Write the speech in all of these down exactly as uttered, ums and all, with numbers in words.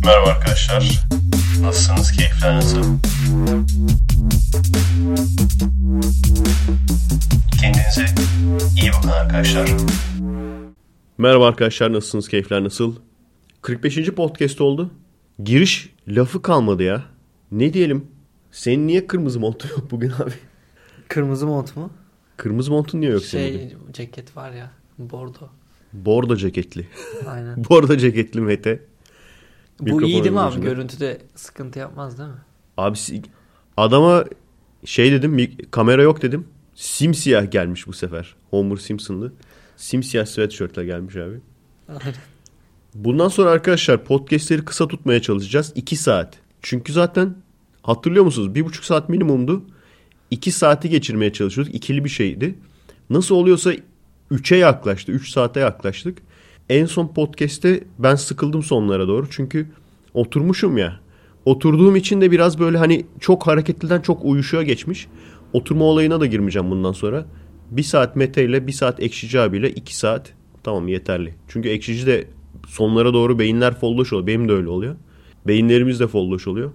Merhaba arkadaşlar. Nasılsınız? Keyifler nasıl? Kendinize iyi bakın arkadaşlar. Merhaba arkadaşlar. Nasılsınız? Keyifler nasıl? kırk beşinci podcast oldu. Giriş lafı kalmadı ya. Ne diyelim? Senin niye kırmızı montun yok bugün abi? Kırmızı mont mu? Kırmızı montun niye yok şey, senin bugün? Ceket var ya. Bordo. Bordo ceketli. Aynen. Bordo ceketli Mete. Bu Mikrofon iyi değil mi abi? ucunda. Görüntüde sıkıntı yapmaz değil mi? Abi adama şey dedim, kamera yok dedim. Simsiyah gelmiş bu sefer. Homer Simpson'lı. Simsiyah sweatshirtle gelmiş abi. Aynen. Bundan sonra arkadaşlar podcastleri kısa tutmaya çalışacağız. iki saat. Çünkü zaten hatırlıyor musunuz? bir buçuk saat minimumdu. iki saati geçirmeye çalışıyorduk. İkili bir şeydi. Nasıl oluyorsa üçe yaklaştı. üç saate yaklaştık. En son podcast'te ben sıkıldım sonlara doğru. Çünkü oturmuşum ya. Oturduğum için de biraz böyle hani çok hareketliden çok uyuşuğa geçmiş. Oturma olayına da girmeyeceğim bundan sonra. Bir saat Mete ile bir saat Ekşici abiyle iki saat tamam yeterli. Çünkü Ekşici de sonlara doğru beyinler folloş oluyor. Benim de öyle oluyor. Beyinlerimiz de folloş oluyor.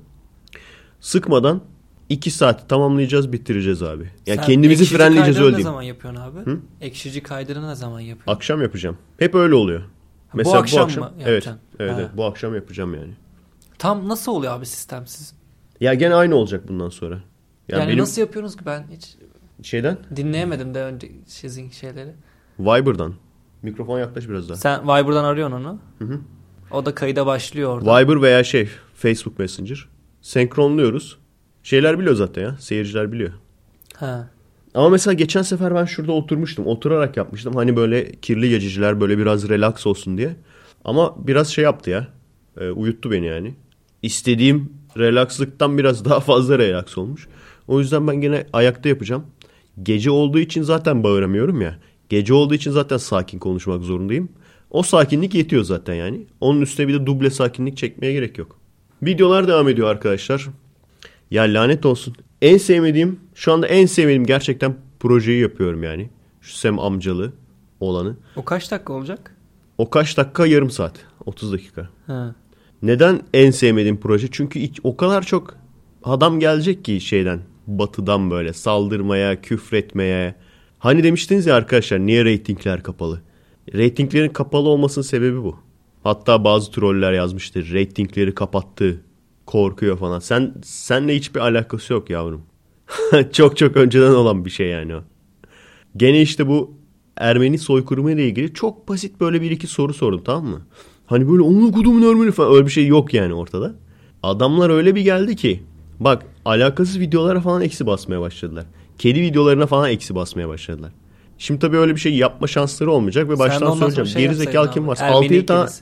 Sıkmadan iki saati tamamlayacağız, bitireceğiz abi. Yani Sen kendimizi ekşici frenleyeceğiz, öyle kaydırı ne diyeyim. zaman yapıyorsun abi? Hı? Ekşici kaydırı ne zaman yapıyorsun? Akşam yapacağım. Hep öyle oluyor. bu Mesela akşam bu akşam mı evet, yapacaksın? evet, Ha. evet bu akşam yapacağım yani. Tam nasıl oluyor abi sistemsiz? Ya gene aynı olacak bundan sonra. Ya yani benim nasıl yapıyorsunuz ki ben hiç şeyden dinleyemedim de önce sizin şeyleri. Viber'dan. Mikrofon yaklaş biraz daha. Sen Viber'dan arıyorsun onu. Hı hı. O da kayıda başlıyor orada. Viber veya şey Facebook Messenger. Senkronluyoruz. Şeyler biliyor zaten ya. Seyirciler biliyor. Ha. Ama mesela geçen sefer ben şurada oturmuştum. Oturarak yapmıştım. Hani böyle kirli gececiler böyle biraz relax olsun diye. Ama biraz şey yaptı ya. E, uyuttu beni yani. İstediğim relaxlıktan biraz daha fazla relax olmuş. O yüzden ben gene ayakta yapacağım. Gece olduğu için zaten bağıramıyorum ya. Gece olduğu için zaten sakin konuşmak zorundayım. O sakinlik yetiyor zaten yani. Onun üstüne bir de duble sakinlik çekmeye gerek yok. Videolar devam ediyor arkadaşlar. Ya lanet olsun. En sevmediğim, şu anda en sevmediğim gerçekten projeyi yapıyorum yani. Şu Sem amcalı olanı. O kaç dakika olacak? O kaç dakika? Yarım saat. otuz dakika. Ha. Neden en sevmediğim proje? Çünkü hiç, o kadar çok adam gelecek ki şeyden, batıdan böyle saldırmaya, küfretmeye. Hani demiştiniz ya arkadaşlar, niye reytingler kapalı? Reytinglerin kapalı olmasının sebebi bu. Hatta bazı troller yazmıştır. Reytingleri kapattı. Korkuyor falan. Sen senle hiçbir alakası yok yavrum. Çok çok önceden olan bir şey yani o. Gene işte bu Ermeni soykırımı ile ilgili çok basit böyle bir iki soru sordum, tamam mı? Hani böyle onu kudumun Ermeni falan, öyle bir şey yok yani ortada. Adamlar öyle bir geldi ki bak, alakasız videolara falan eksi basmaya başladılar. Kedi videolarına falan eksi basmaya başladılar. Şimdi tabii öyle bir şey yapma şansları olmayacak ve baştan söyleyeceğim. Şey Geri zekalı kim varsa altı yedi tane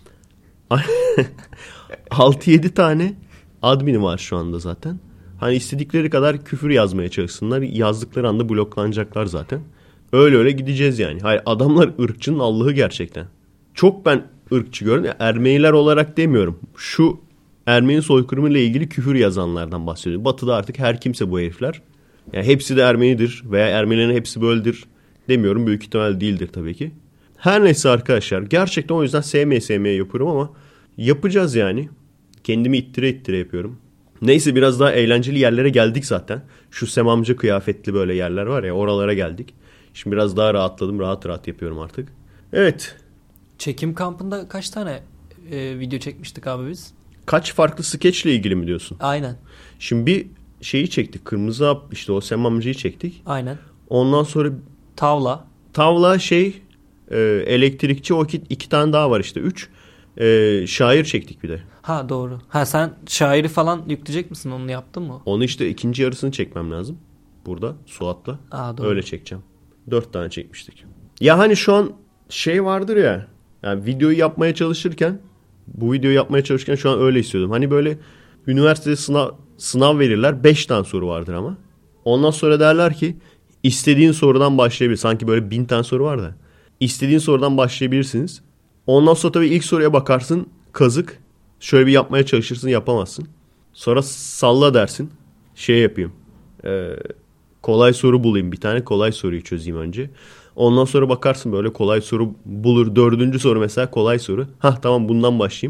kedisi. altı yedi tane admini var şu anda zaten. Hani istedikleri kadar küfür yazmaya çalışsınlar. Yazdıkları anda bloklanacaklar zaten. Öyle öyle gideceğiz yani. Hayır, adamlar ırkçının Allah'ı gerçekten. Çok ben ırkçı gördüm. Ermeniler olarak demiyorum. Şu Ermeni soykırımı ile ilgili küfür yazanlardan bahsediyorum. Batı'da artık her kimse bu herifler. Yani hepsi de Ermenidir veya Ermenilerin hepsi böyledir demiyorum. Büyük ihtimal değildir tabii ki. Her neyse arkadaşlar. Gerçekten o yüzden sevmeye sevmeye yapıyorum ama yapacağız yani. Kendimi ittire ittire yapıyorum. Neyse, biraz daha eğlenceli yerlere geldik zaten. Şu Sem amca kıyafetli böyle yerler var ya, oralara geldik. Şimdi biraz daha rahatladım. Rahat rahat yapıyorum artık. Evet. Çekim kampında kaç tane e, video çekmiştik abi biz? Kaç farklı skeçle ilgili mi diyorsun? Aynen. Şimdi bir şeyi çektik. Kırmızı hap, işte o Sem amcayı çektik. Aynen. Ondan sonra Tavla. tavla, şey e, elektrikçi, o iki, iki tane daha var işte. Üç. E, şair çektik bir de. Ha doğru. Ha sen şairi falan yükleyecek misin? Onu yaptın mı? Onu işte ikinci yarısını çekmem lazım. Burada Suat'la. Aa, doğru. Öyle çekeceğim. Dört tane çekmiştik. Ya hani şu an şey vardır ya. Yani videoyu yapmaya çalışırken, bu videoyu yapmaya çalışırken şu an öyle istiyordum. Hani böyle üniversitede sınav, sınav verirler. Beş tane soru vardır ama. Ondan sonra derler ki istediğin sorudan başlayabilir. Sanki böyle bin tane soru var da. İstediğin sorudan başlayabilirsiniz. Ondan sonra tabii ilk soruya bakarsın. Kazık. Şöyle bir yapmaya çalışırsın, yapamazsın. Sonra salla dersin. Şey yapayım. Ee, kolay soru bulayım. Bir tane kolay soruyu çözeyim önce. Ondan sonra bakarsın böyle kolay soru bulur. Dördüncü soru mesela kolay soru. Hah tamam, bundan başlayayım.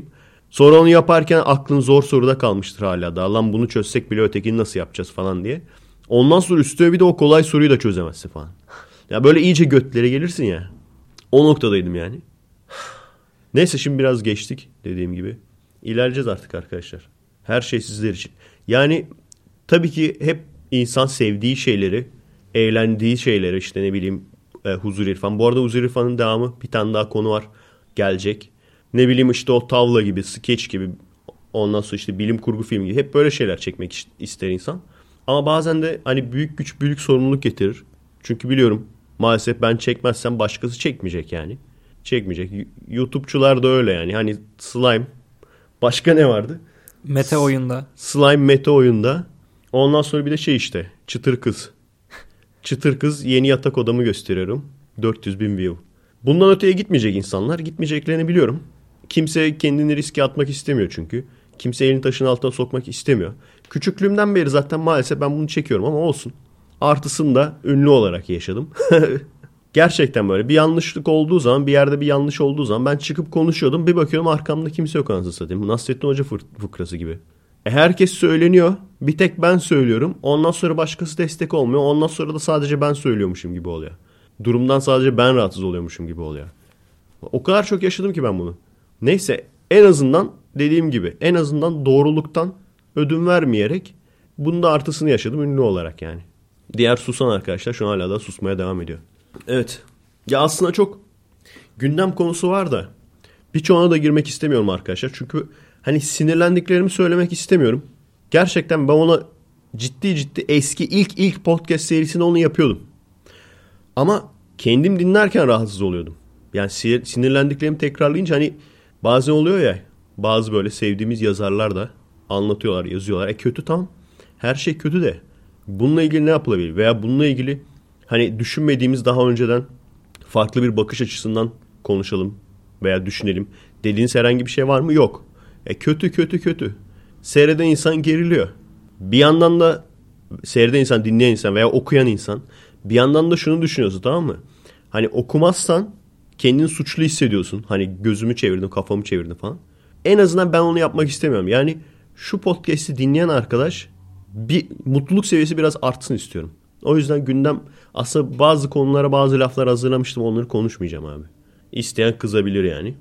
Sonra onu yaparken aklın zor soruda kalmıştır hala da. Lan bunu çözsek bile ötekini nasıl yapacağız falan diye. Ondan sonra üstüne bir de o kolay soruyu da çözemezsin falan. Ya böyle iyice götlere gelirsin ya. O noktadaydım yani. Neyse şimdi biraz geçtik dediğim gibi. İlerleyeceğiz artık arkadaşlar. Her şey sizler için. Yani tabii ki hep insan sevdiği şeyleri, eğlendiği şeyleri işte ne bileyim e, Huzur İrfan. Bu arada Huzur İrfan'ın devamı bir tane daha konu var. Gelecek. Ne bileyim işte o tavla gibi, skeç gibi, ondan sonra işte bilim kurgu filmi gibi hep böyle şeyler çekmek ister insan. Ama bazen de hani büyük güç büyük sorumluluk getirir. Çünkü biliyorum maalesef ben çekmezsem başkası çekmeyecek yani. Çekmeyecek. YouTube'çular da öyle yani. Hani slime. Başka ne vardı? Mete oyunda. Slime meta oyunda. Ondan sonra bir de şey işte. Çıtır kız. Çıtır kız yeni yatak odamı gösteriyorum. dört yüz bin view. Bundan öteye gitmeyecek insanlar. Gitmeyeceklerini biliyorum. Kimse kendini riske atmak istemiyor çünkü. Kimse elini taşın altına sokmak istemiyor. Küçüklüğümden beri zaten maalesef ben bunu çekiyorum ama olsun. Artısını da ünlü olarak yaşadım. Gerçekten böyle bir yanlışlık olduğu zaman, bir yerde bir yanlış olduğu zaman ben çıkıp konuşuyordum. Bir bakıyorum arkamda kimse yok anasını satayım. Nasrettin Hoca fıkrası gibi. E herkes söyleniyor. Bir tek ben söylüyorum. Ondan sonra başkası destek olmuyor. Ondan sonra da sadece ben söylüyormuşum gibi oluyor. Durumdan sadece ben rahatsız oluyormuşum gibi oluyor. O kadar çok yaşadım ki ben bunu. Neyse en azından dediğim gibi en azından doğruluktan ödün vermeyerek bunun da artısını yaşadım ünlü olarak yani. Diğer susan arkadaşlar şu an hala da susmaya devam ediyor. Evet. Ya aslında çok gündem konusu var da birçoğuna da girmek istemiyorum arkadaşlar. Çünkü hani sinirlendiklerimi söylemek istemiyorum. Gerçekten ben ona ciddi ciddi eski ilk ilk podcast serisinde onu yapıyordum. Ama kendim dinlerken rahatsız oluyordum. Yani sinirlendiklerimi tekrarlayınca hani bazen oluyor ya bazı böyle sevdiğimiz yazarlar da anlatıyorlar, yazıyorlar. E kötü tamam. Her şey kötü de bununla ilgili ne yapılabilir? Veya bununla ilgili hani düşünmediğimiz daha önceden farklı bir bakış açısından konuşalım veya düşünelim. Dediğiniz herhangi bir şey var mı? Yok. E kötü kötü kötü. Seyreden insan geriliyor. Bir yandan da seyreden insan, dinleyen insan veya okuyan insan bir yandan da şunu düşünüyorsun tamam mı? Hani okumazsan kendini suçlu hissediyorsun. Hani gözümü çevirdim, kafamı çevirdim falan. En azından ben onu yapmak istemiyorum. Yani şu podcast'i dinleyen arkadaş bir mutluluk seviyesi biraz artsın istiyorum. O yüzden gündem aslında bazı konulara bazı laflar hazırlamıştım. Onları konuşmayacağım abi. İsteyen kızabilir yani.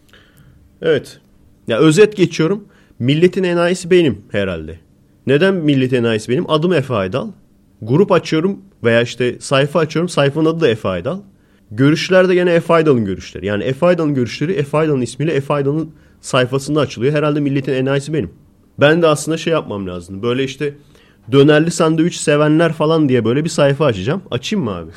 Evet. Ya özet geçiyorum. Milletin enayisi benim herhalde. Neden milletin enayisi benim? Adım Efe Aydal. Grup açıyorum veya işte sayfa açıyorum. Sayfanın adı da Efe Aydal. Görüşler de gene Efe Aydal'ın görüşleri. Yani Efe Aydal'ın görüşleri Efe Aydal'ın ismiyle Efe Aydal'ın sayfasında açılıyor. Herhalde milletin enayisi benim. Ben de aslında şey yapmam lazım. Böyle işte dönerli sandviç sevenler falan diye böyle bir sayfa açacağım. Açayım mı abi?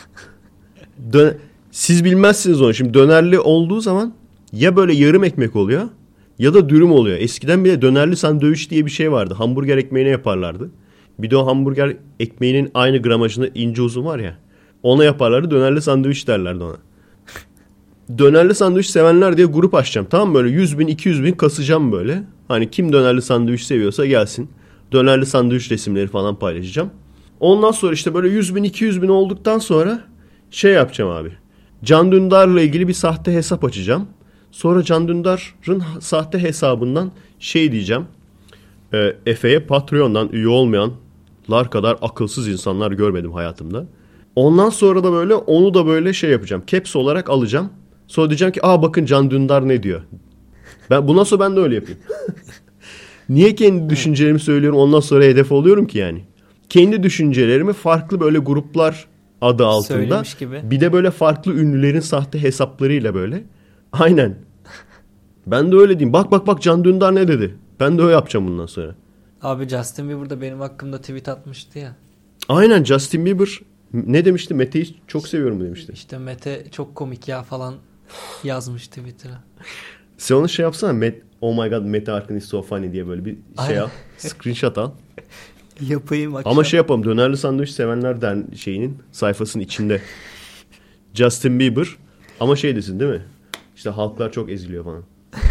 Dö- Siz bilmezsiniz onu. Şimdi dönerli olduğu zaman ya böyle yarım ekmek oluyor ya da dürüm oluyor. Eskiden bile dönerli sandviç diye bir şey vardı. Hamburger ekmeğine yaparlardı. Bir de o hamburger ekmeğinin aynı gramajında ince uzun var ya. Ona yaparlardı. Dönerli sandviç derlerdi ona. Dönerli sandviç sevenler diye grup açacağım. Tamam mı? Böyle yüz bin iki yüz bin kasacağım böyle. Hani kim dönerli sandviç seviyorsa gelsin. Dönerli sandviç resimleri falan paylaşacağım. Ondan sonra işte böyle yüz bin iki yüz bin olduktan sonra şey yapacağım abi. Can Dündar'la ilgili bir sahte hesap açacağım. Sonra Can Dündar'ın sahte hesabından şey diyeceğim. E, Efe'ye Patreon'dan üye olmayanlar kadar akılsız insanlar görmedim hayatımda. Ondan sonra da böyle onu da böyle şey yapacağım. Caps olarak alacağım. Sonra diyeceğim ki aa bakın Can Dündar ne diyor. Ben bundan sonra ben de öyle yapayım. Niye kendi düşüncelerimi söylüyorum ondan sonra hedef oluyorum ki yani? Kendi düşüncelerimi farklı böyle gruplar adı altında bir de böyle farklı ünlülerin sahte hesaplarıyla böyle. Aynen. Ben de öyle diyeyim. Bak bak bak Can Dündar ne dedi? Ben de öyle yapacağım bundan sonra. Abi Justin Bieber da benim hakkımda tweet atmıştı ya. Aynen Justin Bieber ne demişti? Mete'yi çok seviyorum demişti. İşte Mete çok komik ya falan yazmış Twitter'a. Sen onu şey yapsana. Met, oh my god Mete Arkın is so funny diye böyle bir şey Aynen. al. Screenshot al. Yapayım akşam. Ama şey yapalım. Dönerli sandviç sevenler der şeyinin sayfasının içinde. Justin Bieber. Ama şey desin değil mi? İşte halklar çok eziliyor falan.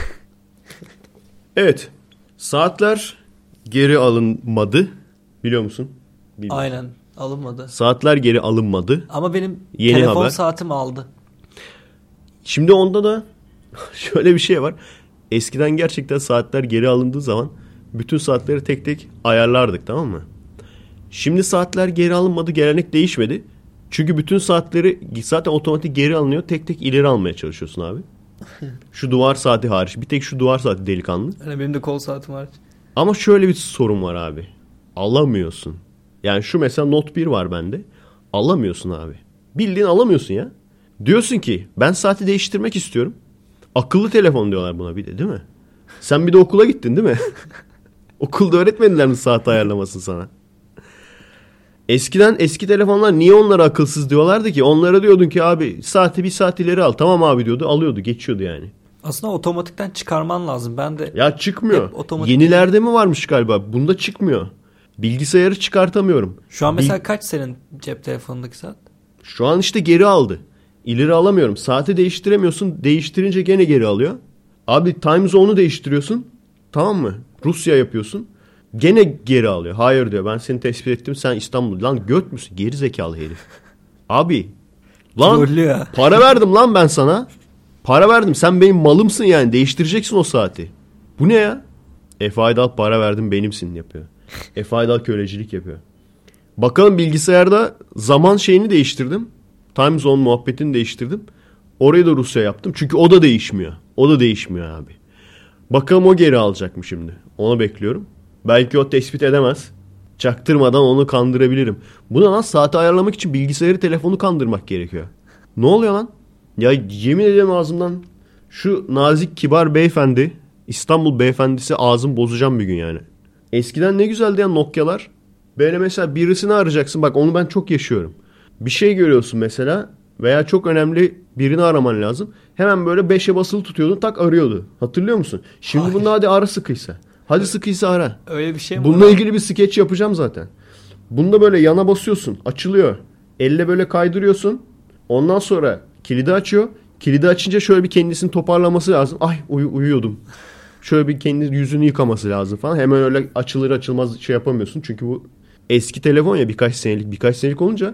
Evet. Saatler geri alınmadı. Biliyor musun? Bilmiyorum. Aynen. Alınmadı. Saatler geri alınmadı. Ama benim Yeni telefon haber. saatim aldı. Şimdi onda da şöyle bir şey var. Eskiden gerçekten saatler geri alındığı zaman bütün saatleri tek tek ayarlardık, tamam mı? Şimdi saatler geri alınmadı, gelenek değişmedi. Çünkü bütün saatleri zaten otomatik geri alınıyor. Tek tek ileri almaya çalışıyorsun abi. Şu duvar saati hariç. Bir tek şu duvar saati delikanlı. Yani benim de kol saatim var. Ama şöyle bir sorun var abi. Alamıyorsun. Yani şu mesela Note bir var bende. Alamıyorsun abi. Bildiğin alamıyorsun ya. Diyorsun ki ben saati değiştirmek istiyorum. Akıllı telefon diyorlar buna bir de, değil mi? Sen bir de okula gittin değil mi? Okulda öğretmediler mi saat ayarlamasını sana? Eskiden eski telefonlar niye onlara akılsız diyorlardı ki? Onlara diyordun ki abi saati bir saat ileri al. Tamam abi diyordu, alıyordu, geçiyordu yani. Aslında otomatikten çıkarman lazım. Ben de ya çıkmıyor. Otomatik... Yenilerde mi varmış galiba? Bunda çıkmıyor. Bilgisayarı çıkartamıyorum. Şu an mesela Bil... kaç senin cep telefonundaki saat? Şu an işte geri aldı. İleri alamıyorum. Saati değiştiremiyorsun. Değiştirince gene geri alıyor. Abi time zone'u değiştiriyorsun. Tamam mı? Rusya yapıyorsun. Gene geri alıyor. Hayır diyor. Ben seni tespit ettim. Sen İstanbul. Lan göt müsün? Geri zekalı herif. Abi. Lan para verdim lan ben sana. Para verdim. Sen benim malımsın yani. Değiştireceksin o saati. Bu ne ya? Efe Aydal para verdim benimsin yapıyor. Efe Aydal kölecilik yapıyor. Bakalım bilgisayarda zaman şeyini değiştirdim. Time zone muhabbetini değiştirdim. Orayı da Rusya yaptım. Çünkü o da değişmiyor. O da değişmiyor abi. Bakalım o geri alacak mı şimdi? Onu bekliyorum. Belki o tespit edemez. Çaktırmadan onu kandırabilirim. Buna lan saati ayarlamak için bilgisayarı, telefonu kandırmak gerekiyor. Ne oluyor lan? Ya yemin ederim ağzımdan şu nazik kibar beyefendi, İstanbul beyefendisi ağzım bozacağım bir gün yani. Eskiden ne güzeldi ya Nokia'lar. Böyle mesela birisini arayacaksın. Bak onu ben çok yaşıyorum. Bir şey görüyorsun mesela veya çok önemli birini araman lazım. Hemen böyle beşe basılı tutuyordun, tak arıyordu. Hatırlıyor musun? Şimdi Hayır. Bunda hadi ara sıkıysa. Hadi sıkıysa ara. Öyle bir şey mi? Bununla ilgili bir skeç yapacağım zaten. Bunda böyle yana basıyorsun. Açılıyor. Elle böyle kaydırıyorsun. Ondan sonra kilidi açıyor. Kilidi açınca şöyle bir kendisini toparlaması lazım. Ay uy- uyuyordum. Şöyle bir kendi yüzünü yıkaması lazım falan. Hemen öyle açılır açılmaz şey yapamıyorsun. Çünkü bu eski telefon ya, birkaç senelik. Birkaç senelik olunca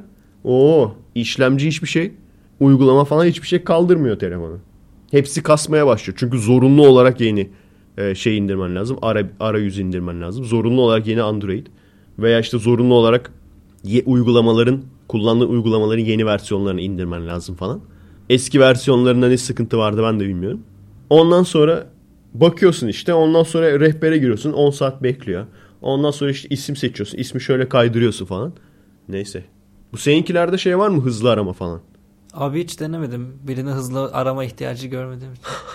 o işlemci hiçbir şey, uygulama falan hiçbir şey kaldırmıyor telefonu. Hepsi kasmaya başlıyor. Çünkü zorunlu olarak yeni e, şey indirmen lazım. Ara, arayüz indirmen lazım. Zorunlu olarak yeni Android. Veya işte zorunlu olarak ye, uygulamaların, kullandığın uygulamaların yeni versiyonlarını indirmen lazım falan. Eski versiyonlarında ne sıkıntı vardı ben de bilmiyorum. Ondan sonra bakıyorsun işte. Ondan sonra rehbere giriyorsun. on saat bekliyor. Ondan sonra işte isim seçiyorsun. İsmi şöyle kaydırıyorsun falan. Neyse. Bu seninkilerde şey var mı? Hızlı arama falan. Abi hiç denemedim. Birini hızlı arama ihtiyacı görmedim.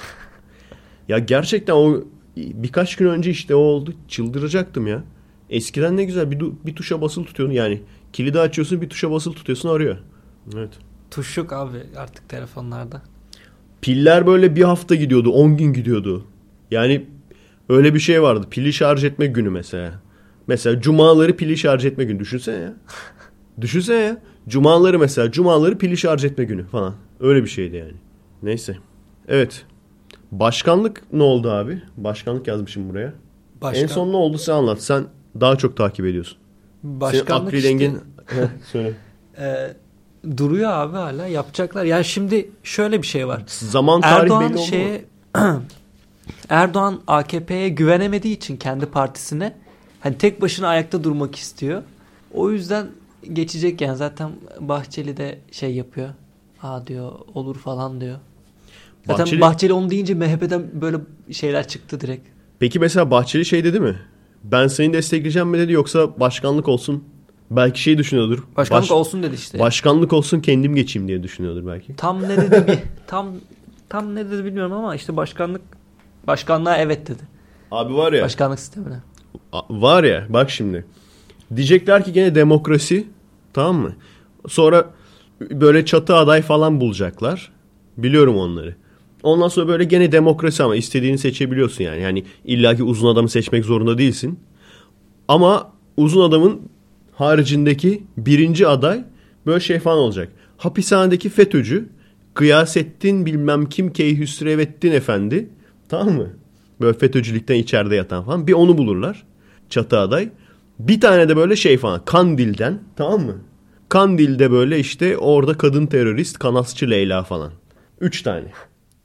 Ya gerçekten o birkaç gün önce işte o oldu. Çıldıracaktım ya. Eskiden ne güzel bir, bir tuşa basılı tutuyordun. Yani kilidi açıyorsun, bir tuşa basılı tutuyorsun, arıyor. Evet. Tuş yok abi artık telefonlarda. Piller böyle bir hafta gidiyordu. on gün gidiyordu. Yani öyle bir şey vardı. Pili şarj etme günü mesela. Mesela cumaları pili şarj etme günü. Düşünsene ya. Düşünsene ya. Cumaları mesela. Cumaları pili şarj etme günü falan. Öyle bir şeydi yani. Neyse. Evet. Başkanlık ne oldu abi? Başkanlık yazmışım buraya. Başkan... En son ne oldu sen anlat. Sen daha çok takip ediyorsun. Başkanlık Senin işte... Engin... Söyle. Ee, duruyor abi hala. Yapacaklar. Yani şimdi şöyle bir şey var. Zaman tarihi Erdoğan belli oldu şeye... Erdoğan A K P'ye güvenemediği için kendi partisine hani tek başına ayakta durmak istiyor. O yüzden geçecek yani. Zaten Bahçeli de şey yapıyor. Aa diyor olur falan diyor. Zaten Bahçeli, Bahçeli onu deyince M H P'den böyle şeyler çıktı direkt. Peki mesela Bahçeli şey dedi mi? Ben seni destekleyeceğim mi dedi, yoksa başkanlık olsun. Belki şey düşünüyordur. Başkanlık Baş, olsun dedi işte. Başkanlık olsun kendim geçeyim diye düşünüyordur belki. Tam ne dedi bir tam tam ne dedi bilmiyorum ama işte başkanlık başkanlığa evet dedi. Abi var ya. Başkanlık sistemine. Var ya bak şimdi. Diyecekler ki gene demokrasi, tamam mı? Sonra böyle çatı aday falan bulacaklar. Biliyorum onları. Ondan sonra böyle gene demokrasi ama istediğini seçebiliyorsun yani. Yani illaki uzun adamı seçmek zorunda değilsin. Ama uzun adamın haricindeki birinci aday böyle şey falan olacak. Hapishanedeki FETÖ'cü Gıyasettin bilmem kim Keyhüsrevettin Efendi, tamam mı? Böyle FETÖ'cülükten içeride yatan falan. Bir onu bulurlar. Çatı aday. Bir tane de böyle şey falan. Kandil'den, tamam mı? Kandil'de böyle işte orada kadın terörist Kanasçı Leyla falan. Üç tane.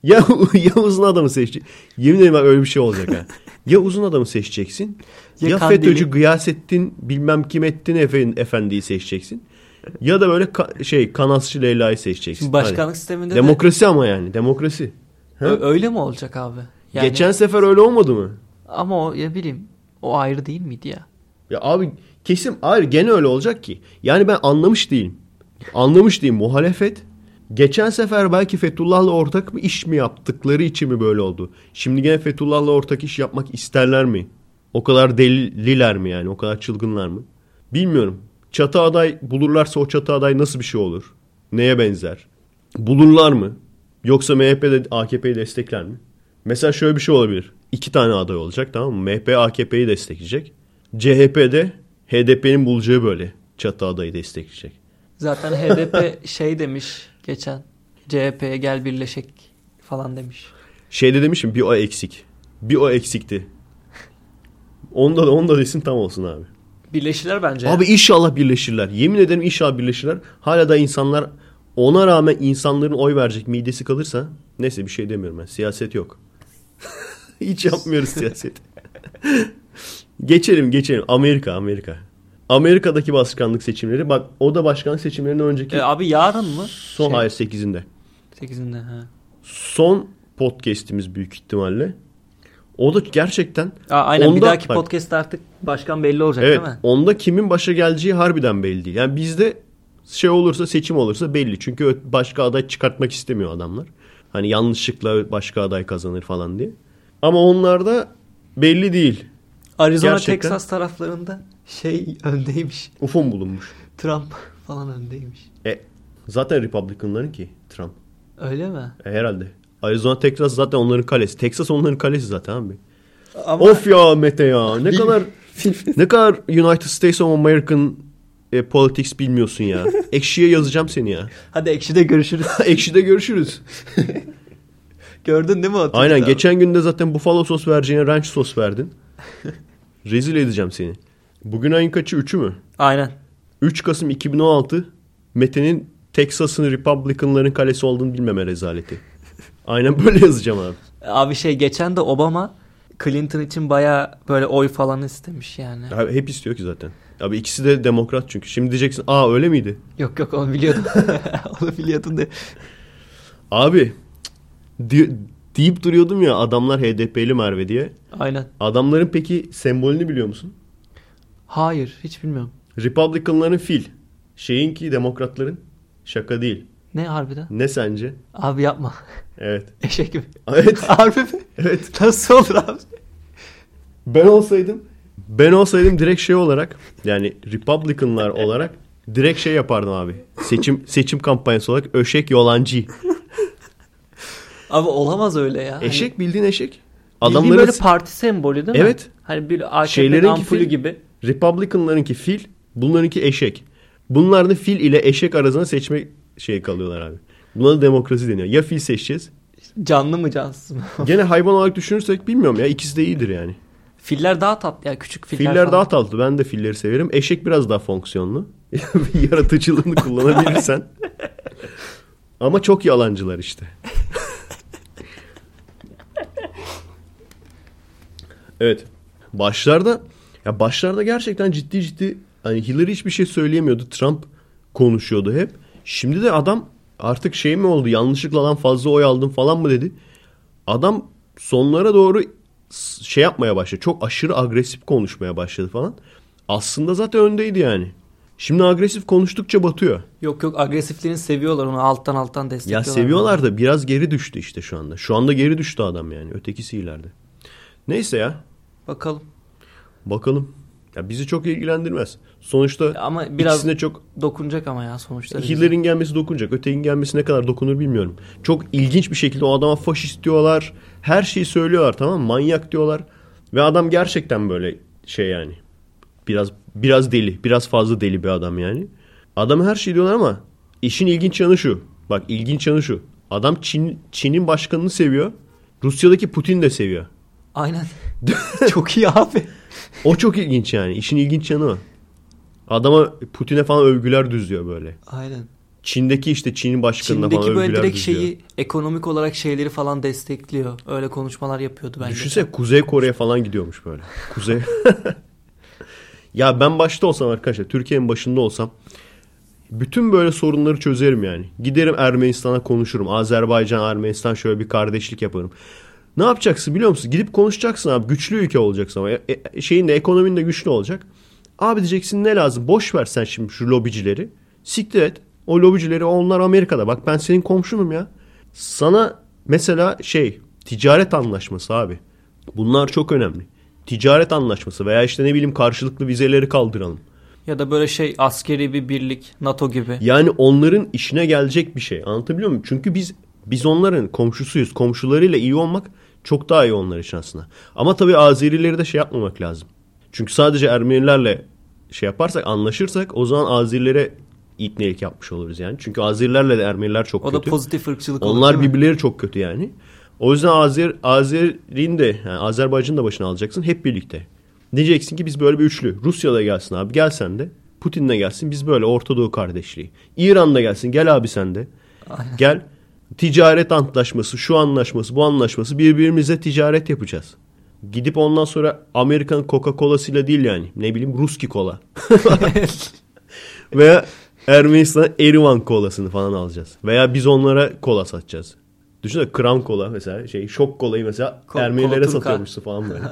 Ya, ya uzun adamı seçeceksin. Yemin ederim bak öyle bir şey olacak ha. Ya uzun adamı seçeceksin. Ya, ya FETÖ'cü Gıyasettin bilmem kim ettin efe, efendiyi seçeceksin. Ya da böyle ka- şey Kanasçı Leyla'yı seçeceksin. Şimdi başkanlık hani. sisteminde Demokrasi de... ama yani demokrasi. Ö- öyle mi olacak abi? Yani... Geçen sefer öyle olmadı mı? Ama o ya bileyim o ayrı değil miydi ya? Ya abi kesin hayır gene öyle olacak ki. Yani ben anlamış değilim. Anlamış değilim muhalefet. Geçen sefer belki Fethullah'la ortak mı iş mi yaptıkları için mi böyle oldu? Şimdi gene Fethullah'la ortak iş yapmak isterler mi? O kadar deliler mi yani? O kadar çılgınlar mı? Bilmiyorum. Çatı aday bulurlarsa o çatı aday nasıl bir şey olur? Neye benzer? Bulurlar mı? Yoksa M H P'de A K P'yi destekler mi? Mesela şöyle bir şey olabilir. İki tane aday olacak, tamam mı? M H P A K P'yi destekleyecek. C H P'de H D P'nin bulacağı böyle çatı adayı destekleyecek. Zaten H D P şey demiş geçen. C H P'ye gel birleşek falan demiş. Şeyde demişim bir o eksik. Bir o eksikti. Onda da onda desin tam olsun abi. Birleşirler bence. Abi inşallah birleşirler. Yemin ederim inşallah birleşirler. Hala da insanlar ona rağmen insanların oy verecek midesi kalırsa neyse bir şey demiyorum ben. Siyaset yok. Hiç yapmıyoruz siyaset. Geçelim geçelim. Amerika Amerika. Amerika'daki başkanlık seçimleri. Bak o da başkanlık seçimlerinden önceki. E, abi yarın mı? Son şey, hayır sekizinde. sekizinde ha. Son podcast'imiz büyük ihtimalle. O da gerçekten. Aa, aynen onda, bir dahaki bak, podcast'ta artık başkan belli olacak evet, değil mi? Onda kimin başa geleceği harbiden belli değil. Yani bizde şey olursa seçim olursa belli. Çünkü başka aday çıkartmak istemiyor adamlar. Hani yanlışlıkla başka aday kazanır falan diye. Ama onlarda belli değil. Arizona, gerçekten, Texas taraflarında şey öndeymiş. U F O mu bulunmuş? Trump falan öndeymiş. E, zaten Republican'ların ki Trump. Öyle mi? E, herhalde. Arizona, Texas zaten onların kalesi. Texas onların kalesi zaten abi. Ama... Of ya Mete ya. Ne kadar ne kadar United States of American e, politics bilmiyorsun ya. Ekşi'ye yazacağım seni ya. Hadi Ekşi'de görüşürüz. Ekşi'de görüşürüz. Gördün değil mi o? Aynen abi? Geçen günde zaten buffalo sos vereceğine ranch sos verdin. Rezil edeceğim seni. Bugün ayın kaçı? üçü mü? Aynen. üç Kasım iki bin on altı Mete'nin Texas'ın Republican'ların kalesi olduğunu bilmeme rezaleti. Aynen böyle yazacağım abi. Abi şey geçen de Obama Clinton için baya böyle oy falan istemiş yani. Abi hep istiyor ki zaten. Abi ikisi de demokrat çünkü. Şimdi diyeceksin aa öyle miydi? Yok yok onu biliyordum. Onu biliyordum de. Abi di- deyip duruyordum ya adamlar H D P'li Merve diye. Aynen. Adamların peki sembolünü biliyor musun? Hayır hiç bilmiyorum. Republican'ların fil. Şeyinki demokratların. Şaka değil. Ne harbiden? Ne sence? Abi yapma. Evet. Eşek mi? Evet. Harbi mi? Evet. Nasıl olur abi? Ben olsaydım ben olsaydım direkt şey olarak yani Republican'lar olarak direkt şey yapardım abi. Seçim seçim kampanyası olarak öşek yolancı. Abi olamaz öyle ya. Eşek hani, bildiğin eşek. Adamların böyle parti sembolü değil mi? Evet. Hani bir A K P'nin ampulü fil, gibi. Republican'larınki fil, bunlarınki eşek. Bunlar da fil ile eşek arasında seçme şey kalıyorlar abi. Buna da demokrasi deniyor. Ya fil seçeceğiz. Canlı mı cansız mı? Gene hayvan olarak düşünürsek bilmiyorum ya ikisi de iyidir yani. Filler daha tatlı ya küçük filler. Filler falan. daha tatlı. Ben de filleri severim. Eşek biraz daha fonksiyonlu. Yaratıcılığını kullanabilirsen. Ama çok yalancılar işte. Evet. Başlarda ya başlarda gerçekten ciddi ciddi hani Hillary hiçbir şey söyleyemiyordu. Trump konuşuyordu hep. Şimdi de adam artık şey mi oldu? Yanlışlıkla lan fazla oy aldım falan mı dedi. Adam sonlara doğru şey yapmaya başladı. Çok aşırı agresif konuşmaya başladı falan. Aslında zaten öndeydi yani. Şimdi agresif konuştukça batıyor. Yok yok agresifliğini seviyorlar onu alttan alttan destekliyorlar. Ya seviyorlar da biraz geri düştü işte şu anda. Şu anda geri düştü adam yani. Ötekisi ileride. Neyse ya. Bakalım. Bakalım. Ya bizi çok ilgilendirmez. Sonuçta ama biraz ikisine çok dokunacak ama ya sonuçta. Hillary'nin gelmesi dokunacak. Ötekinin gelmesi ne kadar dokunur bilmiyorum. Çok ilginç bir şekilde o adama faşist diyorlar. Her şeyi söylüyorlar tamam mı? Manyak diyorlar. Ve adam gerçekten böyle şey yani. Biraz biraz deli. Biraz fazla deli bir adam yani. Adam her şey diyorlar ama işin ilginç yanı şu. Bak ilginç yanı şu. Adam Çin, Çin'in başkanını seviyor. Rusya'daki Putin de seviyor. Aynen. Çok iyi abi. O çok ilginç yani. İşin ilginç yanı o. Adama Putin'e falan övgüler düzüyor böyle. Aynen. Çin'deki işte Çin'in başkanına falan Çin'deki böyle övgüler direkt düzüyor. şeyi ekonomik olarak şeyleri falan destekliyor. Öyle konuşmalar yapıyordu bence. Düşünsene Kuzey Kore'ye falan gidiyormuş böyle. Kuzey. Ya ben başta olsam arkadaşlar, Türkiye'nin başında olsam bütün böyle sorunları çözerim yani. Giderim Ermenistan'a konuşurum. Azerbaycan, Ermenistan şöyle bir kardeşlik yaparım. Ne yapacaksın biliyor musun? Gidip konuşacaksın abi. Güçlü ülke olacaksın ama. E, şeyin de ekonomin de güçlü olacak. Abi diyeceksin ne lazım? Boş ver sen şimdi şu lobicileri. Siktir et. O lobicileri, onlar Amerika'da. Bak ben senin komşunum ya. Sana mesela şey, ticaret anlaşması abi. Bunlar çok önemli. Ticaret anlaşması veya işte ne bileyim karşılıklı vizeleri kaldıralım. Ya da böyle şey, askeri bir birlik, NATO gibi. Yani onların işine gelecek bir şey. Anlatabiliyor muyum? Çünkü biz biz onların komşusuyuz. Komşularıyla iyi olmak çok daha iyi onlar için aslında. Ama tabii Azerileri de şey yapmamak lazım. Çünkü sadece Ermenilerle şey yaparsak, anlaşırsak o zaman Azerilere ipnelik yapmış oluruz yani. Çünkü Azerilerle de Ermeniler çok o kötü. O da pozitif ırkçılık olur. Onlar birbirleri çok kötü yani. O yüzden Azer, Azer'in de yani Azerbaycan'ın da başına alacaksın hep birlikte. Diyeceksin ki biz böyle bir üçlü. Rusya da gelsin abi, gel sen de. Putin de gelsin, biz böyle Orta Doğu kardeşliği. İran da gelsin, gel abi sen de. Aynen. Gel. Ticaret antlaşması, şu anlaşması, bu anlaşması, birbirimize ticaret yapacağız. Gidip ondan sonra Amerikan Coca-Cola'sıyla değil yani. Ne bileyim Ruski Kola. Veya Ermenistan Erivan kolasını falan alacağız. Veya biz onlara kola satacağız. Düşünsene Crown Kola mesela, şey şok kolayı mesela Ko- Ermenilere satıyormuşsun falan böyle.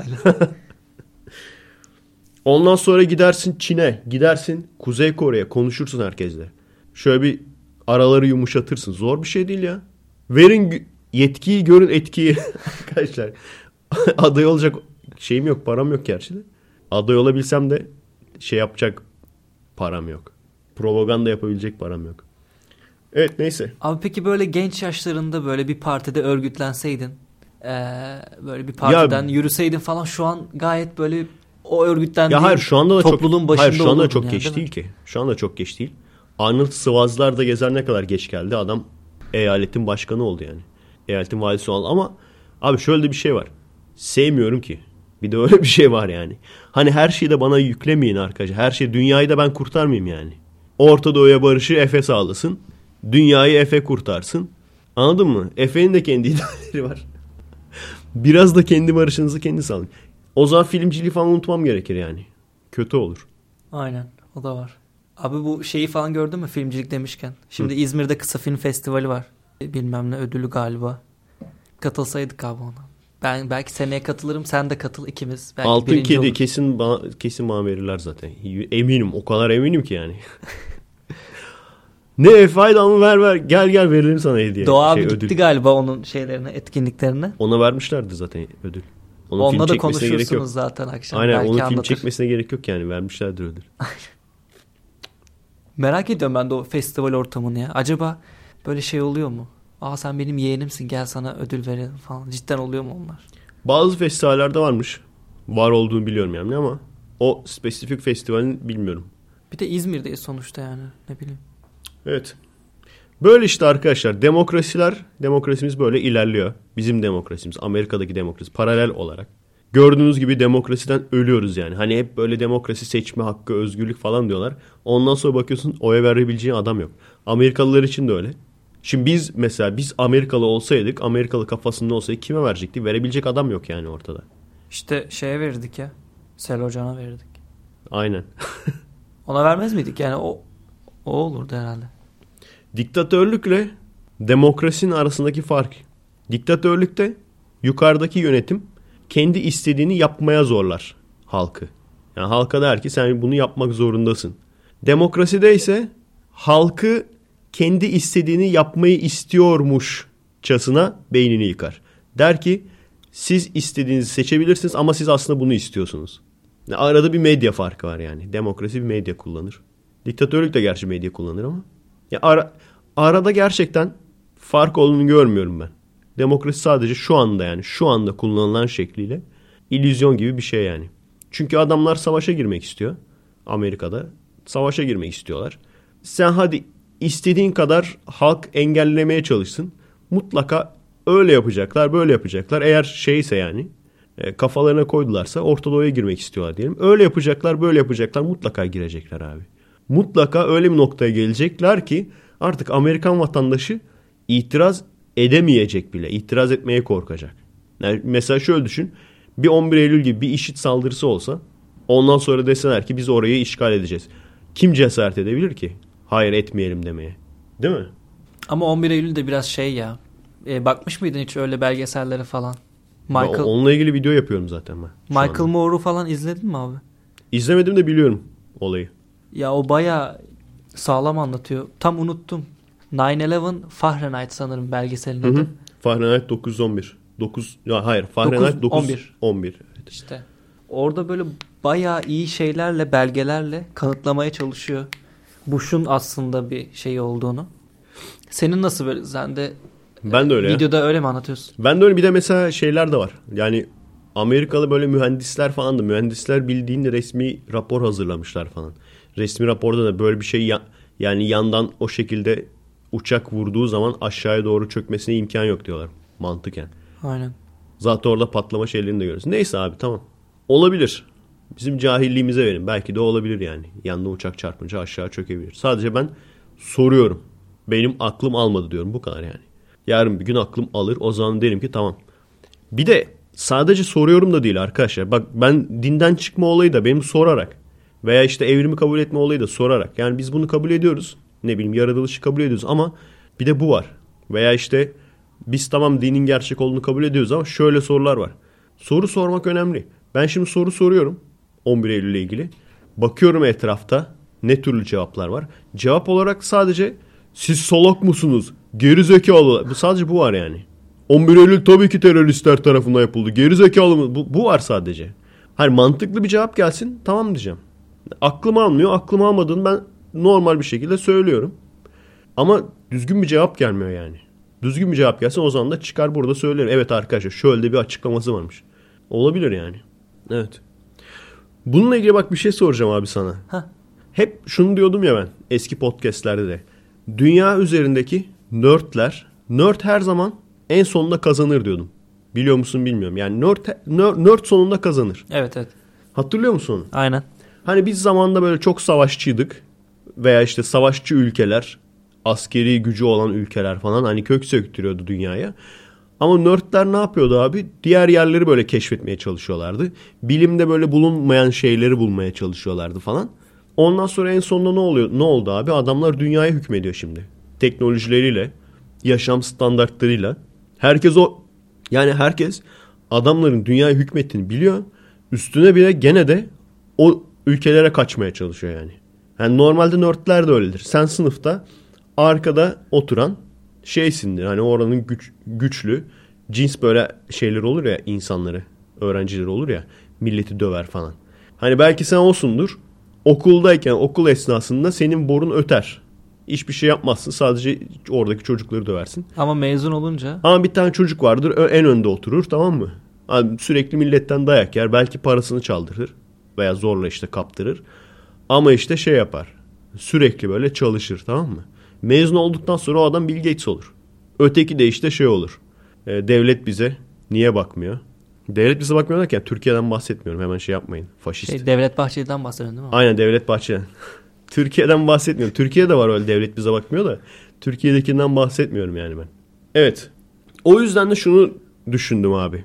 Ondan sonra gidersin Çin'e, gidersin Kuzey Kore'ye, konuşursun herkesle. Şöyle bir araları yumuşatırsın. Zor bir şey değil ya. Verin yetkiyi, görün etkiyi. Arkadaşlar aday olacak şeyim yok, param yok gerçi de. Aday olabilsem de şey yapacak param yok. Propaganda yapabilecek param yok. Evet neyse. Abi peki böyle genç yaşlarında böyle bir partide örgütlenseydin, ee, böyle bir partiden ya, yürüseydin falan, şu an gayet böyle o örgütlendiğin ya hayır, şu anda da topluluğun çok, başında hayır, şu anda olurdun çok yani, geç değil, değil ki. Şu anda çok geç değil. Arnold Schwarzenegger gezer ne kadar geç geldi. Adam eyaletin başkanı oldu yani. Eyaletin valisi oldu ama abi şöyle de bir şey var. Sevmiyorum ki. Bir de öyle bir şey var yani. Hani her şeyi de bana yüklemeyin arkadaşlar. Her şey, dünyayı da ben kurtarmayayım yani. Orta Doğu'ya barışı Efe sağlasın. Dünyayı Efe kurtarsın. Anladın mı? Efe'nin de kendi idealleri var. Biraz da kendi barışınızı kendi sağlayın. O zaman filmciliği falan unutmam gerekir yani. Kötü olur. Aynen, o da var. Abi bu şeyi falan gördün mü filmcilik demişken? Şimdi Hı. İzmir'de kısa film festivali var. Bilmem ne ödülü galiba. Katılsaydık abi ona. Ben belki seneye katılırım, sen de katıl, ikimiz. Belki Altın Kedi olur. kesin bana, kesin bana verirler zaten. Eminim, o kadar eminim ki yani. Ne faydamı ver ver, gel gel verelim sana hediye. Doğa şey, abi gitti ödül. galiba onun şeylerine, etkinliklerine. Ona vermişlerdi zaten ödül. Onun Onunla da konuşursunuz zaten akşam. Aynen, belki onun anlatır. film çekmesine gerek yok yani, vermişlerdir ödül. Merak ediyorum ben de o festival ortamını ya. Acaba böyle şey oluyor mu? Aa sen benim yeğenimsin, gel sana ödül verelim falan. Cidden oluyor mu onlar? Bazı festivallerde varmış. Var olduğunu biliyorum yani ama o spesifik festivalin bilmiyorum. Bir de İzmir'deyiz sonuçta yani, ne bileyim. Evet. Böyle işte arkadaşlar, demokrasiler, demokrasimiz böyle ilerliyor. Bizim demokrasimiz, Amerika'daki demokrasi paralel olarak. Gördüğünüz gibi demokrasiden ölüyoruz yani. Hani hep böyle demokrasi, seçme hakkı, özgürlük falan diyorlar. Ondan sonra bakıyorsun oya verebileceğin adam yok. Amerikalılar için de öyle. Şimdi biz mesela biz Amerikalı olsaydık, Amerikalı kafasında olsaydı kime verecektik? Verebilecek adam yok yani ortada. İşte şeye verirdik ya. Sel Hoca'na verirdik. Aynen. Ona vermez miydik? Yani o o olurdu herhalde. Diktatörlükle demokrasinin arasındaki fark. Diktatörlükte yukarıdaki yönetim kendi istediğini yapmaya zorlar halkı. Yani halka der ki sen bunu yapmak zorundasın. Demokraside ise halkı kendi istediğini yapmayı istiyormuşçasına beynini yıkar. Der ki siz istediğinizi seçebilirsiniz ama siz aslında bunu istiyorsunuz. Yani arada bir medya farkı var yani. Demokrasi bir medya kullanır. Diktatörlük de gerçi medya kullanır ama. Ya ara, arada gerçekten fark olduğunu görmüyorum ben. Demokrasi sadece şu anda yani şu anda kullanılan şekliyle illüzyon gibi bir şey yani. Çünkü adamlar savaşa girmek istiyor. Amerika'da savaşa girmek istiyorlar. Sen hadi istediğin kadar halk engellemeye çalışsın. Mutlaka öyle yapacaklar, böyle yapacaklar. Eğer şeyse yani e, kafalarına koydularsa Orta Doğu'ya girmek istiyorlar diyelim. Öyle yapacaklar, böyle yapacaklar. Mutlaka girecekler abi. Mutlaka öyle bir noktaya gelecekler ki Artık Amerikan vatandaşı itiraz edemeyecek bile. İtiraz etmeye korkacak. Yani mesela şöyle düşün. Bir on bir Eylül gibi bir IŞİD saldırısı olsa ondan sonra deseler ki biz orayı işgal edeceğiz. Kim cesaret edebilir ki? Hayır etmeyelim demeye. Değil mi? Ama on bir Eylül de biraz şey ya. E, bakmış mıydın hiç öyle belgesellere falan? Michael, Ben onunla ilgili video yapıyorum zaten ben. Michael Moore'u falan izledin mi abi? İzlemedim de biliyorum olayı. Ya o baya sağlam anlatıyor. Tam unuttum. nine eleven Fahrenheit sanırım belgeselin adı. Fahrenheit dokuz yüz on bir. dokuz ya hayır Fahrenheit dokuz yüz on bir. Evet. İşte orada böyle bayağı iyi şeylerle, belgelerle kanıtlamaya çalışıyor. Bush'un aslında bir şey olduğunu. Senin nasıl böyle sen de ben de öyle. Videoda ya. öyle mi anlatıyorsun? Ben de öyle. Bir de mesela şeyler de var. Yani Amerikalı böyle mühendisler falan da mühendisler bildiğin resmi rapor hazırlamışlar falan. Resmi raporda da böyle bir şey ya, yani yandan o şekilde uçak vurduğu zaman aşağıya doğru çökmesine imkan yok diyorlar mantıken. Aynen. Zaten orada patlama şeylerini de görüyoruz. Neyse abi tamam. Olabilir. Bizim cahilliğimize verin. Belki de olabilir yani. Yanında uçak çarpınca aşağı çökebilir. Sadece ben soruyorum. Benim aklım almadı diyorum. Bu kadar yani. Yarın bir gün aklım alır. O zaman derim ki tamam. Bir de sadece soruyorum da değil arkadaşlar. Bak ben dinden çıkma olayı da benim sorarak veya işte evrimi kabul etme olayı da sorarak. Yani biz bunu kabul ediyoruz. Ne bileyim yaratılışı kabul ediyoruz ama bir de bu var. Veya işte biz tamam dinin gerçek olduğunu kabul ediyoruz ama şöyle sorular var. Soru sormak önemli. Ben şimdi soru soruyorum on bir Eylül ile ilgili. Bakıyorum etrafta ne türlü cevaplar var. Cevap olarak sadece siz salak mısınız? Geri zekalı. Bu sadece bu var yani. on bir Eylül tabii ki teröristler tarafından yapıldı. Geri zekalı mı? Bu, bu var sadece. Hani mantıklı bir cevap gelsin tamam diyeceğim. Aklım almıyor. Aklım almadığını ben normal bir şekilde söylüyorum. Ama düzgün bir cevap gelmiyor yani. Düzgün bir cevap gelse o zaman da çıkar burada söylerim. Evet arkadaşlar şöyle de bir açıklaması varmış. Olabilir yani. Evet. Bununla ilgili bak bir şey soracağım abi sana. Heh. Hep şunu diyordum ya ben eski podcastlerde de. Dünya üzerindeki nerdler, nerd her zaman en sonunda kazanır diyordum. Biliyor musun bilmiyorum. Yani nerd, nerd, nerd sonunda kazanır. Evet evet. Hatırlıyor musun onu? Aynen. Hani biz zamanında böyle çok savaşçıydık. Veya işte savaşçı ülkeler, askeri gücü olan ülkeler falan hani kök söktürüyordu dünyaya. Ama nerdler ne yapıyordu abi? Diğer yerleri böyle keşfetmeye çalışıyorlardı. Bilimde böyle bulunmayan şeyleri bulmaya çalışıyorlardı falan. Ondan sonra en sonunda ne oluyor? Ne oldu abi? Adamlar dünyaya hükmediyor şimdi. Teknolojileriyle, yaşam standartlarıyla. Herkes o yani herkes adamların dünyaya hükmettiğini biliyor. Üstüne bile gene de o ülkelere kaçmaya çalışıyor yani. Yani normalde nerdler de öyledir. Sen sınıfta arkada oturan şeysindir. Hani oranın güç, güçlü cins böyle şeyler olur ya insanları, öğrencileri olur ya milleti döver falan. Hani belki sen olsundur. Okuldayken okul esnasında senin borun öter. Hiçbir şey yapmazsın. Sadece oradaki çocukları döversin. Ama mezun olunca. Ama bir tane çocuk vardır en önde oturur tamam mı? Yani sürekli milletten dayak yer. Belki parasını çaldırır. Veya zorla işte kaptırır. Ama işte şey yapar. Sürekli böyle çalışır tamam mı? Mezun olduktan sonra o adam Bill Gates olur. Öteki de işte şey olur. E, devlet bize niye bakmıyor? Devlet bize bakmıyor derken Türkiye'den bahsetmiyorum. Hemen şey yapmayın. Faşist. Şey, Devlet Bahçeli'den bahsediyorsun değil mi? Aynen Devlet Bahçeli. Türkiye'den bahsetmiyorum. Türkiye'de var öyle devlet bize bakmıyor da. Türkiye'dekinden bahsetmiyorum yani ben. Evet. O yüzden de şunu düşündüm abi.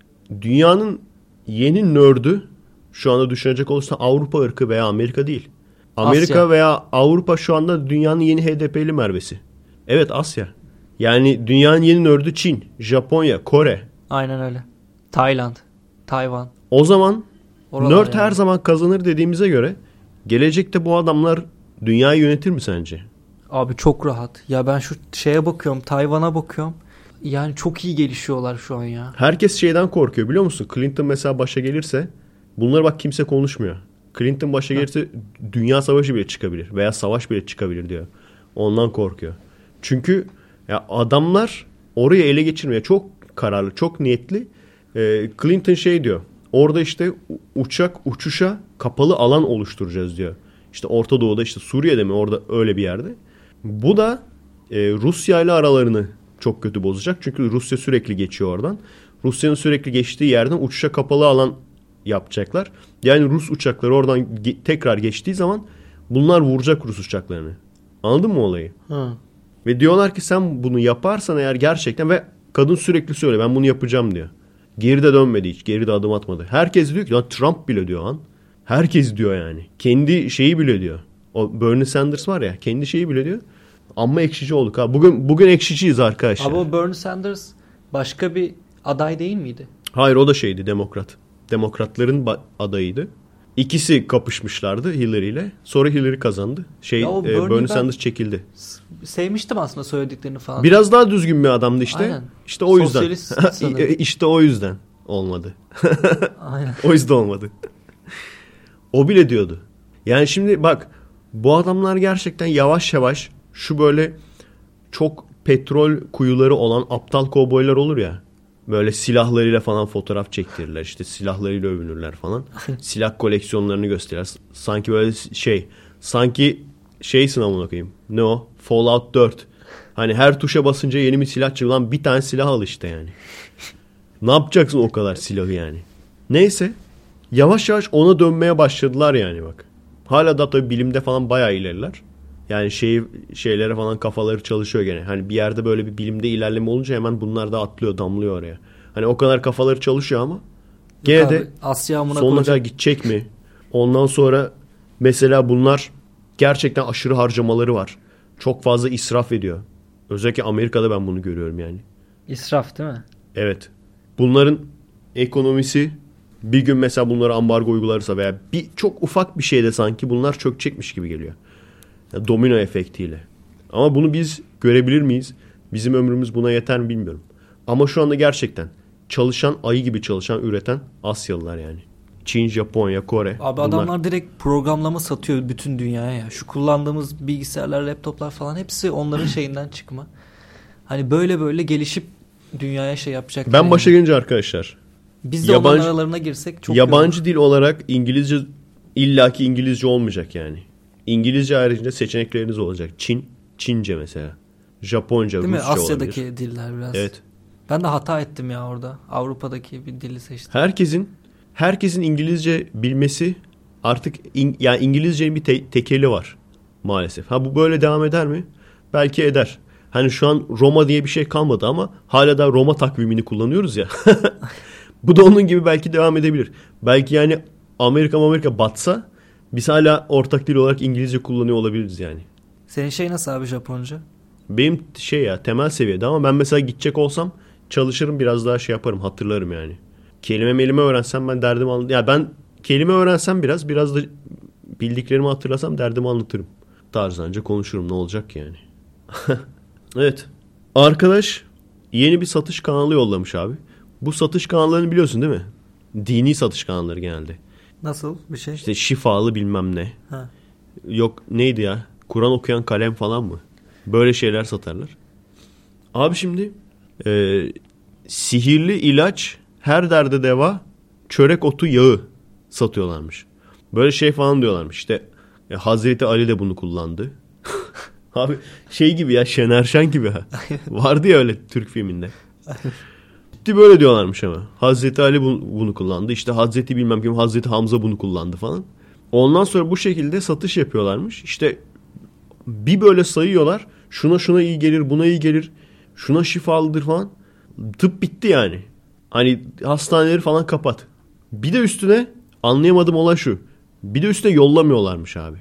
Dünyanın yeni nerd'ü şu anda düşünecek olursa Avrupa ırkı veya Amerika değil. Amerika Asya. Veya Avrupa şu anda dünyanın yeni H D P'li Mervesi. Evet Asya. Yani dünyanın yeni nerd'ü Çin, Japonya, Kore. Aynen öyle. Tayland, Tayvan. O zaman oralar nerd yani. Her zaman kazanır dediğimize göre gelecekte bu adamlar dünyayı yönetir mi sence? Abi çok rahat. Ya ben şu şeye bakıyorum, Tayvan'a bakıyorum. Yani çok iyi gelişiyorlar şu an ya. Herkes şeyden korkuyor biliyor musun? Clinton mesela başa gelirse bunları bak kimse konuşmuyor. Clinton başa gelirse dünya savaşı bile çıkabilir veya savaş bile çıkabilir diyor. Ondan korkuyor. Çünkü ya adamlar orayı ele geçirmeye çok kararlı, çok niyetli. Ee, Clinton şey diyor. Orada işte uçak uçuşa kapalı alan oluşturacağız diyor. İşte Orta Doğu'da işte Suriye'de mi orada öyle bir yerde. Bu da e, Rusya ile aralarını çok kötü bozacak. Çünkü Rusya sürekli geçiyor oradan. Rusya'nın sürekli geçtiği yerden uçuşa kapalı alan yapacaklar. Yani Rus uçakları oradan ge- tekrar geçtiği zaman bunlar vuracak Rus uçaklarını. Anladın mı olayı? Hı. Ve diyorlar ki sen bunu yaparsan eğer gerçekten ve kadın sürekli söylüyor ben bunu yapacağım diyor. Geri de dönmedi hiç. Geri de adım atmadı. Herkes diyor ki ya Trump bile diyor lan. Herkes diyor yani. Kendi şeyi bile diyor. O Bernie Sanders var ya kendi şeyi bile diyor. Amma ekşici olduk ha. Bugün bugün ekşiciyiz arkadaşlar. Ama o Bernie Sanders başka bir aday değil miydi? Hayır o da şeydi demokrat. Demokratların ba- adayıydı. İkisi kapışmışlardı Hillary ile. Sonra Hillary kazandı. Şey Ya o e, Bernie Bernie ben- Sanders çekildi. Sevmiştim aslında söylediklerini falan. Biraz daha düzgün bir adamdı işte. Aynen. İşte o yüzden. Sosyalist sanırım. işte o yüzden olmadı. Aynen. O yüzden olmadı. O bile diyordu. Yani şimdi bak bu adamlar gerçekten yavaş yavaş şu böyle çok petrol kuyuları olan aptal kovboylar olur ya. Böyle silahlarıyla falan fotoğraf çektirirler. İşte silahlarıyla övünürler falan. Silah koleksiyonlarını gösterirler. Sanki böyle şey sanki şeysin amına koyayım. Ne o? Fallout dört. Hani her tuşa basınca yeni bir silah çıkıyor. Lan bir tane silah al işte yani. Ne yapacaksın o kadar silahı yani? Neyse. Yavaş yavaş ona dönmeye başladılar yani bak. Hala da tabii bilimde falan bayağı ileriler. Yani şey şeylere falan kafaları çalışıyor gene. Hani bir yerde böyle bir bilimde ilerleme olunca hemen bunlar da atlıyor, damlıyor oraya. Hani o kadar kafaları çalışıyor ama gene Abi, de Asya amına sonuna koyacak. kadar gidecek mi? Ondan sonra mesela bunlar gerçekten aşırı harcamaları var. Çok fazla israf ediyor. Özellikle Amerika'da ben bunu görüyorum yani. İsraf değil mi? Evet. Bunların ekonomisi bir gün mesela bunlara ambargo uygularsa veya bir çok ufak bir şeyde sanki bunlar çökecekmiş gibi geliyor. Yani domino efektiyle. Ama bunu biz görebilir miyiz? Bizim ömrümüz buna yeter mi bilmiyorum. Ama şu anda gerçekten çalışan, ayı gibi çalışan, üreten Asyalılar yani. Çin, Japonya, Kore. Abi bunlar... adamlar direkt programlama satıyor bütün dünyaya ya. Şu kullandığımız bilgisayarlar, laptoplar falan hepsi onların şeyinden çıkma. Hani böyle böyle gelişip dünyaya şey yapacak. Ben başa gelince arkadaşlar. Biz de yabancı, onların aralarına girsek çok yabancı dil olarak İngilizce illaki İngilizce olmayacak yani. İngilizce haricinde seçenekleriniz olacak. Çin, Çince mesela. Japonca, değil mi? Rusça Asya'daki olabilir. diller biraz. Evet. Ben de hata ettim ya orada. Avrupa'daki bir dili seçtim. Herkesin herkesin İngilizce bilmesi artık in, yani İngilizcenin bir te- tekeli var maalesef. Ha bu böyle devam eder mi? Belki eder. Hani şu an Roma diye bir şey kalmadı ama hala da Roma takvimini kullanıyoruz ya. Bu da onun gibi belki devam edebilir. Belki yani Amerika Amerika batsa biz hala ortak dil olarak İngilizce kullanıyor olabiliriz yani. Senin şey nasıl abi Japonca? Benim şey ya temel seviyede ama ben mesela gidecek olsam çalışırım biraz daha şey yaparım hatırlarım yani. Kelime melime öğrensem ben derdimi anlatırım. Ya ben kelime öğrensem biraz biraz da bildiklerimi hatırlasam derdimi anlatırım. Tarzanca konuşurum ne olacak yani. Evet. Arkadaş yeni bir satış kanalı yollamış abi. Bu satış kanallarını biliyorsun değil mi? Dini satış kanalları genelde. Nasıl bir şey? İşte şifalı bilmem ne. Ha. Yok neydi ya? Kur'an okuyan kalem falan mı? Böyle şeyler satarlar. Abi şimdi e, sihirli ilaç, her derde deva, çörek otu yağı satıyorlarmış. Böyle şey falan diyorlarmış. İşte e, Hazreti Ali de bunu kullandı. Abi şey gibi ya Şener Şen gibi ha. Vardı ya öyle Türk filminde. Ciddi böyle diyorlarmış ama. Hazreti Ali bunu, bunu kullandı. İşte Hazreti bilmem kim Hazreti Hamza bunu kullandı falan. Ondan sonra bu şekilde satış yapıyorlarmış. İşte bir böyle sayıyorlar. Şuna şuna iyi gelir, buna iyi gelir. Şuna şifalıdır falan. Tıp bitti yani. Hani hastaneleri falan kapat. Bir de üstüne anlayamadığım olay şu. Bir de üstüne yollamıyorlarmış abi.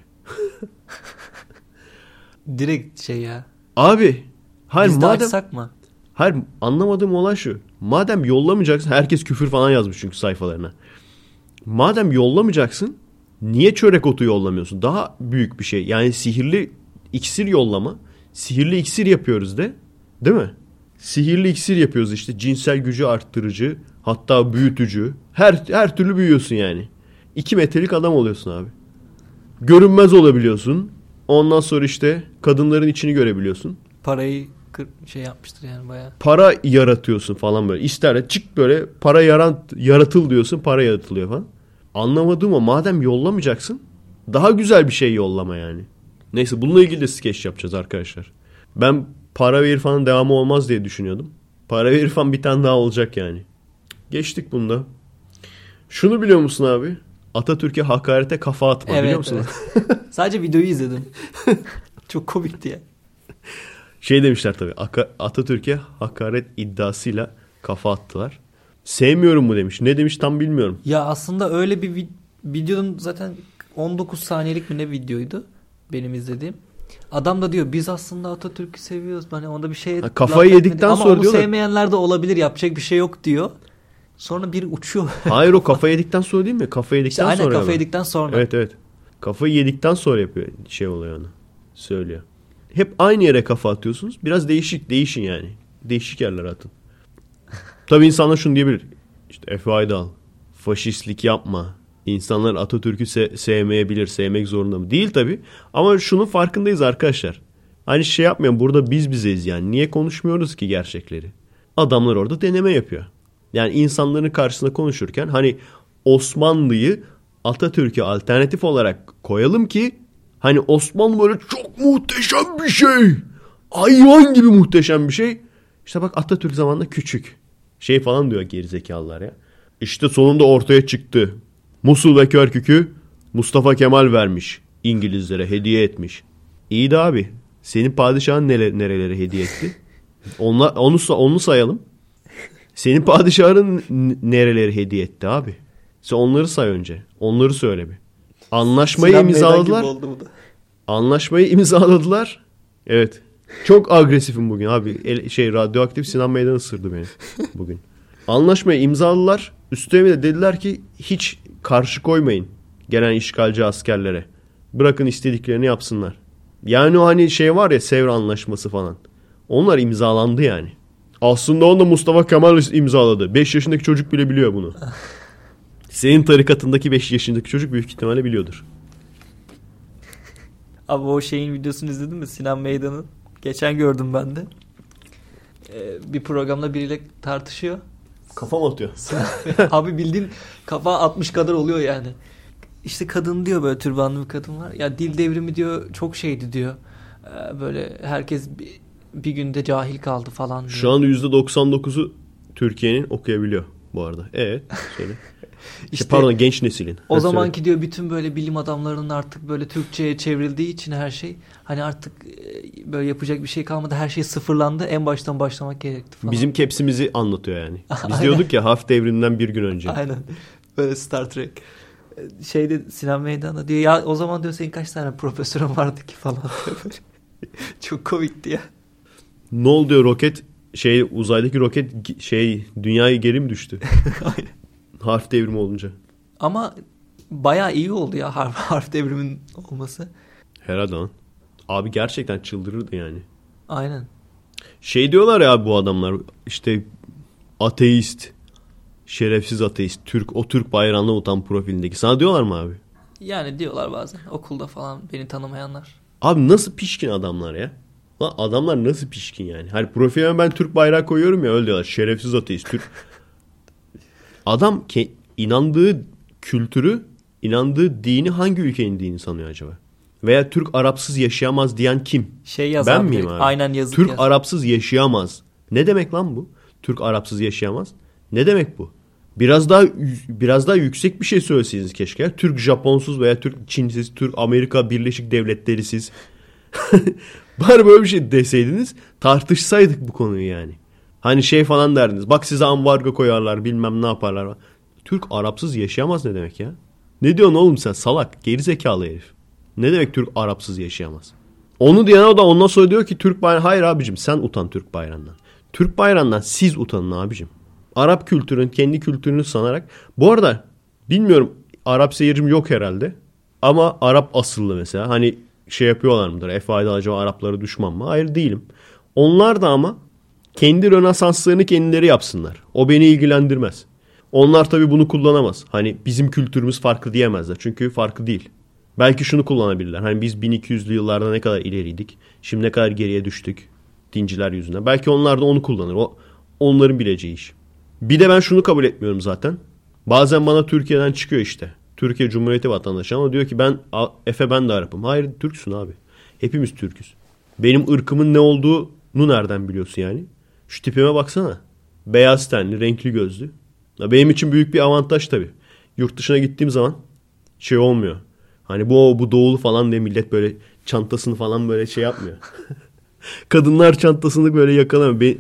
Direkt şey ya. Abi hayır Biz de madem açsak mı? hayır anlamadığım olay şu. Madem yollamayacaksın herkes küfür falan yazmış çünkü sayfalarına. Madem yollamayacaksın niye çörek otu yollamıyorsun? Daha büyük bir şey. Yani sihirli iksir yollama. Sihirli iksir yapıyoruz de. Değil mi? Sihirli iksir yapıyoruz işte. Cinsel gücü arttırıcı. Hatta büyütücü. Her her türlü büyüyorsun yani. İki metrelik adam oluyorsun abi. Görünmez olabiliyorsun. Ondan sonra işte kadınların içini görebiliyorsun. Parayı kır, şey yapmıştır yani bayağı. Para yaratıyorsun falan böyle. İster çık böyle para yarat, yaratıl diyorsun. Para yaratılıyor falan. Anlamadığım o madem yollamayacaksın daha güzel bir şey yollama yani. Neyse bununla ilgili de skeç yapacağız arkadaşlar. Ben para ve irfanın devamı olmaz diye düşünüyordum. Para ve irfan bir tane daha olacak yani. Geçtik bunda. Şunu biliyor musun abi? Atatürk'e hakarete kafa atma Evet, biliyor musun? evet. Sadece videoyu izledim. Çok komikti ya. Şey demişler tabii, Atatürk'e hakaret iddiasıyla kafa attılar. Sevmiyorum mu demiş. Ne demiş tam bilmiyorum. Ya aslında öyle bir vid- videonun zaten on dokuz saniyelik mi ne videoydu benim izlediğim. Adam da diyor biz aslında Atatürk'ü seviyoruz. Hani onda bir şey ha, kafayı yedikten ama sonra onu diyorlar. sevmeyenler de olabilir. Yapacak bir şey yok diyor. Sonra bir uçuyor. Hayır, o kafayı yedikten sonra değil mi? Kafayı yedikten işte sonra. Aynen kafayı yedikten sonra. Evet evet. Kafayı yedikten sonra yapıyor, şey oluyor onu. Söylüyor. Hep aynı yere kafa atıyorsunuz. Biraz değişik, değişin yani. Değişik yerlere atın. Tabii insanlar şunu diyebilir. İşte Efe Aydal, faşistlik yapma. İnsanlar Atatürk'ü se- sevmeyebilir, sevmek zorunda mı? Değil tabii. Ama şunun farkındayız arkadaşlar. Hani şey yapmayalım, burada biz bizeyiz yani. Niye konuşmuyoruz ki gerçekleri? Adamlar orada deneme yapıyor. Yani insanların karşısında konuşurken hani Osmanlı'yı Atatürk'e alternatif olarak koyalım ki hani Osmanlı böyle çok muhteşem bir şey. Hayvan gibi muhteşem bir şey. İşte bak Atatürk zamanında küçük. Şey falan diyor gerizekalılar ya. İşte sonunda ortaya çıktı. Musul ve Kerkük'ü Mustafa Kemal vermiş. İngilizlere hediye etmiş. İyi de abi. Senin padişahın nere, nerelere hediye etti? Onlar, onu, onu sayalım. Senin padişahın nereleri hediye etti abi? Sen onları say önce. Onları söyle bir. Anlaşmayı Sinan imzaladılar. Anlaşmayı imzaladılar. Evet. Çok agresifim bugün abi. El, şey radyoaktif Sinan Meydan ısırdı beni bugün. Anlaşmayı imzaladılar. Üstüne de dediler ki hiç karşı koymayın gelen işgalci askerlere. Bırakın istediklerini yapsınlar. Yani o hani şey var ya, Sevr Anlaşması falan. Onlar imzalandı yani. Aslında onu da Mustafa Kemal imzaladı. beş yaşındaki çocuk bile biliyor bunu. Senin tarikatındaki beş yaşındaki çocuk büyük ihtimalle biliyordur. Abi o şeyin videosunu izledin mi? Sinan Meydan'ın. Geçen gördüm ben de. Ee, bir programda biriyle tartışıyor. Kafam atıyor. Abi bildiğin kafa altmış kadar oluyor yani. İşte kadın diyor, böyle türbanlı bir kadın var. Ya dil devrimi diyor çok şeydi diyor. Ee, böyle herkes bir, bir günde cahil kaldı falan diyor. Şu an yüzde doksan dokuzu Türkiye'nin okuyabiliyor bu arada. Evet. Söyle. İşte, pardon, genç neslin. O zamanki diyor bütün böyle bilim adamlarının artık böyle Türkçe'ye çevrildiği için her şey hani artık böyle yapacak bir şey kalmadı. Her şey sıfırlandı. En baştan başlamak gerekti falan. Bizim kepsimizi anlatıyor yani. Biz diyorduk ya harf devriminden bir gün önce. Aynen. Böyle Star Trek. Şeyde Sinan Meydan'da diyor ya o zaman diyor senin kaç tane profesörün vardı ki falan diyor böyle. Çok komikti ya. Ne oldu diyor, roket şey uzaydaki roket şey dünyayı geri mi düştü? Aynen. Harf devrimi olunca. Ama bayağı iyi oldu ya harf, harf devrimin olması. Herhalde lan. Abi gerçekten çıldırırdı yani. Aynen. Şey diyorlar ya bu adamlar işte ateist, şerefsiz ateist, Türk, o Türk bayrağına utan profilindeki. Sana diyorlar mı abi? Yani diyorlar bazen okulda falan beni tanımayanlar. Abi nasıl pişkin adamlar ya? Lan adamlar nasıl pişkin yani? Hani profilime ben Türk bayrağı koyuyorum ya, öyle diyorlar. Şerefsiz ateist, Türk. Adam ke- inandığı kültürü, inandığı dini hangi ülkenin dini sanıyor acaba? Veya Türk Arapsız yaşayamaz diyen kim? Şey yaz ben abi, miyim abi? Aynen yazık Türk yaz. Arapsız yaşayamaz. Ne demek lan bu? Türk Arapsız yaşayamaz. Ne demek bu? Biraz daha biraz daha yüksek bir şey söyleseniz keşke. Türk Japonsuz veya Türk Çinsiz, Türk Amerika Birleşik Devletleri'siz. Bari böyle bir şey deseydiniz, tartışsaydık bu konuyu yani. Hani şey falan derdiniz. Bak size ambargo koyarlar, bilmem ne yaparlar. Türk Arapsız yaşayamaz ne demek ya? Ne diyorsun oğlum sen salak, gerizekalı herif. Ne demek Türk Arapsız yaşayamaz? Onu diyen o da ondan sonra diyor ki Türk bayrağı. Hayır abicim, sen utan Türk bayrağından. Türk bayrağından siz utanın abicim. Arap kültürün kendi kültürünü sanarak. Bu arada bilmiyorum, Arap seyircim yok herhalde. Ama Arap asıllı mesela. Hani şey yapıyorlar mıdır? Efe Aydal acaba Araplara düşman mı? Hayır, değilim. Onlar da ama kendi rönesanslarını kendileri yapsınlar. O beni ilgilendirmez. Onlar tabii bunu kullanamaz. Hani bizim kültürümüz farklı diyemezler. Çünkü farklı değil. Belki şunu kullanabilirler. Hani biz bin iki yüzlü yıllarda ne kadar ileriydik. Şimdi ne kadar geriye düştük. Dinciler yüzünden. Belki onlar da onu kullanır. O onların bileceği iş. Bir de ben şunu kabul etmiyorum zaten. Bazen bana Türkiye'den çıkıyor işte. Türkiye Cumhuriyeti vatandaşı ama diyor ki ben Efe ben de Arap'ım. Hayır, Türksün abi. Hepimiz Türküz. Benim ırkımın ne olduğunu nereden biliyorsun yani? Şu tipime baksana. Beyaz tenli, renkli gözlü. Benim için büyük bir avantaj tabii. Yurt dışına gittiğim zaman şey olmuyor. Hani bu bu doğulu falan diye millet böyle çantasını falan böyle şey yapmıyor. Kadınlar çantasını böyle yakalamıyor. Ben,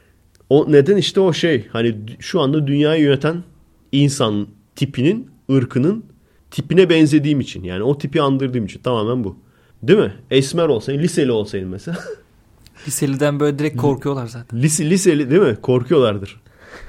o neden işte o şey hani şu anda dünyayı yöneten insan tipinin, ırkının tipine benzediğim için. Yani o tipi andırdığım için tamamen bu. Değil mi? Esmer olsaydın, liseli olsaydın mesela. Liseliden böyle direkt korkuyorlar zaten. Lise, liseli değil mi? Korkuyorlardır.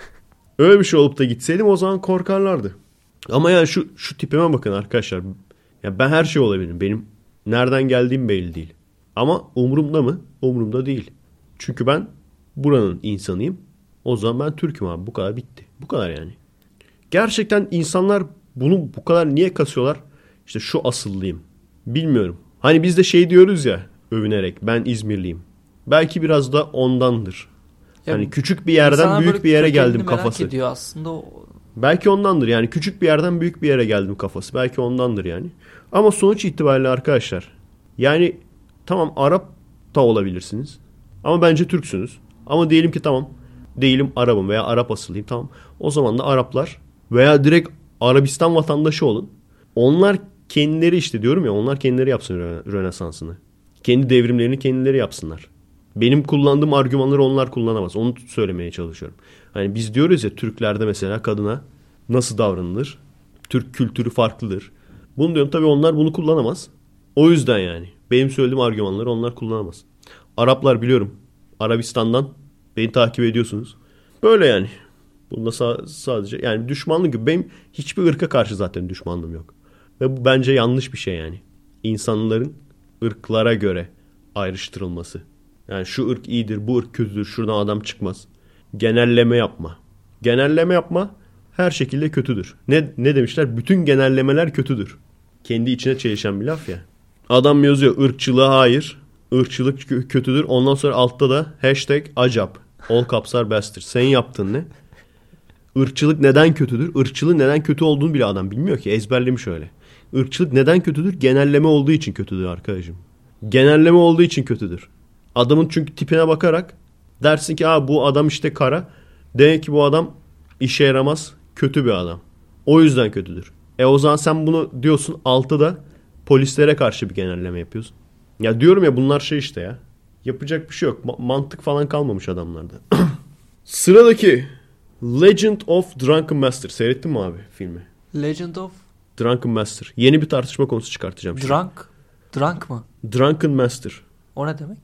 Öyle bir şey olup da gitseydim o zaman korkarlardı. Ama yani şu şu tipime bakın arkadaşlar. Ya ben her şey olabilirim. Benim nereden geldiğim belli değil. Ama umurumda mı? Umurumda değil. Çünkü ben buranın insanıyım. O zaman ben Türk'üm abi. Bu kadar bitti. Bu kadar yani. Gerçekten insanlar bunu bu kadar niye kasıyorlar? İşte şu asıllıyım. Bilmiyorum. Hani biz de şey diyoruz ya övünerek ben İzmirliyim. Belki biraz da ondandır. Ya hani küçük bir yerden büyük bir yere geldim kafası. Merak ediyor aslında o. Belki ondandır yani küçük bir yerden büyük bir yere geldim kafası. Belki ondandır yani. Ama sonuç itibariyle arkadaşlar yani tamam Arap da olabilirsiniz. Ama bence Türksünüz. Ama diyelim ki tamam değilim Arap'ım veya Arap asıllıyım tamam. O zaman da Araplar veya direkt Arabistan vatandaşı olun. Onlar kendileri işte diyorum ya onlar kendileri yapsın Rönesans'ını. Kendi devrimlerini kendileri yapsınlar. Benim kullandığım argümanları onlar kullanamaz. Onu söylemeye çalışıyorum. Hani biz diyoruz ya Türklerde mesela kadına nasıl davranılır? Türk kültürü farklıdır. Bunu diyorum tabii onlar bunu kullanamaz. O yüzden yani. Benim söylediğim argümanları onlar kullanamaz. Araplar biliyorum. Arabistan'dan beni takip ediyorsunuz. Böyle yani. Bunda sa- sadece yani düşmanlık gibi. Benim hiçbir ırka karşı zaten düşmanlığım yok. Ve bu bence yanlış bir şey yani. İnsanların ırklara göre ayrıştırılması. Yani şu ırk iyidir, bu ırk kötüdür, şuradan adam çıkmaz. Genelleme yapma. Genelleme yapma her şekilde kötüdür. Ne ne demişler? Bütün genellemeler kötüdür. Kendi içine çelişen bir laf ya. Adam yazıyor ırkçılığa hayır. Irkçılık kötüdür. Ondan sonra altta da hashtag acap. All caps'lar bastır. Sen yaptın ne? Irkçılık neden kötüdür? Irkçılığın neden kötü olduğunu bile adam bilmiyor ki. Ezberlemiş öyle. Irkçılık neden kötüdür? Genelleme olduğu için kötüdür arkadaşım. Genelleme olduğu için kötüdür. Adamın çünkü tipine bakarak dersin ki Aa, bu adam işte kara. Demek ki bu adam işe yaramaz. Kötü bir adam. O yüzden kötüdür. E o zaman sen bunu diyorsun altta da polislere karşı bir genelleme yapıyorsun. Ya diyorum ya bunlar şey işte ya. Yapacak bir şey yok. Ma- mantık falan kalmamış adamlarda. Sıradaki Legend of Drunken Master. Seyrettin mi abi filmi? Legend of? Drunken Master. Yeni bir tartışma konusu çıkartacağım. Drunk? Şimdi. Drunk mı? Drunken Master. O ne demek?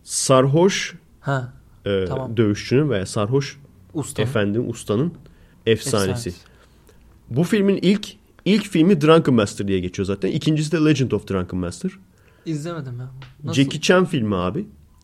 Sarhoş ha, e, tamam. dövüşçünün veya sarhoş ustanın. efendinin, ustanın efsanesi. Efsanesi. Bu filmin ilk ilk filmi Drunken Master diye geçiyor zaten. İkincisi de Legend of Drunken Master. İzlemedim ya. Nasıl? Jackie Chan filmi abi.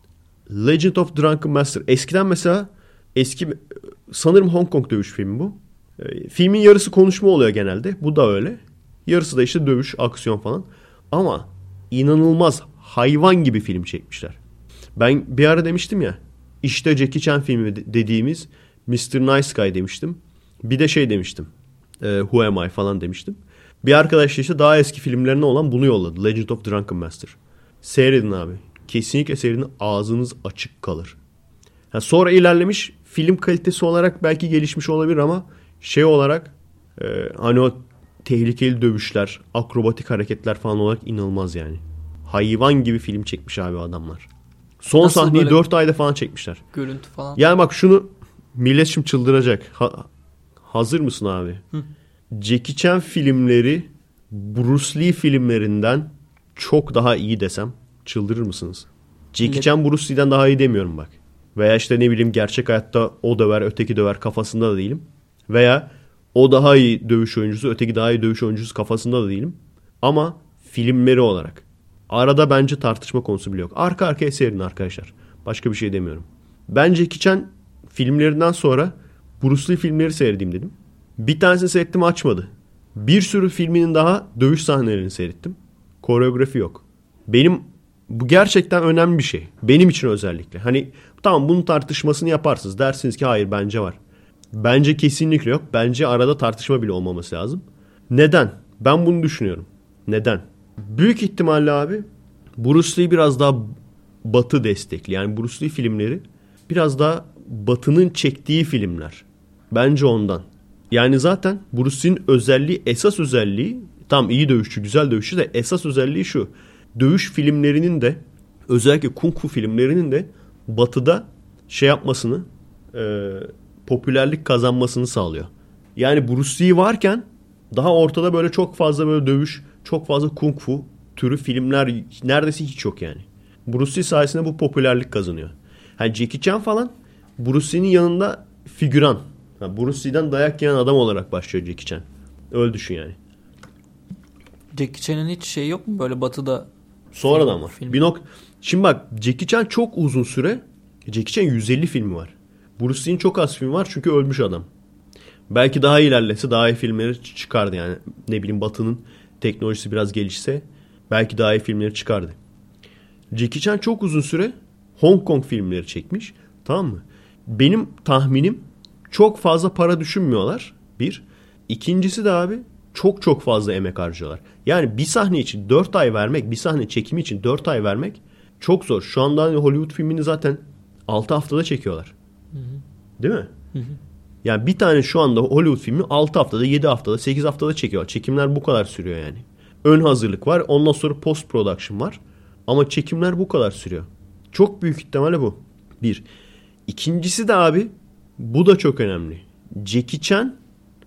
Legend of Drunken Master. Eskiden mesela eski sanırım Hong Kong dövüş filmi bu. E, filmin yarısı konuşma oluyor genelde. Bu da öyle. Yarısı da işte dövüş, aksiyon falan. Ama inanılmaz hayvan gibi film çekmişler. Ben bir ara demiştim ya. İşte Jackie Chan filmi dediğimiz mister Nice Guy demiştim. Bir de şey demiştim. E, Who Am I falan demiştim. Bir arkadaş işte daha eski filmlerine olan bunu yolladı. Legend of Drunken Master. Seyredin abi. Kesinlikle seyredin. Ağzınız açık kalır. Yani sonra ilerlemiş film kalitesi olarak belki gelişmiş olabilir ama şey olarak e, hani o tehlikeli dövüşler, akrobatik hareketler falan olarak inanılmaz yani. Hayvan gibi film çekmiş abi adamlar. Son Nasıl sahneyi böyle dört ayda falan çekmişler. görüntü falan? Yani bak şunu millet şimdi çıldıracak. Ha, hazır mısın abi? Hı. Jackie Chan filmleri Bruce Lee filmlerinden çok daha iyi desem çıldırır mısınız? Jackie Chan Bruce Lee'den daha iyi demiyorum bak. Veya işte ne bileyim gerçek hayatta o döver öteki döver kafasında da değilim. Veya o daha iyi dövüş oyuncusu öteki daha iyi dövüş oyuncusu kafasında da değilim. Ama filmleri olarak arada bence tartışma konusu bile yok. Arka arkaya seyredin arkadaşlar. Başka bir şey demiyorum. Ben Jackie Chan filmlerinden sonra Bruce Lee filmleri seyredeyim dedim. Bir tanesini seyrettim açmadı. Bir sürü filminin daha dövüş sahnelerini seyrettim. Koreografi yok. Benim bu gerçekten önemli bir şey. Benim için özellikle. Hani tamam bunun tartışmasını yaparsınız. Dersiniz ki hayır bence var. Bence kesinlikle yok. Bence arada tartışma bile olmaması lazım. Neden? Ben bunu düşünüyorum. Neden? Büyük ihtimalle abi Bruce Lee biraz daha Batı destekli. Yani Bruce Lee filmleri biraz daha Batı'nın çektiği filmler. Bence ondan. Yani zaten Bruce Lee'nin özelliği, esas özelliği tam iyi dövüşçü, güzel dövüşçü de esas özelliği şu. dövüş filmlerinin de özellikle kung fu filmlerinin de batıda şey yapmasını e, popülerlik kazanmasını sağlıyor. Yani Bruce Lee varken daha ortada böyle çok fazla böyle dövüş, çok fazla kung fu türü filmler neredeyse hiç yok yani. Bruce Lee sayesinde bu popülerlik kazanıyor. Yani Jackie Chan falan Bruce Lee'nin yanında figüran. Yani Bruce Lee'den dayak yiyen adam olarak başlıyor Jackie Chan. Öyle düşün yani. Jackie Chan'ın hiç şey yok mu böyle batıda? Sonradan var. Film. Bir nok Şimdi bak Jackie Chan çok uzun süre Jackie Chan yüz elli filmi var. Bruce Lee'nin çok az filmi var çünkü ölmüş adam. Belki daha ilerlese daha iyi filmleri çıkardı yani. Ne bileyim Batı'nın teknolojisi biraz gelişse belki daha iyi filmleri çıkardı. Jackie Chan çok uzun süre Hong Kong filmleri çekmiş. Tamam mı? Benim tahminim çok fazla para düşünmüyorlar. Bir. İkincisi de abi çok çok fazla emek harcıyorlar. Yani bir sahne için dört ay vermek, bir sahne çekimi için dört ay vermek çok zor. Şu anda hani Hollywood filmini zaten altı haftada çekiyorlar. Hı hı. Değil mi? Hı hı. Yani bir tane şu anda Hollywood filmi altı haftada, yedi haftada, sekiz haftada çekiyorlar. Çekimler bu kadar sürüyor yani. Ön hazırlık var. Ondan sonra post production var. Ama çekimler bu kadar sürüyor. Çok büyük ihtimalle bu. Bir. İkincisi de abi bu da çok önemli. Jackie Chan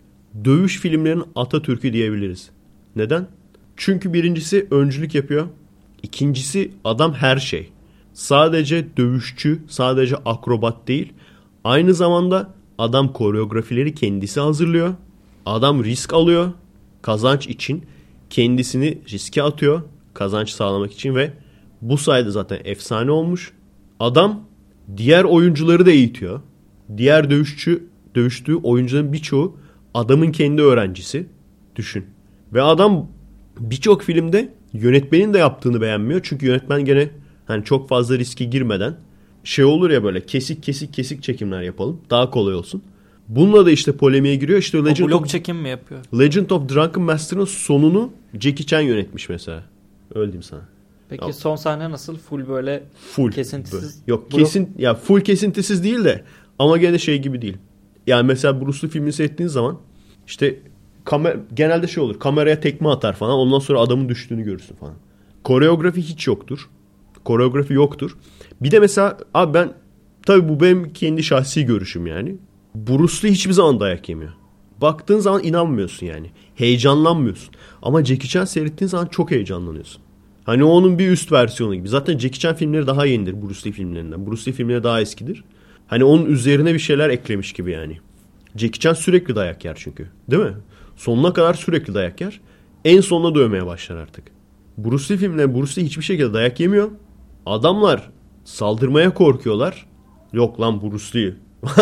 dövüş filmlerinin Atatürk'ü diyebiliriz. Neden? Çünkü birincisi öncülük yapıyor. İkincisi adam her şey. Sadece dövüşçü, sadece akrobat değil. Aynı zamanda adam koreografileri kendisi hazırlıyor. Adam risk alıyor. Kazanç için kendisini riske atıyor. Kazanç sağlamak için ve bu sayede zaten efsane olmuş. Adam diğer oyuncuları da eğitiyor. Diğer dövüşçü, dövüştüğü oyuncuların birçoğu adamın kendi öğrencisi. Düşün. Ve adam birçok filmde yönetmenin de yaptığını beğenmiyor. Çünkü yönetmen gene hani çok fazla riske girmeden şey olur ya böyle kesik kesik kesik çekimler yapalım. Daha kolay olsun. Bununla da işte polemiğe giriyor. İşte Legend o blok of, çekim mi yapıyor? Legend of Drunken Master'ın sonunu Jackie Chan yönetmiş mesela. Öyle diyeyim sana. Peki ya, son sahne nasıl? Full böyle full kesintisiz. Böyle. Yok blok... kesin ya full kesintisiz değil de ama gene şey gibi değil. Yani mesela Bruce Lee filmini seyrettiğin zaman işte kamer genelde şey olur. Kameraya tekme atar falan. Ondan sonra adamın düştüğünü görürsün falan. Koreografi hiç yoktur. Koreografi yoktur. Bir de mesela abi ben tabii bu benim kendi şahsi görüşüm yani. Bruce Lee hiçbir zaman dayak yemiyor. Baktığın zaman inanmıyorsun yani. Heyecanlanmıyorsun. Ama Jackie Chan seyrettiğin zaman çok heyecanlanıyorsun. Hani onun bir üst versiyonu gibi. Zaten Jackie Chan filmleri daha yenidir Bruce Lee filmlerinden. Bruce Lee filmleri daha eskidir. Hani onun üzerine bir şeyler eklemiş gibi yani. Jackie Chan sürekli dayak yer çünkü. Değil mi? Sonuna kadar sürekli dayak yer. En sonuna dövmeye başlar artık. Bruce Lee filmlerinde Bruce Lee hiçbir şekilde dayak yemiyor. Adamlar saldırmaya korkuyorlar. Yok lan Bruce Lee.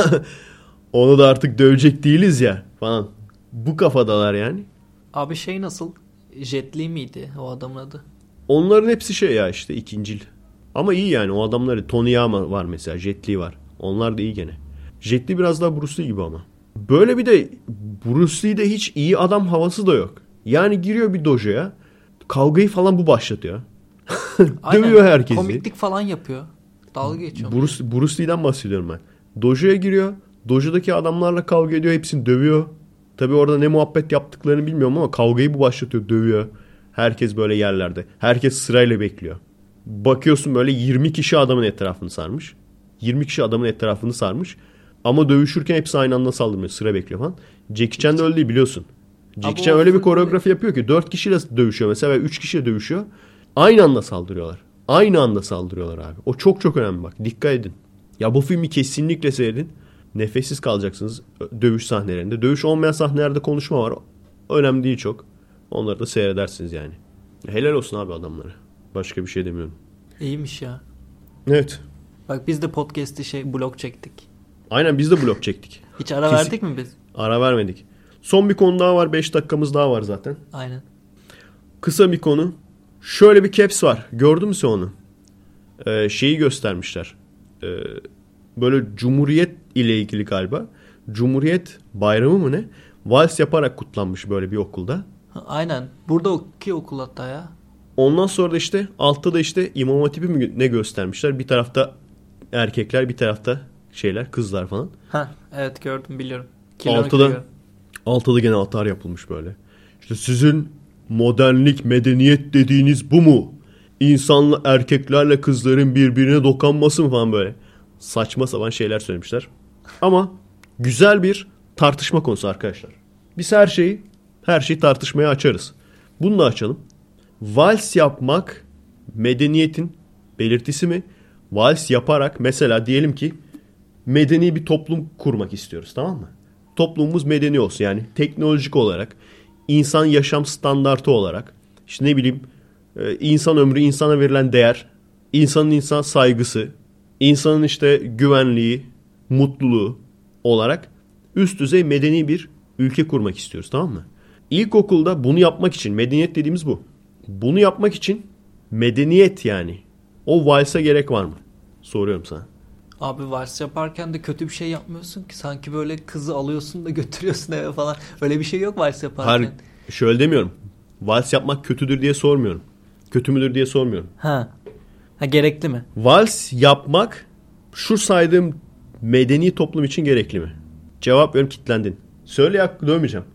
Onu da artık dövecek değiliz ya falan. Bu kafadalar yani. Abi şey nasıl? Jet Li miydi o adamın adı? Onların hepsi şey ya işte ikincil. Ama iyi yani o adamları. Tony Yama var mesela. Jet Li var. Onlar da iyi gene. Jet Li biraz daha Bruce Lee gibi ama. Böyle bir de Bruce Lee'de hiç iyi adam havası da yok. Yani giriyor bir dojoya. Kavgayı falan bu başlatıyor. Dövüyor herkesi. Komiklik falan yapıyor. Dalga geçiyor. Bruce, Bruce Lee'den bahsediyorum ben. Dojoya giriyor. Dojodaki adamlarla kavga ediyor. Hepsini dövüyor. Tabii orada ne muhabbet yaptıklarını bilmiyorum ama kavgayı bu başlatıyor. Dövüyor. Herkes böyle yerlerde. Herkes sırayla bekliyor. Bakıyorsun böyle yirmi kişi adamın etrafını sarmış. yirmi kişi adamın etrafını sarmış. Ama dövüşürken hepsi aynı anda saldırmıyor. Sıra bekliyor falan. Jackie Chan de öyle değil biliyorsun. Jackie Chan öyle bir koreografi yapıyor ki dört kişiyle dövüşüyor mesela ve üç kişiyle dövüşüyor. Aynı anda saldırıyorlar. Aynı anda saldırıyorlar abi. O çok çok önemli bak. Dikkat edin. Ya bu filmi kesinlikle seyredin. Nefessiz kalacaksınız dövüş sahnelerinde. Dövüş olmayan sahnelerde konuşma var. Önemli değil çok. Onları da seyredersiniz yani. Helal olsun abi adamlara. Başka bir şey demiyorum. İyiymiş ya. Evet. Bak biz de podcast'i şey blog çektik. Aynen biz de blog çektik. Hiç ara Kesin... verdik mi biz? Ara vermedik. Son bir konu daha var. beş dakikamız daha var zaten. Aynen. Kısa bir konu. Şöyle bir caps var. Gördün mü sen onu? Ee, şeyi göstermişler. Ee, böyle Cumhuriyet ile ilgili galiba. Cumhuriyet bayramı mı ne? Vals yaparak kutlanmış böyle bir okulda. Aynen. Buradaki okul hatta ya. Ondan sonra da işte altta da işte İmam Hatip'i mi ne göstermişler? Bir tarafta erkekler, bir tarafta şeyler, kızlar falan. Ha, evet gördüm biliyorum. Altta da, altta da gene atar yapılmış böyle. İşte sizin modernlik, medeniyet dediğiniz bu mu? insanla erkeklerle kızların birbirine dokanması mı falan böyle. Saçma sapan şeyler söylemişler. Ama güzel bir tartışma konusu arkadaşlar. Biz her şeyi her şeyi tartışmaya açarız. Bunu da açalım. Vals yapmak medeniyetin belirtisi mi? Vals yaparak mesela diyelim ki medeni bir toplum kurmak istiyoruz, tamam mı? Toplumumuz medeni olsun, yani teknolojik olarak, insan yaşam standartı olarak, işte ne bileyim insan ömrü, insana verilen değer, insanın insan saygısı, insanın işte güvenliği, mutluluğu olarak üst düzey medeni bir ülke kurmak istiyoruz, tamam mı? İlkokulda bunu yapmak için, medeniyet dediğimiz bu. Bunu yapmak için medeniyet, yani o valse gerek var mı? Soruyorum sana. Abi vals yaparken de kötü bir şey yapmıyorsun ki. Sanki böyle kızı alıyorsun da götürüyorsun eve falan. Öyle bir şey yok vals yaparken. Hayır, şöyle demiyorum. Vals yapmak kötüdür diye sormuyorum. Kötü müdür diye sormuyorum. Ha. Ha, gerekli mi? Vals yapmak şu saydığım medeni toplum için gerekli mi? Cevap veriyorum, kilitlendin. Söyle ya, dövmeyeceğim.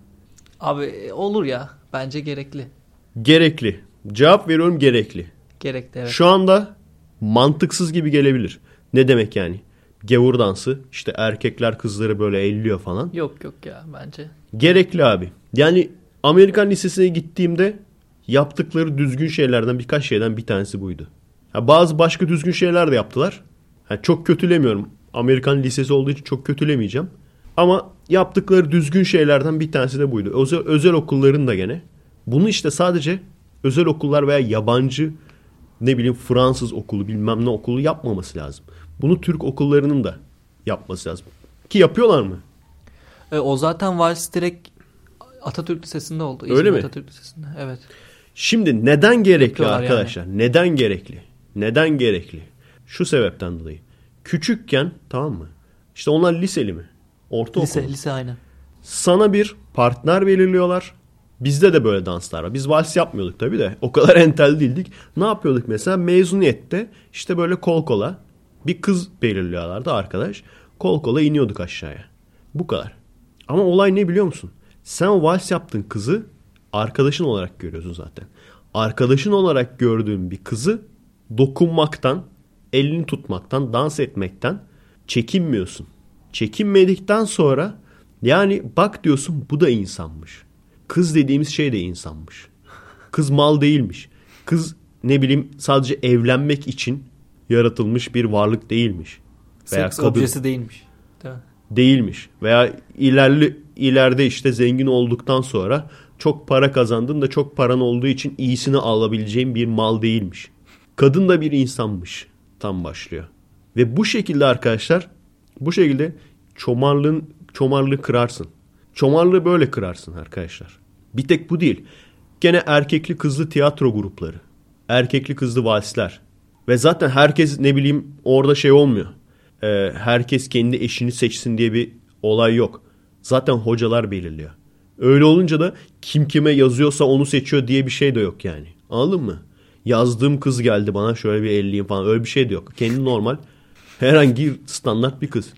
Abi olur ya. Bence gerekli. Gerekli. Cevap veriyorum, gerekli. Gerekli, evet. Şu anda mantıksız gibi gelebilir. Ne demek yani? Gavur dansı, işte erkekler kızları böyle elliyor falan. Yok yok ya, bence. Gerekli abi. Yani Amerikan lisesine gittiğimde yaptıkları düzgün şeylerden, birkaç şeyden bir tanesi buydu. Ha, bazı başka düzgün şeyler de yaptılar. Ha, çok kötülemiyorum. Amerikan lisesi olduğu için çok kötülemeyeceğim. Ama yaptıkları düzgün şeylerden bir tanesi de buydu. Özel, özel okulların da gene. Bunu işte sadece özel okullar veya yabancı, ne bileyim Fransız okulu, bilmem ne okulu yapmaması lazım. Bunu Türk okullarının da yapması lazım. Ki yapıyorlar mı? E, o zaten vals direkt Atatürk Lisesi'nde oldu. Öyle İzmir mi? Atatürk Lisesi'nde, evet. Şimdi neden gerekli Yapıyorlar arkadaşlar? Yani. Neden gerekli? Neden gerekli? Şu sebepten dolayı. Küçükken, tamam mı? İşte onlar liseli mi? Ortaokul. Lise, lise aynen. Sana bir partner belirliyorlar. Bizde de böyle danslar var. Biz vals yapmıyorduk tabii de. O kadar entel değildik. Ne yapıyorduk mesela? Mezuniyette işte böyle kol kola bir kız belirliyorlardı arkadaş. Kol kola iniyorduk aşağıya. Bu kadar. Ama olay ne biliyor musun? Sen o vals yaptığın kızı arkadaşın olarak görüyorsun zaten. Arkadaşın olarak gördüğün bir kızı dokunmaktan, elini tutmaktan, dans etmekten çekinmiyorsun. Çekinmedikten sonra yani bak diyorsun, bu da insanmış. Kız dediğimiz şey de insanmış. Kız mal değilmiş. Kız ne bileyim sadece evlenmek için yaratılmış bir varlık değilmiş. Veya seks kadın objesi değilmiş. Değil mi? Değilmiş. Veya ilerli ileride işte zengin olduktan sonra çok para kazandın da çok paran olduğu için iyisini alabileceğin bir mal değilmiş. Kadın da bir insanmış. Tam başlıyor. Ve bu şekilde arkadaşlar, bu şekilde çomarlığın çomarlığı kırarsın. Çomarlığı böyle kırarsın arkadaşlar. Bir tek bu değil. Gene erkekli kızlı tiyatro grupları. Erkekli kızlı valsler. Ve zaten herkes ne bileyim orada şey olmuyor. Ee, herkes kendi eşini seçsin diye bir olay yok. Zaten hocalar belirliyor. Öyle olunca da kim kime yazıyorsa onu seçiyor diye bir şey de yok yani. Anladın mı? Yazdığım kız geldi bana şöyle bir elliyim falan, öyle bir şey de yok. Kendi normal herhangi standart bir kız.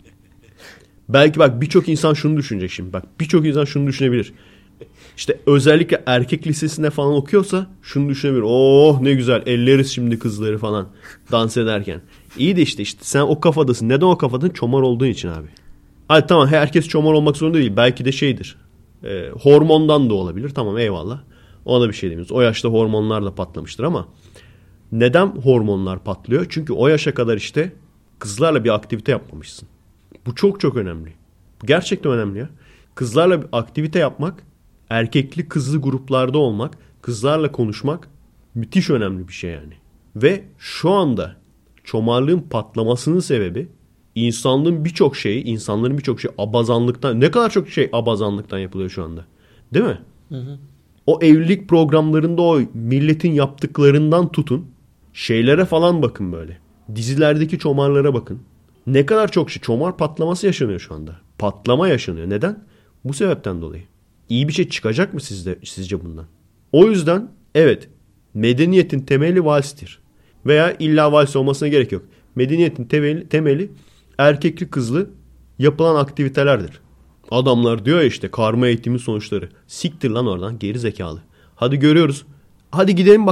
Belki bak birçok insan şunu düşünecek şimdi. Bak birçok insan şunu düşünebilir. İşte özellikle erkek lisesinde falan okuyorsa şunu düşünebilir. Oh ne güzel elleriz şimdi kızları falan dans ederken. İyi de işte işte sen o kafadasın. Neden o kafadasın? Çomar olduğun için abi. Hadi tamam, herkes çomar olmak zorunda değil. Belki de şeydir. E, hormondan da olabilir. Tamam eyvallah. Ona bir şey demiyoruz. O yaşta hormonlar da patlamıştır ama neden hormonlar patlıyor? Çünkü o yaşa kadar işte kızlarla bir aktivite yapmamışsın. Bu çok çok önemli. Gerçekten önemli ya. Kızlarla bir aktivite yapmak, erkekli kızlı gruplarda olmak, kızlarla konuşmak müthiş önemli bir şey yani. Ve şu anda çomarlığın patlamasının sebebi insanlığın birçok şeyi, insanların birçok şey abazanlıktan, ne kadar çok şey abazanlıktan yapılıyor şu anda. Değil mi? Hı hı. O evlilik programlarında o milletin yaptıklarından tutun, şeylere falan bakın böyle. Dizilerdeki çomarlara bakın. Ne kadar çok şey, çomar patlaması yaşanıyor şu anda. Patlama yaşanıyor. Neden? Bu sebepten dolayı. İyi bir şey çıkacak mı sizde, sizce bundan? O yüzden evet, medeniyetin temeli valstir. Veya illa vals olmasına gerek yok. Medeniyetin temeli, temeli erkekli kızlı yapılan aktivitelerdir. Adamlar diyor ya işte karma eğitimin sonuçları. Siktir lan oradan, geri zekalı. Hadi görüyoruz. Hadi gidelim bakalım.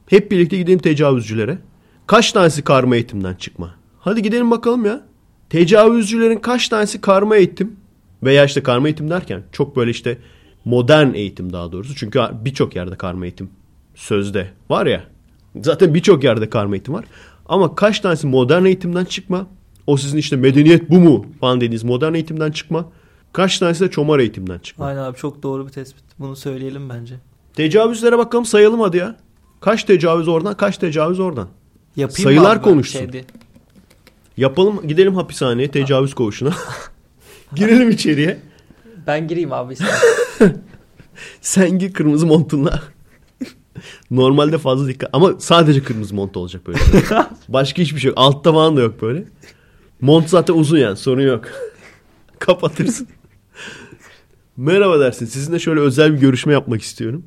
Hep birlikte gidelim tecavüzcülere. Kaç tanesi karma eğitimden çıkma? Hadi gidelim bakalım ya. Tecavüzcülerin kaç tanesi karma eğitim? Veya işte karma eğitim derken çok böyle işte modern eğitim daha doğrusu. Çünkü birçok yerde karma eğitim sözde var ya. Zaten birçok yerde karma eğitim var. Ama kaç tanesi modern eğitimden çıkma? O sizin işte medeniyet bu mu falan dediğiniz modern eğitimden çıkma. Kaç tanesi de çomar eğitimden çıkma. Aynen abi, çok doğru bir tespit. Bunu söyleyelim bence. Tecavüzlere bakalım, sayalım hadi ya. Kaç tecavüz oradan, kaç tecavüz oradan. Yapayım sayılar konuşsun. Şeydi. Yapalım, gidelim hapishaneye, tecavüz koğuşuna. Girelim içeriye. Ben gireyim abi. Sen gir kırmızı montunla. Normalde fazla dikkat. Ama sadece kırmızı mont olacak böyle. Başka hiçbir şey yok. Altta falan da yok böyle. Mont zaten uzun yani, sorun yok. Kapatırsın. Merhaba dersin. Sizinle şöyle özel bir görüşme yapmak istiyorum.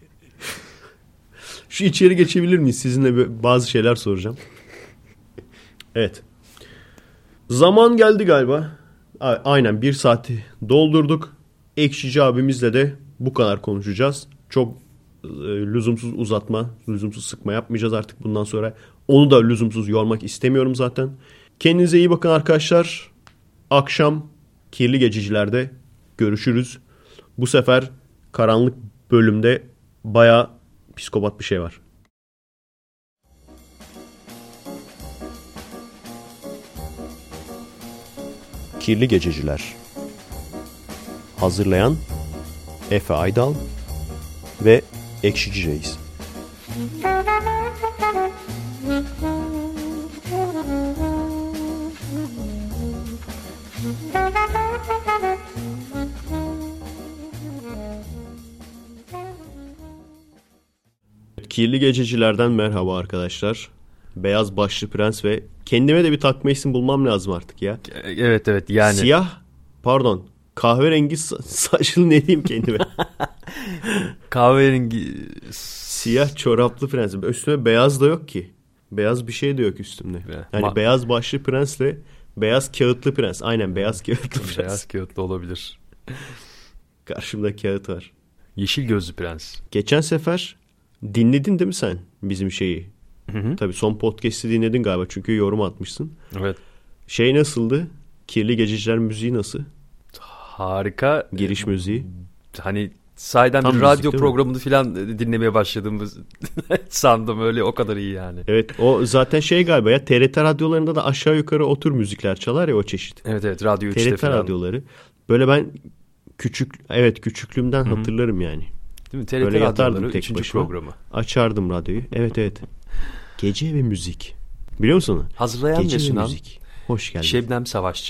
Şu içeri geçebilir miyiz? Sizinle bazı şeyler soracağım. Evet. Zaman geldi galiba. A- aynen bir saati doldurduk. Ekşici abimizle de bu kadar konuşacağız. Çok e, lüzumsuz uzatma, lüzumsuz sıkma yapmayacağız artık bundan sonra. Onu da lüzumsuz yormak istemiyorum zaten. Kendinize iyi bakın arkadaşlar. Akşam Kirli Gececilerde görüşürüz. Bu sefer karanlık bölümde bayağı psikopat bir şey var. Kirli Gececiler. Hazırlayan Efe Aydal ve Ekşici Reis. Kirli Gececilerden merhaba arkadaşlar. Beyaz Başlı Prens ve kendime de bir takma isim bulmam lazım artık ya. Evet evet yani. Siyah, pardon, kahverengi sa- saçlı ne diyeyim kendime? Kahverengi. Siyah çoraplı prens. Üstüme beyaz da yok ki. Beyaz bir şey de yok üstümde. Yani Ma- beyaz başlı prensle beyaz kağıtlı prens. Aynen beyaz kağıtlı prens. Beyaz kağıtlı olabilir. Karşımda kağıt var. Yeşil gözlü prens. Geçen sefer dinledin değil mi sen bizim şeyi? Hı hı. Tabii son podcast'i dinledin galiba çünkü yorum atmışsın. Evet. Şey nasıldı? Kirli Gececiler müziği nasıl? Harika. Giriş müziği. Hani sahiden tam bir müzik, radyo programını falan dinlemeye başladığımız sandım, öyle o kadar iyi yani. Evet, o zaten şey galiba ya, T R T radyolarında da aşağı yukarı o tür müzikler çalar ya, o çeşit. Evet evet, radyo üçte T R T falan. radyoları. Böyle ben küçük evet küçüklüğümden Hı-hı. hatırlarım yani. Değil mi? T R T böyle yatardım radyoları tek üçüncü başıma. programı. Açardım radyoyu. Evet evet. Gece ve müzik. Biliyor musun onu? Hazırlayan Gece ve sunan müzik. Hoş geldin. Şebnem Savaşçı.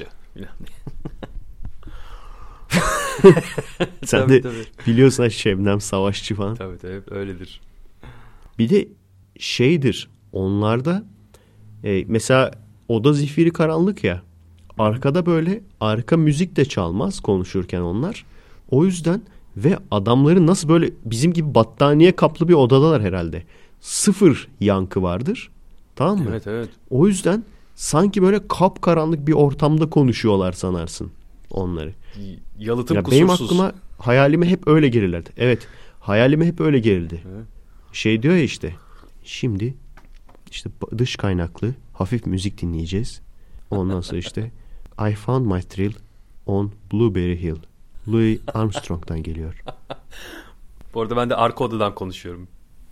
Sen tabii, de tabii. biliyorsun Şebnem Savaşçı falan. Tabii tabii öyledir. Bir de şeydir onlarda e, mesela oda zifiri karanlık ya, arkada böyle arka müzik de çalmaz konuşurken onlar. O yüzden ve adamların nasıl böyle bizim gibi battaniye kaplı bir odadalar herhalde. Sıfır yankı vardır. Tamam mı? Evet evet. O yüzden sanki böyle kapkaranlık bir ortamda konuşuyorlar sanarsın onları. Yalıtım ya kusursuz. benim aklıma, hayalime hep öyle gelirlerdi. Evet, hayalime hep öyle gelirdi. Evet. Şey diyor ya işte, şimdi işte dış kaynaklı hafif müzik dinleyeceğiz. Ondan sonra işte I found my thrill on Blueberry Hill. Louis Armstrong'dan geliyor. Bu arada ben de arka odadan konuşuyorum.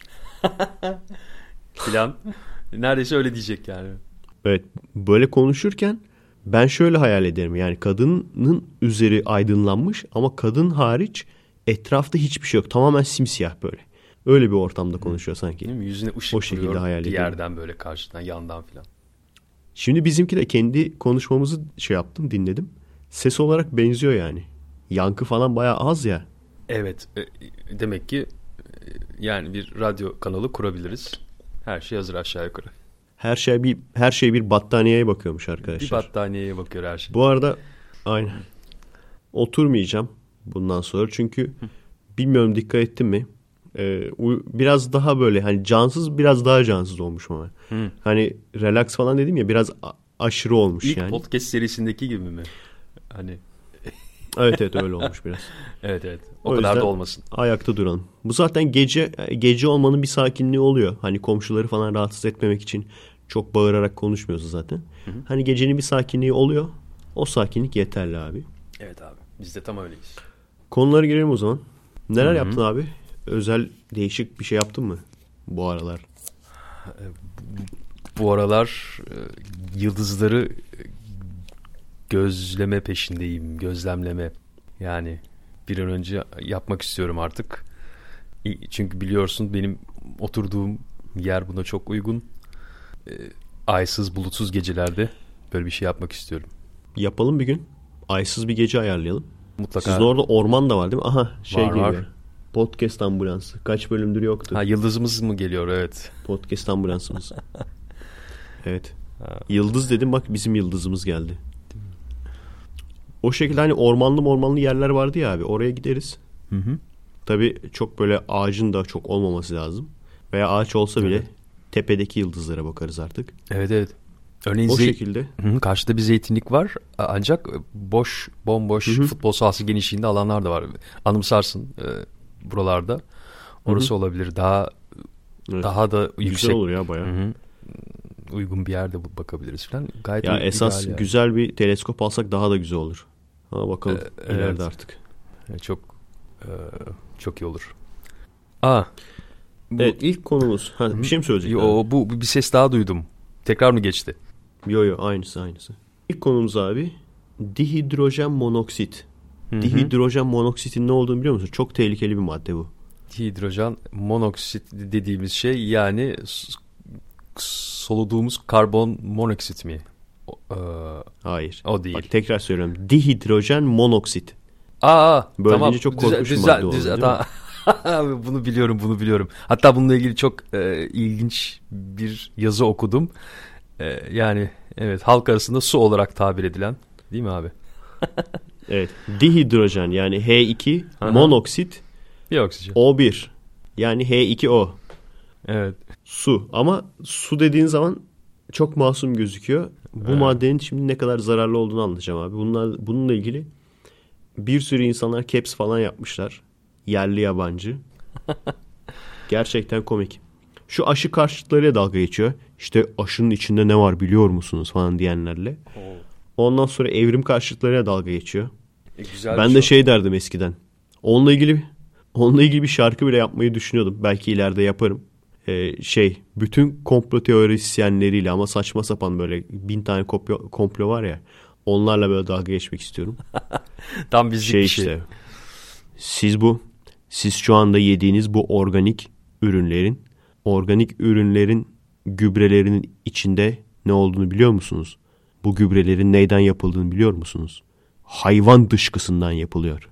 Filan. Neredeyse öyle diyecek yani. Evet, böyle konuşurken ben şöyle hayal ederim. Yani kadının üzeri aydınlanmış ama kadın hariç etrafta hiçbir şey yok. Tamamen simsiyah böyle. Öyle bir ortamda konuşuyor sanki. Değil mi? Yüzüne ışık o şekilde vuruyor hayal bir ediyorum. yerden böyle karşıdan, yandan filan. Şimdi bizimki de kendi konuşmamızı şey yaptım, dinledim. Ses olarak benziyor yani. Yankı falan bayağı az ya. Evet. Demek ki yani bir radyo kanalı kurabiliriz. Her şey hazır aşağı yukarı. Her şey bir her şey bir battaniyeye bakıyormuş arkadaşlar. Bir battaniyeye bakıyor her şey. Bu arada aynen. Oturmayacağım bundan sonra çünkü bilmiyorum dikkat ettin mi? Ee, biraz daha böyle hani cansız, biraz daha cansız olmuş ama. Hı. Hani relax falan dedim ya, biraz a- aşırı olmuş İlk yani. podcast serisindeki gibi mi? Hani Evet evet öyle olmuş biraz. Evet evet. O, O kadar yüzden da olmasın. Ayakta duralım. Bu zaten gece gece olmanın bir sakinliği oluyor. Hani komşuları falan rahatsız etmemek için çok bağırarak konuşmuyorsun zaten. Hı hı. Hani gecenin bir sakinliği oluyor. O sakinlik yeterli abi. Evet abi. Biz de tam öyleyiz. Konulara girelim o zaman. Neler Hı-hı. yaptın abi? Özel değişik bir şey yaptın mı bu aralar? Bu aralar e, yıldızları gözleme peşindeyim. Gözlemleme. Yani bir an önce yapmak istiyorum artık. Çünkü biliyorsun benim oturduğum yer buna çok uygun. E, aysız bulutsuz gecelerde böyle bir şey yapmak istiyorum. Yapalım bir gün. Aysız bir gece ayarlayalım. Mutlaka. Sizin orada orman da var değil mi? Aha şey Var, geliyor. var. Podcast ambulansı. Kaç bölümdür yoktu. Ha, yıldızımız mı geliyor? Evet. Podcast ambulansımız. Evet. Ha. Yıldız dedim, bak bizim yıldızımız geldi. O şekilde hani ormanlı ormanlı yerler vardı ya abi. Oraya gideriz. Hı hı. Tabii çok böyle ağacın da çok olmaması lazım. Veya ağaç olsa bile Evet. tepedeki yıldızlara bakarız artık. Evet evet. Örneğin O zey- şekilde. Hı, karşıda bir zeytinlik var. Ancak boş, bomboş, Hı hı. futbol sahası genişliğinde alanlar da var. Anımsarsın e, buralarda. Orası Hı hı. olabilir. Daha Evet. daha da Güzel yüksek. olur ya bayağı. Hı hı. Uygun bir yerde bu- bakabiliriz falan. Gayet Ya ideal esas yani. güzel bir teleskop alsak daha da güzel olur. Ha bakalım Ee, ileride evet. artık. Çok e, çok iyi olur. Aa. Bu, Evet, ilk konumuz. Ha, bir şey mi söyleyecektin? Yo, bu bu bir ses daha duydum. Tekrar mı geçti? Yo yo aynısı aynısı. İlk konumuz abi dihidrojen monoksit. Hı hı. Dihidrojen monoksitin ne olduğunu biliyor musun? Çok tehlikeli bir madde bu. Hidrojen monoksit dediğimiz şey yani s- soluduğumuz karbon monoksit mi? O, e, Hayır. o değil. Bak tekrar söylüyorum. Dihidrojen monoksit. Aa, Böyle tamam. deyince çok korkunç bir Düzel- madde oldu, düzel- değil mi? tamam. Abi bunu biliyorum, bunu biliyorum. Hatta bununla ilgili çok e, ilginç bir yazı okudum. E, yani evet, halk arasında su olarak tabir edilen, değil mi abi? Evet. Dihidrojen yani H iki Aha. monoksit Bir oksijen. O bir. Yani H iki O. Evet. Su. Ama su dediğin zaman çok masum gözüküyor. Bu Evet. maddenin şimdi ne kadar zararlı olduğunu anlatacağım abi. Bunlar, bununla ilgili bir sürü insanlar caps falan yapmışlar. Yerli yabancı. Gerçekten komik. Şu aşı karşıtlarıyla dalga geçiyor. İşte aşının içinde ne var biliyor musunuz falan diyenlerle. Ondan sonra evrim karşıtlarıyla dalga geçiyor. E, güzel Ben bir de şey. şey derdim eskiden. Onunla ilgili onunla ilgili bir şarkı bile yapmayı düşünüyordum. Belki ileride yaparım. Ee, şey bütün komplo teorisyenleriyle ama saçma sapan böyle bin tane komplo, komplo var ya. Onlarla böyle dalga geçmek istiyorum. Tam bizlik Şey bir şey. işte. Siz bu siz şu anda yediğiniz bu organik ürünlerin organik ürünlerin gübrelerinin içinde ne olduğunu biliyor musunuz? Bu gübrelerin neyden yapıldığını biliyor musunuz? Hayvan dışkısından yapılıyor.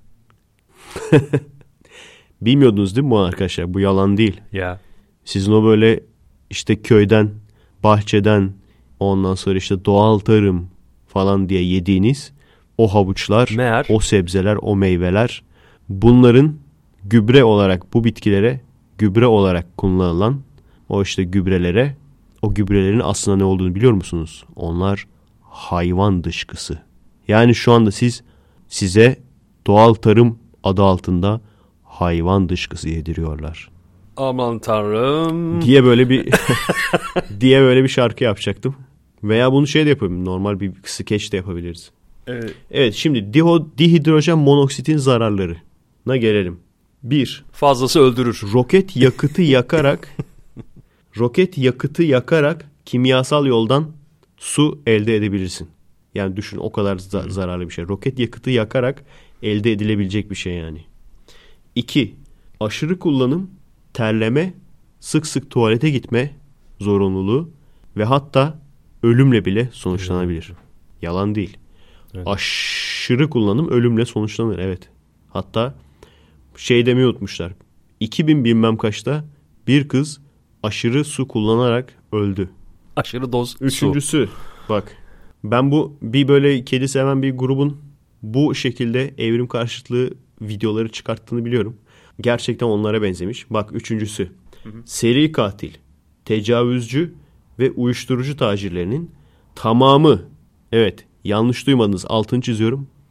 Bilmiyordunuz değil mi bu arkadaşlar? Bu yalan değil. Ya. Sizin o böyle işte köyden, bahçeden, ondan sonra işte doğal tarım falan diye yediğiniz o havuçlar, Meğer. o sebzeler, o meyveler, bunların gübre olarak bu bitkilere gübre olarak kullanılan o işte gübrelere, o gübrelerin aslında ne olduğunu biliyor musunuz? Onlar hayvan dışkısı. Yani şu anda siz size doğal tarım adı altında hayvan dışkısı yediriyorlar. Aman tanrım. Diye böyle bir diye böyle bir şarkı yapacaktım. Veya bunu şey de yapabilirim. Normal bir skeç de yapabiliriz. Evet. Evet, şimdi diho, dihidrojen monoksitin zararlarına gelelim. Bir, Fazlası öldürür. roket yakıtı yakarak roket yakıtı yakarak kimyasal yoldan su elde edebilirsin. Yani düşün, o kadar za- zararlı bir şey. Roket yakıtı yakarak elde edilebilecek bir şey yani. İki, aşırı kullanım, terleme, sık sık tuvalete gitme zorunluluğu ve hatta ölümle bile sonuçlanabilir. Yalan değil. Evet. Aşırı kullanım ölümle sonuçlanır, evet. Hatta şey demeyi unutmuşlar. iki bin bilmem kaçta bir kız aşırı su kullanarak öldü. Aşırı doz su. Üçüncüsü, bak ben bu bir böyle kedi seven bir grubun bu şekilde evrim karşıtlığı videoları çıkarttığını biliyorum. Gerçekten onlara benzemiş. Bak üçüncüsü, hı hı. Seri katil, tecavüzcü ve uyuşturucu tacirlerinin tamamı, evet yanlış duymadınız, altını çiziyorum,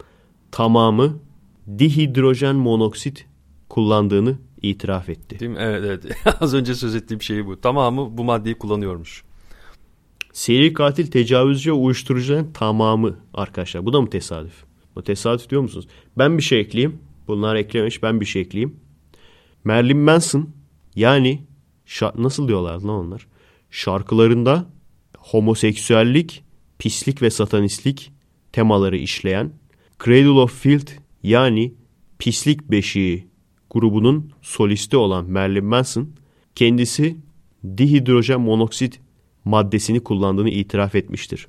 tamamı dihidrojen monoksit kullandığını itiraf etti. Değil mi? Evet evet. Az önce söz ettiğim şey bu. Tamamı bu maddeyi kullanıyormuş. Seri katil, tecavüzcü ve uyuşturucuların tamamı arkadaşlar. Bu da mı tesadüf? Bu tesadüf diyor musunuz? Ben bir şey ekleyeyim. Bunlar eklememiş, ben bir şey ekleyeyim. Marilyn Manson, yani şa- nasıl diyorlar lan onlar? Şarkılarında homoseksüellik, pislik ve satanistlik temaları işleyen Cradle of Filth, yani pislik beşiği grubunun solisti olan Marilyn Manson kendisi dihidrojen monoksit maddesini kullandığını itiraf etmiştir.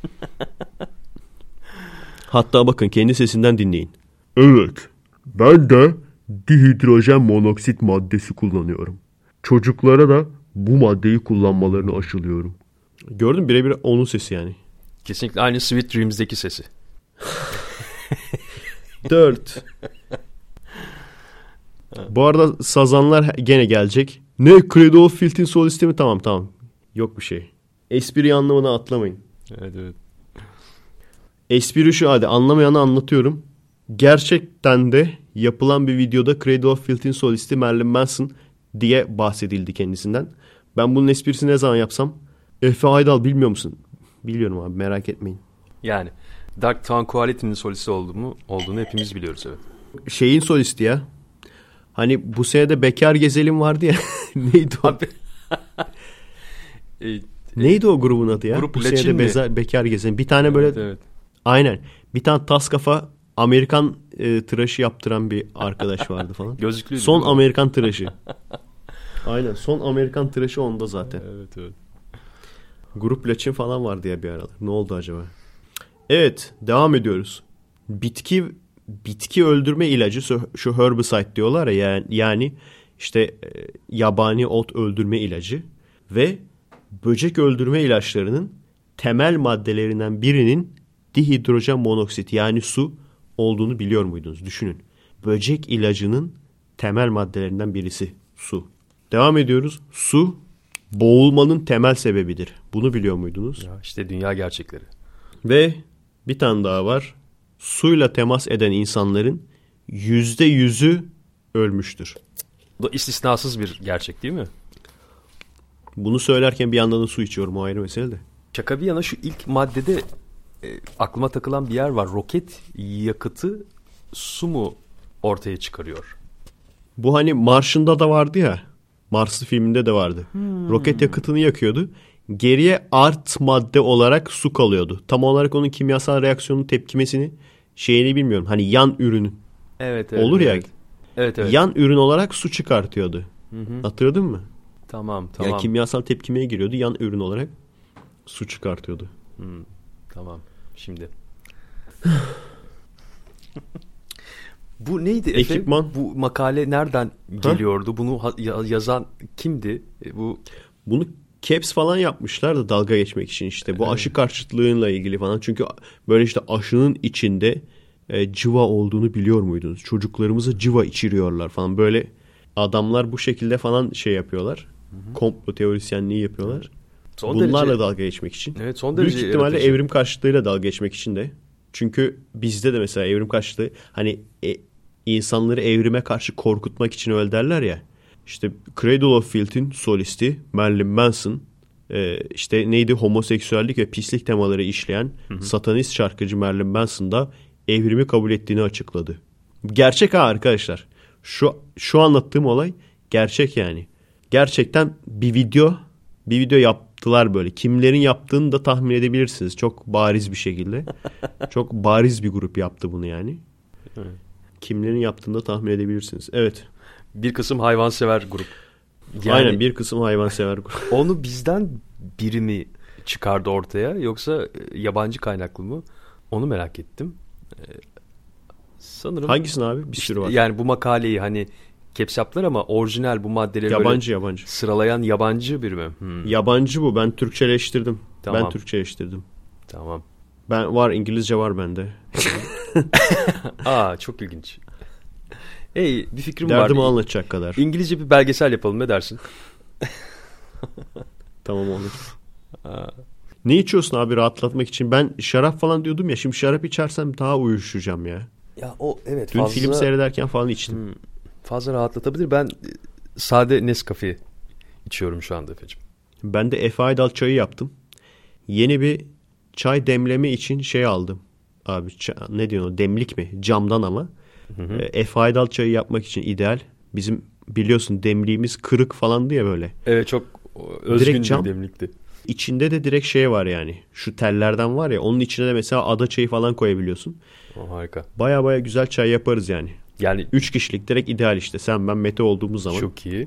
Hatta bakın kendi sesinden dinleyin. Evet, ben de dihidrojen monoksit maddesi kullanıyorum. Çocuklara da bu maddeyi kullanmalarını aşılıyorum. Gördün mü? Birebir onun sesi yani. Kesinlikle aynı Sweet Dreams'deki sesi. Dört. Bu arada sazanlar gene gelecek. Ne? Cradle of Filth'in solisti mi? Tamam tamam. Yok bir şey. Espri anlamına atlamayın. Evet evet. Espri şu, hadi anlamayanı anlatıyorum. Gerçekten de yapılan bir videoda Cradle of Filth'in solisti Marilyn Manson diye bahsedildi kendisinden. Ben bunun esprisini ne zaman yapsam? Efe Aydal bilmiyor musun? Biliyorum abi, merak etmeyin. Yani Dark Tranquility'nin solisti olduğunu, olduğunu hepimiz biliyoruz evet. Şeyin solisti ya. Hani bu senede Bekar Gezelim vardı ya. Neydi o? Abi. e, Neydi o grubun adı ya? Grup bu Laçin senede mi? Beza, Bekar Gezelim. Bir tane böyle. Evet, evet. Aynen. Bir tane tas kafa Amerikan e, tıraşı yaptıran bir arkadaş vardı falan. Gözlüklüydü. Son Amerikan tıraşı. Aynen. Son Amerikan tıraşı onda zaten. Evet evet. Grup Laçin falan vardı ya bir aralar. Ne oldu acaba? Evet. Devam ediyoruz. Bitki bitki öldürme ilacı, şu herbicide diyorlar ya, yani, yani işte e, yabani ot öldürme ilacı ve böcek öldürme ilaçlarının temel maddelerinden birinin dihidrojen monoksit, yani su olduğunu biliyor muydunuz? Düşünün. Böcek ilacının temel maddelerinden birisi su. Devam ediyoruz. Su boğulmanın temel sebebidir. Bunu biliyor muydunuz? Ya işte dünya gerçekleri. Ve bir tane daha var. Suyla temas eden insanların yüzde yüzü ölmüştür. Bu da istisnasız bir gerçek değil mi? Bunu söylerken bir yandan da su içiyorum, o ayrı mesele de. Şaka bir yana şu ilk maddede e, aklıma takılan bir yer var. Roket yakıtı su mu ortaya çıkarıyor? Bu hani Martian'da da vardı ya. Marslı filminde de vardı. Hmm. Roket yakıtını yakıyordu. Geriye art madde olarak su kalıyordu. Tam olarak onun kimyasal reaksiyonun tepkimesini şeyini bilmiyorum. Hani yan ürün evet, evet, olur evet. ya. Evet, evet. Yan ürün olarak su çıkartıyordu. Hı hı. Hatırladın mı? Tamam tamam. Ya kimyasal tepkimeye giriyordu. Yan ürün olarak su çıkartıyordu. Hmm, tamam. Şimdi. Bu neydi Efe? Ekipman. Bu makale nereden geliyordu? Ha? Bunu ha- yazan kimdi? E, bu Bunu caps falan yapmışlar da dalga geçmek için işte. Bu evet. Aşı karşıtlığıyla ilgili falan. Çünkü böyle işte aşının içinde e, cıva olduğunu biliyor muydunuz? Çocuklarımızı cıva içiriyorlar falan. Böyle adamlar bu şekilde falan şey yapıyorlar. Hı hı. Komplo teorisyenliği yapıyorlar. Son Bunlarla derece, dalga geçmek için. Evet, son derece büyük ihtimalle yaratıcı. Evrim karşıtlığıyla dalga geçmek için de. Çünkü bizde de mesela evrim karşıtlığı hani e, insanları evrime karşı korkutmak için öyle derler ya. İşte Cradle of Filth'in solisti Marilyn Manson e, işte neydi, homoseksüellik ve pislik temaları işleyen hı hı. satanist şarkıcı Marilyn Manson da evrimi kabul ettiğini açıkladı. Gerçek ha arkadaşlar. Şu şu anlattığım olay gerçek yani. Gerçekten bir video bir video yaptılar böyle. Kimlerin yaptığını da tahmin edebilirsiniz. Çok bariz bir şekilde. Çok bariz bir grup yaptı bunu yani. Evet. Kimlerin yaptığını da tahmin edebilirsiniz. Evet. Bir kısım hayvansever grup. Yani, Aynen bir kısım hayvansever grup. Onu bizden biri mi çıkardı ortaya yoksa yabancı kaynaklı mı? Onu merak ettim. Ee, sanırım. Hangisini abi? Bir sürü var. Yani bu makaleyi hani caps yaptılar ama orijinal bu maddeleri yabancı yabancı sıralayan yabancı biri mi? Hmm. Yabancı bu. Ben Türkçeleştirdim. Tamam. Ben Türkçeleştirdim. Tamam. Ben var, İngilizce var bende. Aa çok ilginç. Hey, bir fikrim Derdimi var. Derdimi anlatacak kadar. İngilizce bir belgesel yapalım, ne dersin? Tamam olur. Ne içiyorsun abi rahatlatmak için? Ben şarap falan diyordum ya. Şimdi şarap içersem daha uyuşacağım ya. Ya o evet Dün fazla film seyrederken falan içtim. Hmm, fazla rahatlatabilir. Ben e, sade Nescafe içiyorum şu anda Efe'cim. Ben de Efe Aydal çayı yaptım. Yeni bir çay demleme için şey aldım. Abi ça- ne diyorsun, demlik mi? Camdan ama. Hı hı. E, Efe Aydal çayı yapmak için ideal. Bizim biliyorsun demliğimiz kırık falan diye böyle. Evet, çok özgün Direkt cam. bir demlikti. İçinde de direkt şey var yani. Şu tellerden var ya, onun içine de mesela ada çayı falan koyabiliyorsun. O harika. Baya baya güzel çay yaparız yani. Yani Üç kişilik direkt ideal işte. Sen ben Mete olduğumuz zaman. çok iyi.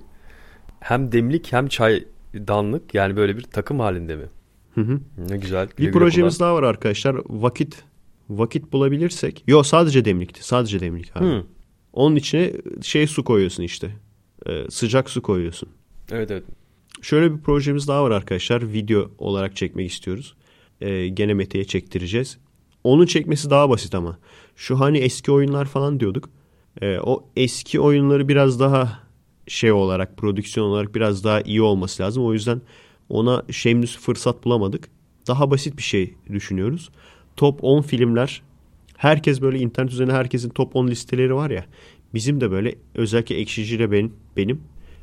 Hem demlik hem çaydanlık, yani böyle bir takım halinde mi? Hı hı. Ne güzel. Bir projemiz daha var arkadaşlar. Vakit vakit bulabilirsek. Yo, sadece demlikti. Sadece demlik abi. Hı. Onun içine şey su koyuyorsun işte. Ee, sıcak su koyuyorsun. Evet evet. Şöyle bir projemiz daha var arkadaşlar. Video olarak çekmek istiyoruz. Ee, gene Mete'ye çektireceğiz. Onun çekmesi daha basit ama. Şu hani eski oyunlar falan diyorduk. Ee, o eski oyunları biraz daha şey olarak, prodüksiyon olarak biraz daha iyi olması lazım. O yüzden ona henüz fırsat bulamadık. Daha basit bir şey düşünüyoruz. Top on filmler. Herkes böyle internet üzerinde herkesin top on listeleri var ya. Bizim de böyle özellikle Ekşici ile benim, benim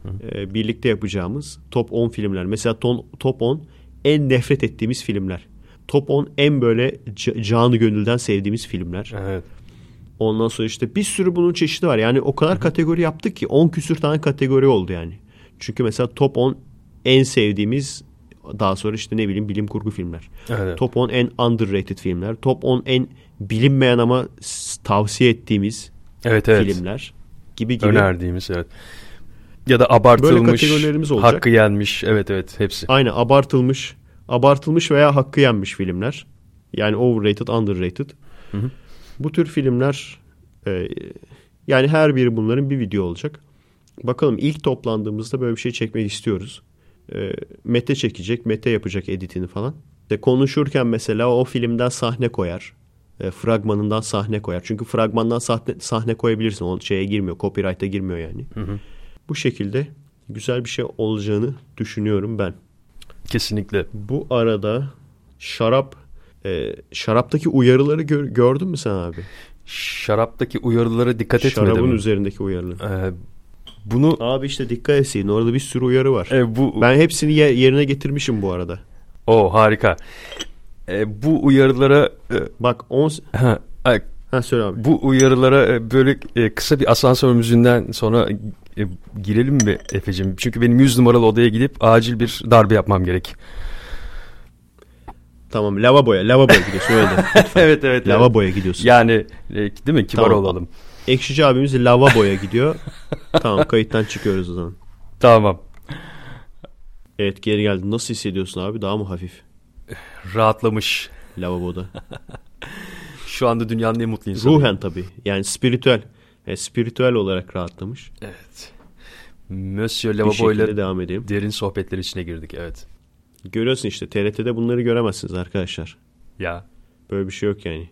e, birlikte yapacağımız top on filmler. Mesela ton, top on en nefret ettiğimiz filmler. Top on en böyle ca- canı gönülden sevdiğimiz filmler. Evet. Ondan sonra işte bir sürü bunun çeşidi var. Yani o kadar kategori yaptık ki on küsür tane kategori oldu yani. Çünkü mesela top on en sevdiğimiz, daha sonra işte ne bileyim bilim kurgu filmler. Evet. Top on en underrated filmler. Top on en bilinmeyen ama tavsiye ettiğimiz Evet evet. filmler gibi gibi. Önerdiğimiz, evet. Ya da abartılmış, kategorilerimiz olacak. hakkı yenmiş. Evet evet, hepsi. Aynen, abartılmış, abartılmış veya hakkı yenmiş filmler. Yani overrated, underrated. Hı hı. Bu tür filmler e, yani her biri bunların bir video olacak. Bakalım, ilk toplandığımızda böyle bir şey çekmek istiyoruz. E, Mete çekecek, Mete yapacak editini falan. De konuşurken mesela o filmden sahne koyar. E, fragmanından sahne koyar. Çünkü fragmandan sahne, sahne koyabilirsin. O şeye girmiyor, copyright'a girmiyor yani. Hı hı. Bu şekilde güzel bir şey olacağını düşünüyorum ben. Kesinlikle. Bu arada şarap e, şaraptaki uyarıları gör, gördün mü sen abi? Şaraptaki uyarılara dikkat etmedim. Şarabın üzerindeki uyarıları. Ee, bunu Abi işte dikkat etsin. Orada bir sürü uyarı var. e, bu Ben hepsini ye- yerine getirmişim bu arada. o harika. E, bu uyarılara e, Bak on ha, ay, ha söyle abi. bu uyarılara e, böyle e, kısa bir asansör müziğinden sonra e, girelim mi Efe'cim? Çünkü benim yüz numaralı odaya gidip acil bir darbe yapmam gerek. Tamam, lavaboya. Lavaboya gidiyorsun öyle de. evet evet. Lavaboya gidiyorsun. Yani e, değil mi? Kibar Tamam. olalım. Ekşici abimiz lavaboya gidiyor. Tamam, kayıttan çıkıyoruz o zaman. Tamam. Evet, geri geldin. Nasıl hissediyorsun abi? Daha mı hafif Rahatlamış. lavaboda? Şu anda dünyanın en mutlu insanı. Ruhen tabii. Yani spiritüel. Yani spiritüel olarak rahatlamış. Evet. Monsieur Bir Lavabo şekilde ile devam edeyim. derin sohbetler içine girdik. Evet. Görüyorsun işte, T R T'de bunları göremezsiniz arkadaşlar. Ya. Böyle bir şey yok yani.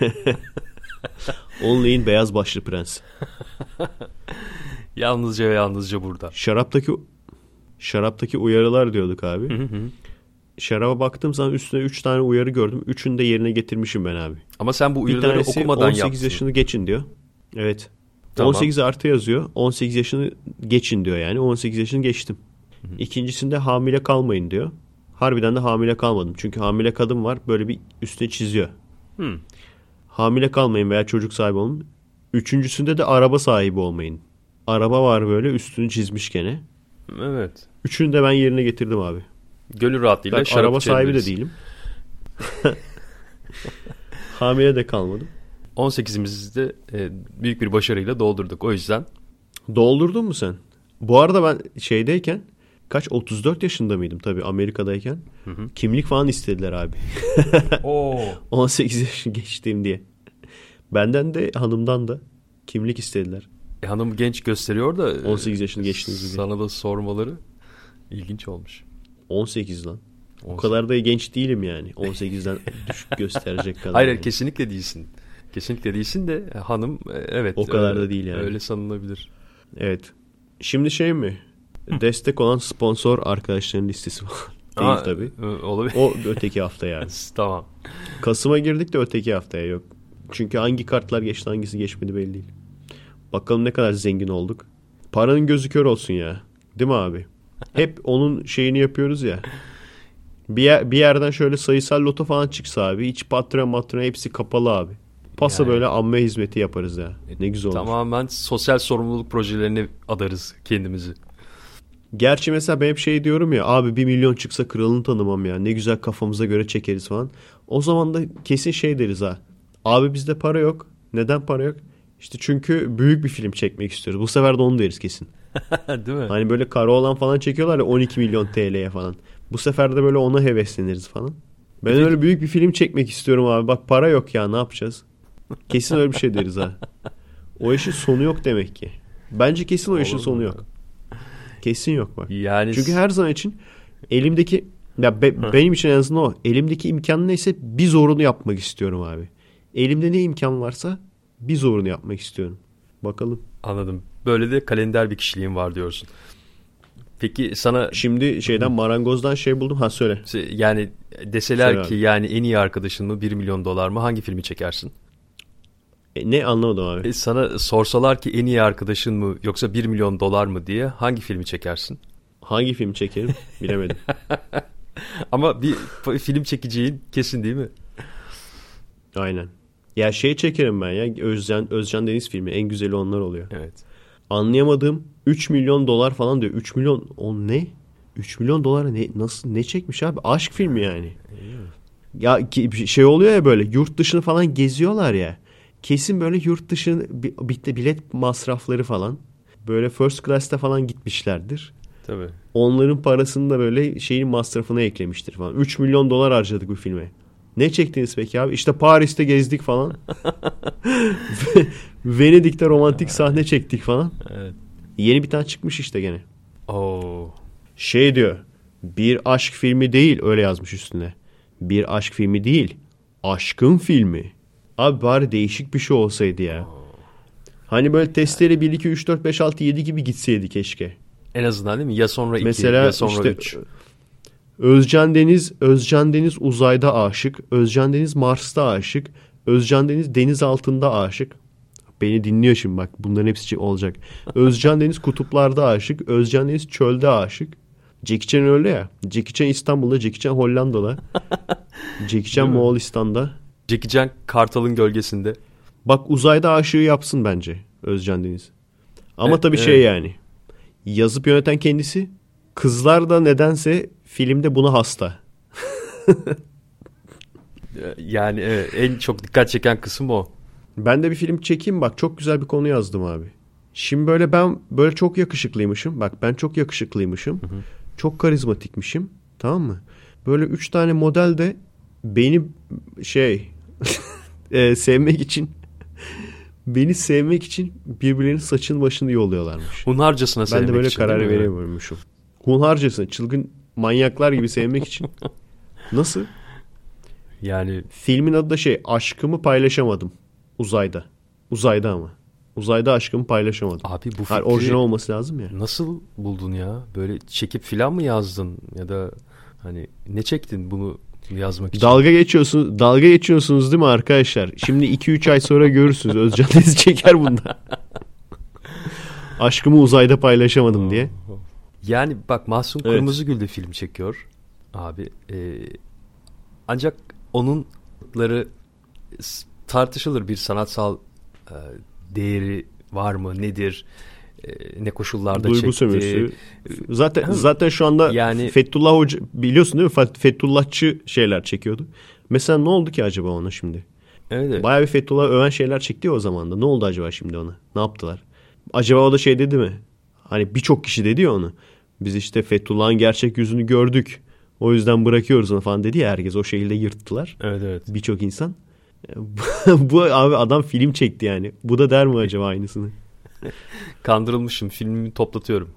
Onlay'ın beyaz başlı prens. Yalnızca ve yalnızca burada. Şaraptaki şaraptaki uyarılar diyorduk abi. Hı hı. Şaraba baktığım zaman üstüne üç tane uyarı gördüm. Üçünü de yerine getirmişim ben abi. Ama sen bu Bir uyarıları tanesi okumadan on sekiz yaptın. yaşını geçin diyor. Evet. Tamam. on sekiz artı yazıyor. on sekiz yaşını geçin diyor yani. on sekiz yaşını geçtim. Hı hı. İkincisinde hamile kalmayın diyor. Harbiden de hamile kalmadım. Çünkü hamile kadın var, böyle bir üstüne çiziyor. Hı. Hamile kalmayın veya çocuk sahibi olun. Üçüncüsünde de araba sahibi olmayın. Araba var böyle, üstünü çizmiş gene. Evet. Üçünü de ben yerine getirdim abi. Gönül rahatlığıyla Bak, şarap araba sahibi de içebiliriz. değilim. Hamile de kalmadım. on sekizimizde e, büyük bir başarıyla doldurduk. O yüzden Doldurdun mu sen? Bu arada ben şeydeyken, kaç, otuz dört yaşında mıydım tabii Amerika'dayken. Hı hı. Kimlik falan istediler abi. Oo. on sekiz yaşını geçtiğim diye. Benden de hanımdan da kimlik istediler. E, hanım genç gösteriyor da on sekiz yaşını geçtiniz diye. sana da sormaları ilginç olmuş. on sekiz lan. on sekiz. O kadar da genç değilim yani. on sekizden düşük gösterecek kadar. Hayır yani. kesinlikle değilsin. Kesinlikle değilsin de e, hanım e, evet. O kadar öyle, da değil yani. Öyle sanılabilir. Evet. Şimdi şey mi? Destek olan sponsor arkadaşların listesi var. Değil Aa, tabii. e, olabilir. O öteki hafta yani. Tamam. Kasım'a girdik de öteki haftaya yok. Çünkü hangi kartlar geçti hangisi geçmedi belli değil. Bakalım ne kadar zengin olduk. Paranın gözü kör olsun ya. Değil mi abi? Hep onun şeyini yapıyoruz ya. Bir, yer, bir yerden şöyle sayısal loto falan çıksa abi. Hiç patron matron hepsi kapalı abi. Pasa Yani- böyle amme hizmeti yaparız ya. Ne güzel olur. Tamamen sosyal sorumluluk projelerine adarız kendimizi. Gerçi mesela ben hep şey diyorum ya. Abi bir milyon çıksa kralını tanımam ya. Ne güzel kafamıza göre çekeriz falan. O zaman da kesin şey deriz ha. Abi bizde para yok. Neden para yok? İşte çünkü büyük bir film çekmek istiyoruz. Bu sefer de onu deriz kesin. Değil mi? Hani böyle Karaoğlan falan çekiyorlar ya on iki milyon T L'ye falan. Bu sefer de böyle ona hevesleniriz falan. Ben Evet. öyle büyük bir film çekmek istiyorum abi. Bak para yok ya, ne yapacağız? Kesin öyle bir şey deriz ha. O işin sonu yok demek ki. Bence kesin o işin Olur mu sonu ya? yok. Kesin yok bak. Yani Çünkü her zaman için elimdeki ya be- benim için en azından o. Elimdeki imkan neyse bir zorunu yapmak istiyorum abi. Elimde ne imkan varsa bir zorunu yapmak istiyorum. Bakalım. anladım. Böyle de kalender bir kişiliğin var diyorsun. Peki sana Şimdi şeyden marangozdan şey buldum. Ha söyle. yani deseler Söyle ki abi. yani en iyi arkadaşın mı bir milyon dolar mı hangi filmi çekersin? E, ne anlamadım abi. E, sana sorsalar ki en iyi arkadaşın mı yoksa bir milyon dolar mı diye hangi filmi çekersin? Hangi film çekerim bilemedim. Ama bir f- film çekeceğin kesin değil mi? Aynen. Ya şey çekerim ben ya. Özcan, Özcan Deniz filmi. En güzeli onlar oluyor. Evet. Anlayamadığım üç milyon dolar falan diyor. üç milyon o ne? üç milyon dolara ne nasıl ne çekmiş abi? Aşk filmi yani. Ya ki- şey oluyor ya böyle yurt dışını falan geziyorlar ya. Kesin böyle yurt dışı bi- bi- bilet masrafları falan. Böyle first class'ta falan gitmişlerdir. Tabii. Onların parasını da böyle şeyin masrafına eklemiştir falan. üç milyon dolar harcadık bu filme. Ne çektiniz peki abi? İşte Paris'te gezdik falan. Ve- Venedik'te romantik sahne çektik falan. Evet. Yeni bir tane çıkmış işte gene. Oo. Şey diyor. Bir aşk filmi değil, öyle yazmış üstüne. Bir aşk filmi değil. Aşkın filmi. Abi bari değişik bir şey olsaydı ya. Hani böyle testleri bir iki üç dört beş altı yedi gibi gitseydi keşke. En azından değil mi? Ya sonra iki Mesela ya sonra işte üç. Özcan Deniz, Özcan Deniz uzayda aşık, Özcan Deniz Mars'ta aşık, Özcan Deniz deniz altında aşık. Beni dinliyor şimdi bak, bunların hepsi olacak. Özcan Deniz kutuplarda aşık, Özcan Deniz çölde aşık. Jackie Chan öyle ya. Jackie Chan İstanbul'da, Jackie Chan Hollanda'da. Jackie Chan Değil mi? Moğolistan'da. Jackie Chan Kartal'ın gölgesinde. Bak uzayda aşığı yapsın bence Özcan Deniz. Ama Evet, tabii evet. şey yani. Yazıp yöneten kendisi. Kızlar da nedense filmde buna hasta. Yani evet, en çok dikkat çeken kısım o. Ben de bir film çekeyim bak, çok güzel bir konu yazdım abi. Şimdi böyle ben böyle çok yakışıklıymışım. Bak ben çok yakışıklıymışım. Çok karizmatikmişim. Tamam mı? Böyle üç tane model de beni şey e, sevmek için beni sevmek için birbirlerinin saçını başını yolluyorlarmış. Hunharcasına Ben sevmek de böyle için, karar değil mi? veremiyormuşum. Hunharcasına, çılgın manyaklar gibi sevmek için. Nasıl? Yani Filmin adı da şey, aşkımı paylaşamadım uzayda. Uzayda ama. Uzayda aşkımı paylaşamadım. abi bu Hayır, fikri orijinal olması lazım ya. nasıl buldun ya? Böyle çekip filan mı yazdın ya da hani ne çektin bunu yazmak için? Dalga geçiyorsunuz, dalga geçiyorsunuz değil mi arkadaşlar? Şimdi iki üç ay sonra görürsünüz. Özcan Deniz çeker bunda. Aşkımı uzayda paylaşamadım diye. Yani bak Mahsun Evet. Kırmızıgül de film çekiyor abi. Ee, ancak onunları s- tartışılır, bir sanatsal e, değeri var mı, nedir, e, ne koşullarda Duygu çekti. sömürüsü. Zaten Hem- zaten şu anda yani- Fethullah Hoca biliyorsun değil mi? Fet- Fethullahçı şeyler çekiyordu. Mesela ne oldu ki acaba ona şimdi? Evet, evet. Bayağı bir Fethullah öven şeyler çekti ya o zaman da. Ne oldu acaba şimdi ona? Ne yaptılar? Acaba o da şey dedi mi? Hani birçok kişi dedi ya onu. Biz işte Fethullah'ın gerçek yüzünü gördük. O yüzden bırakıyoruz onu falan dedi ya herkes. O şekilde yırttılar. Evet, evet. Birçok insan. Bu abi adam film çekti yani. Bu da der mi acaba aynısını? Kandırılmışım, filmimi toplatıyorum.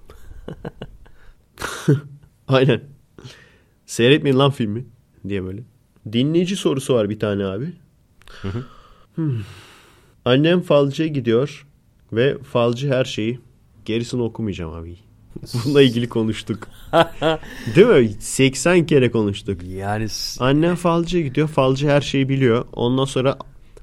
Aynen. Seyretmeyin lan filmi diye böyle. Dinleyici sorusu var bir tane abi. Hmm. Annem falcıya gidiyor ve falcı her şeyi, gerisini okumayacağım abi. Bununla ilgili konuştuk. Değil mi? seksen kere konuştuk. Yani s- Annem falcıya gidiyor. Falcı her şeyi biliyor. Ondan sonra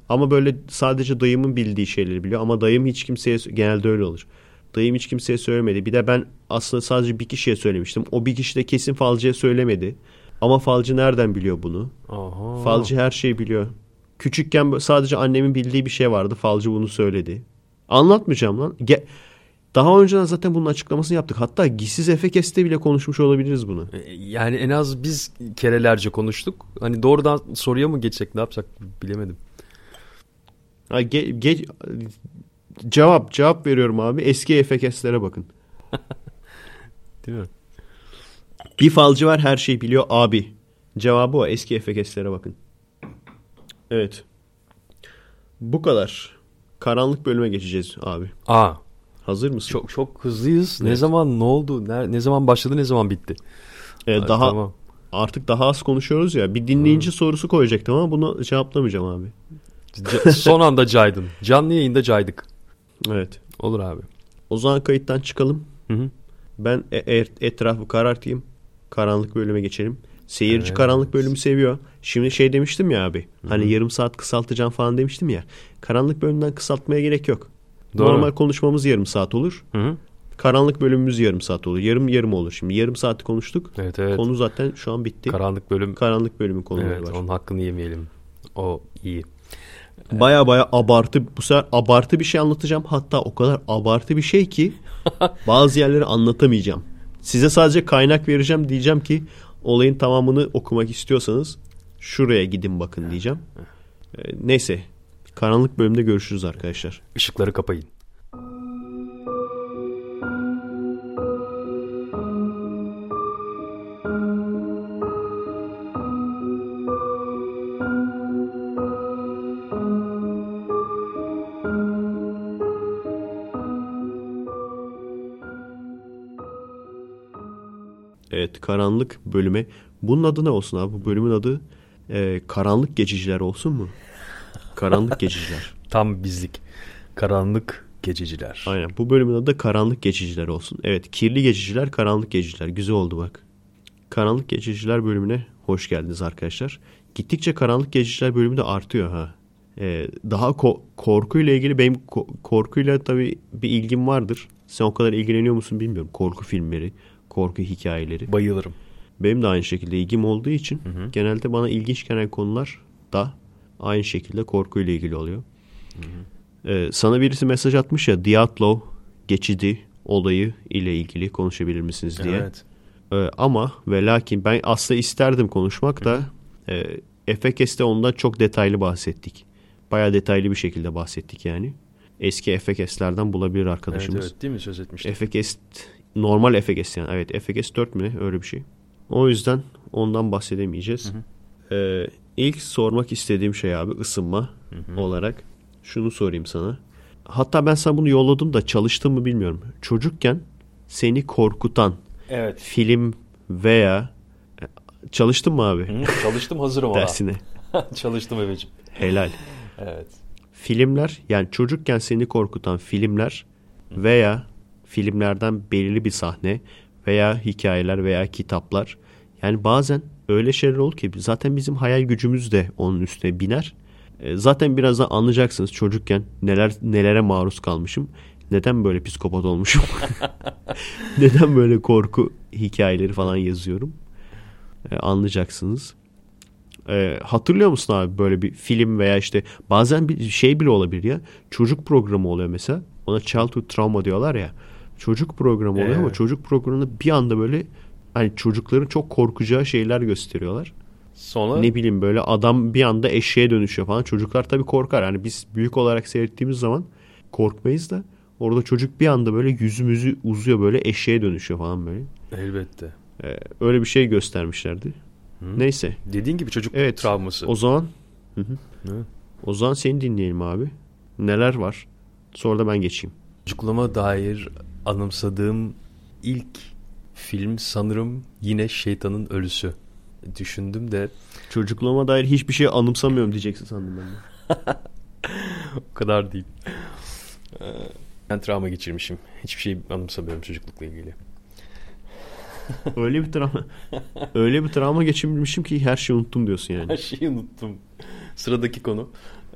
Ama böyle sadece dayımın bildiği şeyleri biliyor. Ama dayım hiç kimseye, genelde öyle olur. Dayım hiç kimseye söylemedi. Bir de ben aslında sadece bir kişiye söylemiştim. O bir kişi de kesin falcıya söylemedi. Ama falcı nereden biliyor bunu? Aha. Falcı her şeyi biliyor. Küçükken sadece annemin bildiği bir şey vardı. Falcı bunu söyledi. Anlatmayacağım lan. Ge- Daha önceden zaten bunun açıklamasını yaptık. Hatta Gizsiz Efekest'te bile konuşmuş olabiliriz bunu. Yani en az biz kerelerce konuştuk. Hani doğrudan soruya mı geçsek, ne yapsak bilemedim. Ha, ge- ge- cevap cevap veriyorum abi. Eski Efekestlere bakın. Değil mi? Bir falcı var, her şeyi biliyor abi. Cevabı o. Eski Efekestlere bakın. Evet. Bu kadar. Karanlık bölüme geçeceğiz abi. Aa, Hazır mısın? çok çok hızlıyız. Evet. Ne zaman ne oldu? Ne, ne zaman başladı? Ne zaman bitti? Ee, Hadi, daha tamam. artık daha az konuşuyoruz ya. Bir dinleyici hmm. sorusu koyacaktım ama bunu cevaplamayacağım abi. C- son anda caydın. Canlı yayında caydık. Evet. Olur abi. O zaman kayıttan çıkalım. Hı hı. Ben e- etrafı karartayım. Karanlık bölüme geçelim. Seyirci Evet. karanlık bölümü seviyor. Şimdi şey demiştim ya abi. Hı-hı. Hani yarım saat kısaltacağım falan demiştim ya. Karanlık bölümden kısaltmaya gerek yok. Doğru. Normal konuşmamız yarım saat olur. Hı-hı. Karanlık bölümümüz yarım saat olur. Yarım yarım olur. Şimdi yarım saati konuştuk. Evet, evet. Konu zaten şu an bitti. Karanlık bölüm. Karanlık bölümün konuları evet, var. Onun hakkını yemeyelim. O iyi. Baya baya abartı, bu sefer abartı bir şey anlatacağım. Hatta o kadar abartı bir şey ki bazı yerleri anlatamayacağım. Size sadece kaynak vereceğim, diyeceğim ki olayın tamamını okumak istiyorsanız şuraya gidin bakın diyeceğim. Ee, neyse, karanlık bölümde görüşürüz arkadaşlar. Işıkları kapayın. Evet, karanlık bölüme. Bunun adı ne olsun abi? Bu bölümün adı e, Karanlık Geçiciler olsun mu? Karanlık Geçiciler. Tam bizlik. Karanlık Geçiciler. Aynen. Bu bölümün adı da Karanlık Geçiciler olsun. Evet, kirli geçiciler, karanlık geçiciler. Güzel oldu bak. Karanlık Geçiciler bölümüne hoş geldiniz arkadaşlar. Gittikçe Karanlık Geçiciler bölümü de artıyor ha. Ee, daha ko- korkuyla ilgili benim ko- korkuyla tabii bir ilgim vardır. Sen o kadar ilgileniyor musun bilmiyorum. Korku filmleri, korku hikayeleri. Bayılırım. Benim de aynı şekilde ilgim olduğu için hı hı. genelde bana ilginç gelen konular da aynı şekilde korkuyla ilgili oluyor. Hı hı. Ee, sana birisi mesaj atmış ya, Diatlo geçidi olayı ile ilgili konuşabilir misiniz diye. Evet. Ee, ama ve lakin ben aslında isterdim konuşmak da e, F K S'te ondan çok detaylı bahsettik. Bayağı detaylı bir şekilde bahsettik yani. Eski F K S'lerden bulabilir arkadaşımız. Evet, evet, değil mi, söz etmiştik. F K S normal F K S yani. Evet, F K S dört mü ne? Öyle bir şey. O yüzden ondan bahsedemeyeceğiz. Hı hı. Ee, ilk sormak istediğim şey abi ısınma hı hı. olarak. Şunu sorayım sana. Hatta ben sana bunu yolladım da çalıştın mı bilmiyorum. Çocukken seni korkutan evet. film veya çalıştın mı abi? Hı, çalıştım, hazırım ona. Dersine. Çalıştım ebeciğim. Helal. Evet. Filmler, yani çocukken seni korkutan filmler veya filmlerden belirli bir sahne veya hikayeler veya kitaplar. Yani bazen öyle şeyler olur ki zaten bizim hayal gücümüz de onun üstüne biner. E, zaten birazdan anlayacaksınız çocukken neler nelere maruz kalmışım. Neden böyle psikopat olmuşum? Neden böyle korku hikayeleri falan yazıyorum? E, anlayacaksınız. E, hatırlıyor musun abi böyle bir film veya işte bazen bir şey bile olabilir ya. Çocuk programı oluyor mesela. Ona childhood trauma diyorlar ya. Çocuk programı oluyor evet. Ama çocuk programında bir anda böyle hani çocukların çok korkacağı şeyler gösteriyorlar. Sonra ne bileyim böyle adam bir anda eşeğe dönüşüyor falan. Çocuklar tabii korkar. Yani biz büyük olarak seyrettiğimiz zaman korkmayız da orada çocuk bir anda böyle yüzümüzü uzuyor böyle eşeğe dönüşüyor falan böyle. Elbette. Ee, öyle bir şey göstermişlerdi. Hı. Neyse. Dediğin gibi çocuk evet, travması. O zaman hı hı. Hı. O zaman seni dinleyelim abi. Neler var? Sonra da ben geçeyim. Çocukluğuma dair anımsadığım ilk film sanırım yine Şeytanın Ölüsü. Düşündüm de çocukluğuma dair hiçbir şey anımsamıyorum diyeceksin sandım ben de. O kadar değil. Ben travma geçirmişim. Hiçbir şey anımsamıyorum çocuklukla ilgili. Öyle bir travma öyle bir travma geçirmişim ki her şeyi unuttum diyorsun yani. Her şeyi unuttum. Sıradaki konu.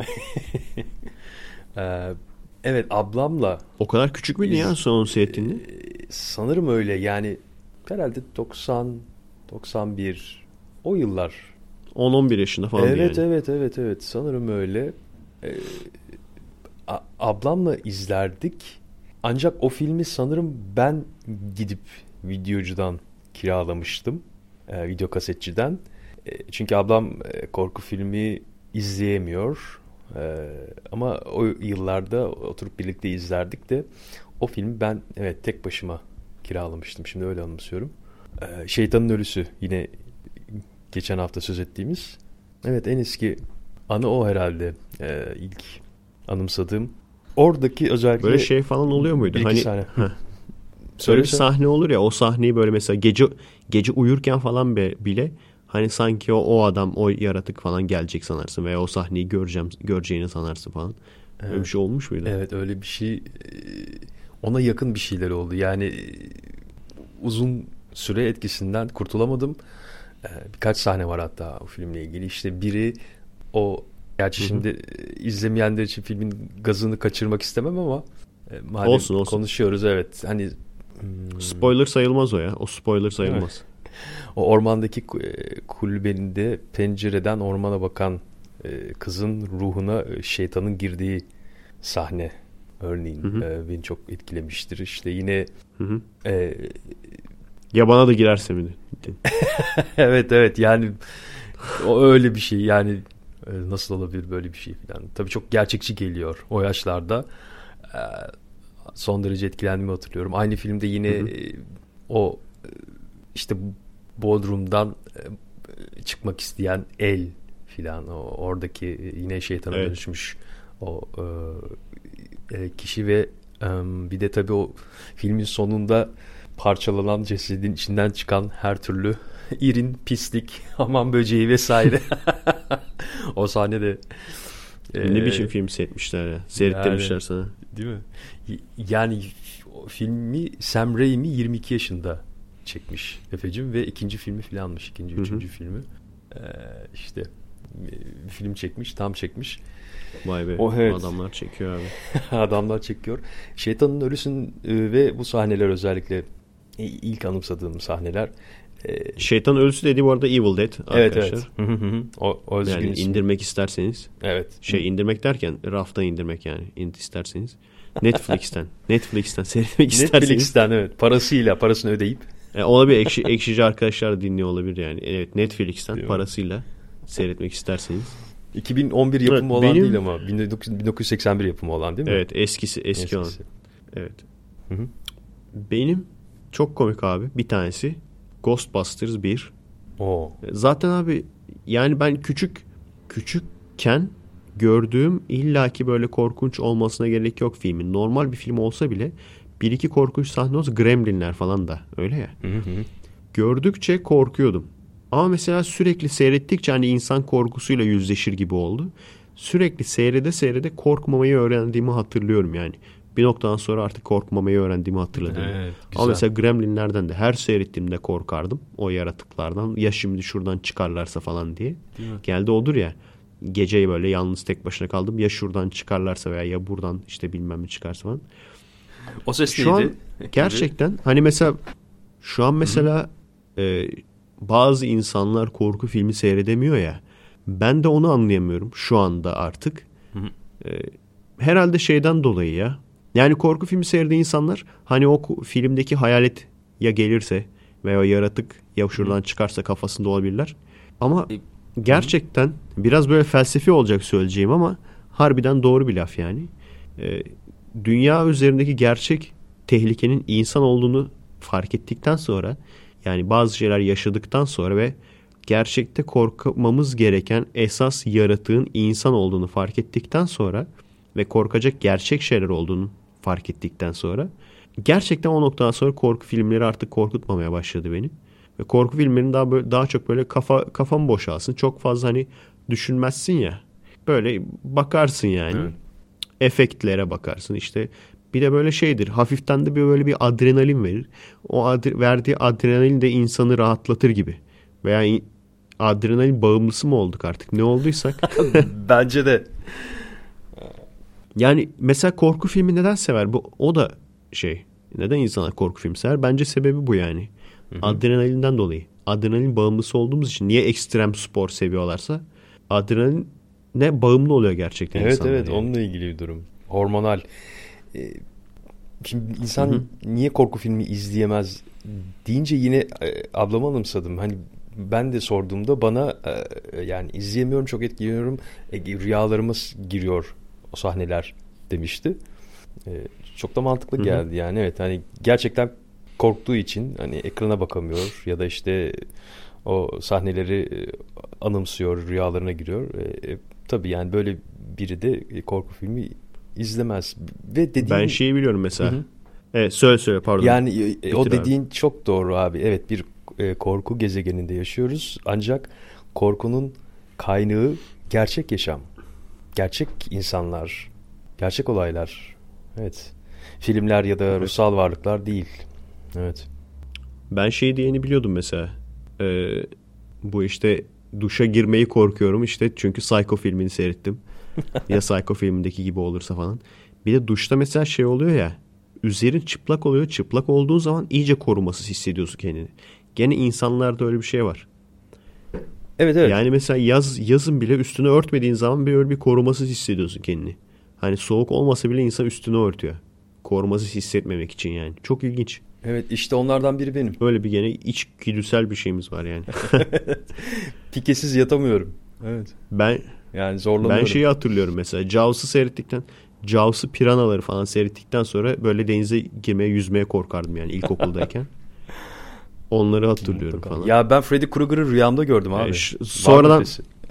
ee, evet, ablamla. O kadar küçük müydü ya son seyrettiğinde? Ee, sanırım öyle yani, herhalde doksan doksan bir o yıllar. on on bir yaşında falan evet, yani. Evet evet evet sanırım öyle. Ee, a- ablamla izlerdik. Ancak o filmi sanırım ben gidip videocudan kiralamıştım. E, video kasetçiden. E, çünkü ablam e, korku filmi izleyemiyor. E, ama o yıllarda oturup birlikte izlerdik de o filmi ben evet tek başıma kiralamıştım. Şimdi öyle anımsıyorum. E, Şeytanın Ölüsü, yine geçen hafta söz ettiğimiz. Evet, en eski anı o herhalde. E, ilk anımsadığım. Oradaki özellikle böyle şey falan oluyor muydu? Bir Hani sahne. Böyle bir sahne olur ya, o sahneyi böyle mesela gece gece uyurken falan be, bile hani sanki o, o adam, o yaratık falan gelecek sanarsın veya o sahneyi göreceğim göreceğini sanarsın falan. Evet. Öyle bir şey olmuş muydu? Evet, öyle bir şey, ona yakın bir şeyler oldu. Yani uzun süre etkisinden kurtulamadım. Birkaç sahne var hatta o filmle ilgili. İşte biri o, gerçi Hı-hı. şimdi izlemeyenler için filmin gazını kaçırmak istemem ama madem olsun, olsun. konuşuyoruz, evet. Hani spoiler sayılmaz o ya. O spoiler sayılmaz. O ormandaki kulübenin de pencereden ormana bakan kızın ruhuna şeytanın girdiği sahne örneğin hı hı. beni çok etkilemiştir. İşte yine hı hı. E, ya bana da girerse mi? evet evet yani o öyle bir şey yani, nasıl olabilir böyle bir şey falan. Tabii çok gerçekçi geliyor o yaşlarda. Son derece etkilendiğimi hatırlıyorum. Aynı filmde yine hı hı. o işte Bodrum'dan çıkmak isteyen el filan, o oradaki yine şeytana evet. dönüşmüş o e, kişi ve e, bir de tabii o filmin sonunda parçalanan cesedin içinden çıkan her türlü irin, pislik, hamam böceği vesaire. O sahne de e, ne biçim film seyretmişler ya. Seyrettirmişler yani, sana. Değil mi? Yani o filmi Sam Raimi yirmi iki yaşında çekmiş Efe'cim ve ikinci filmi filanmış. İkinci, üçüncü Hı-hı. filmi. Ee, işte bir film çekmiş, tam çekmiş. Vay be, o, evet. Adamlar çekiyor abi. Adamlar çekiyor. Şeytanın Ölüsün ve bu sahneler özellikle ilk anımsadığım sahneler. Ee, Şeytanın Ölüsü dediği bu arada Evil Dead evet, arkadaşlar. Evet evet. O, o yani indirmek isterseniz. Evet. Şey indirmek derken raftan indirmek yani isterseniz. Netflix'ten. Netflix'ten seyretmek isterseniz. Netflix'ten evet. Parasıyla, parasını ödeyip. E, olabilir, ekşi, ekşici arkadaşlar dinliyor olabilir yani. Evet, Netflix'ten değil parasıyla mi? Seyretmek isterseniz. iki bin on bir yapımı evet, olan benim... değil ama bin dokuz yüz seksen bir yapımı olan değil mi? Evet, eskisi eski eskisi. olan. Evet. Hı hı. Benim çok komik abi bir tanesi Ghostbusters bir. Oo. Zaten abi yani ben küçük küçükken gördüğüm illaki böyle korkunç olmasına gerek yok filmin. Normal bir film olsa bile bir iki korkunç sahne olsa, Gremlinler falan da öyle ya. Hı hı. Gördükçe korkuyordum. Ama mesela sürekli seyrettikçe hani insan korkusuyla yüzleşir gibi oldu. Sürekli seyrede seyrede korkmamayı öğrendiğimi hatırlıyorum yani. Bir noktadan sonra artık korkmamayı öğrendiğimi hatırladım. Evet, ama mesela Gremlinlerden de her seyrettiğimde korkardım. O yaratıklardan. Ya şimdi şuradan çıkarlarsa falan diye. Geldi olur ya. Geceyi böyle yalnız tek başına kaldım. Ya şuradan çıkarlarsa veya ya buradan işte bilmem ne çıkarsa falan. O ses şu neydi? An gerçekten hani mesela şu an mesela e, bazı insanlar korku filmi seyredemiyor ya. Ben de onu anlayamıyorum şu anda artık. E, herhalde şeyden dolayı ya. Yani korku filmi seyreden insanlar hani o filmdeki hayalet ya gelirse veya yaratık ya şuradan çıkarsa kafasında olabilirler. Ama gerçekten biraz böyle felsefi olacak söyleyeceğim ama harbiden doğru bir laf yani. E, dünya üzerindeki gerçek tehlikenin insan olduğunu fark ettikten sonra, yani bazı şeyler yaşadıktan sonra ve gerçekte korkmamız gereken esas yaratığın insan olduğunu fark ettikten sonra ve korkacak gerçek şeyler olduğunu fark ettikten sonra gerçekten o noktadan sonra korku filmleri artık korkutmamaya başladı beni. Ve korku filmlerinin daha böyle, daha çok böyle kafa kafam boşalsın. Çok fazla hani düşünmezsin ya. Böyle bakarsın yani. Evet. Efektlere bakarsın. İşte Bir de böyle şeydir. Hafiften de bir böyle bir adrenalin verir. O ad- verdiği adrenalin de insanı rahatlatır gibi. Veya in- adrenalin bağımlısı mı olduk artık? Ne olduysak. Bence de. Yani mesela korku filmi neden sever? Bu o da şey. Neden insanlar korku filmi sever? Bence sebebi bu yani. Hı hı. Adrenalinden dolayı. Adrenalin bağımlısı olduğumuz için niye ekstrem spor seviyorlarsa adrenalin ne bağımlı oluyor gerçekten evet, insanlar. Evet evet yani. onunla ilgili bir durum. Hormonal. Ee, şimdi insan Hı hı. niye korku filmi izleyemez deyince yine e, ablamı anımsadım. Hani ben de sorduğumda bana e, yani izleyemiyorum, çok etkileniyorum. E, rüyalarıma giriyor o sahneler demişti. E, çok da mantıklı Hı-hı. geldi yani. Evet, hani gerçekten korktuğu için hani ekrana bakamıyor ya da işte o sahneleri anımsıyor, rüyalarına giriyor. E, tabii yani böyle biri de korku filmi izlemez. Ve dediğin... Ben şeyi biliyorum mesela. Hı-hı. Evet, söyle söyle pardon. Yani e, o Bitir dediğin abi. çok doğru abi. Evet, bir e, korku gezegeninde yaşıyoruz. Ancak korkunun kaynağı gerçek yaşam. Gerçek insanlar. Gerçek olaylar. Evet. Filmler ya da evet. ruhsal varlıklar değil. Evet. Ben şey diyeni biliyordum mesela. Ee, bu işte duşa girmeyi korkuyorum işte çünkü Psycho filmini seyrettim. Ya Psycho filmindeki gibi olursa falan. Bir de duşta mesela şey oluyor ya. Üzerin çıplak oluyor. Çıplak olduğun zaman iyice korumasız hissediyorsun kendini. Gene insanlarda öyle bir şey var. Evet evet. Yani mesela yaz yazın bile üstünü örtmediğin zaman bir öyle bir korumasız hissediyorsun kendini. Hani soğuk olmasa bile insan üstünü örtüyor. Korumasız hissetmemek için yani. Çok ilginç. Evet, işte onlardan biri benim. Öyle bir gene içgüdüsel bir şeyimiz var yani. Pikesiz yatamıyorum. Evet. Ben yani zorlanıyorum. Ben şeyi hatırlıyorum mesela. Jaws'ı seyrettikten, Jaws'ı piranaları falan seyrettikten sonra böyle denize girmeye, yüzmeye korkardım yani ilkokuldayken. Onları hatırlıyorum falan. Ya ben Freddy Krueger'ı rüyamda gördüm abi. E, ş- sonradan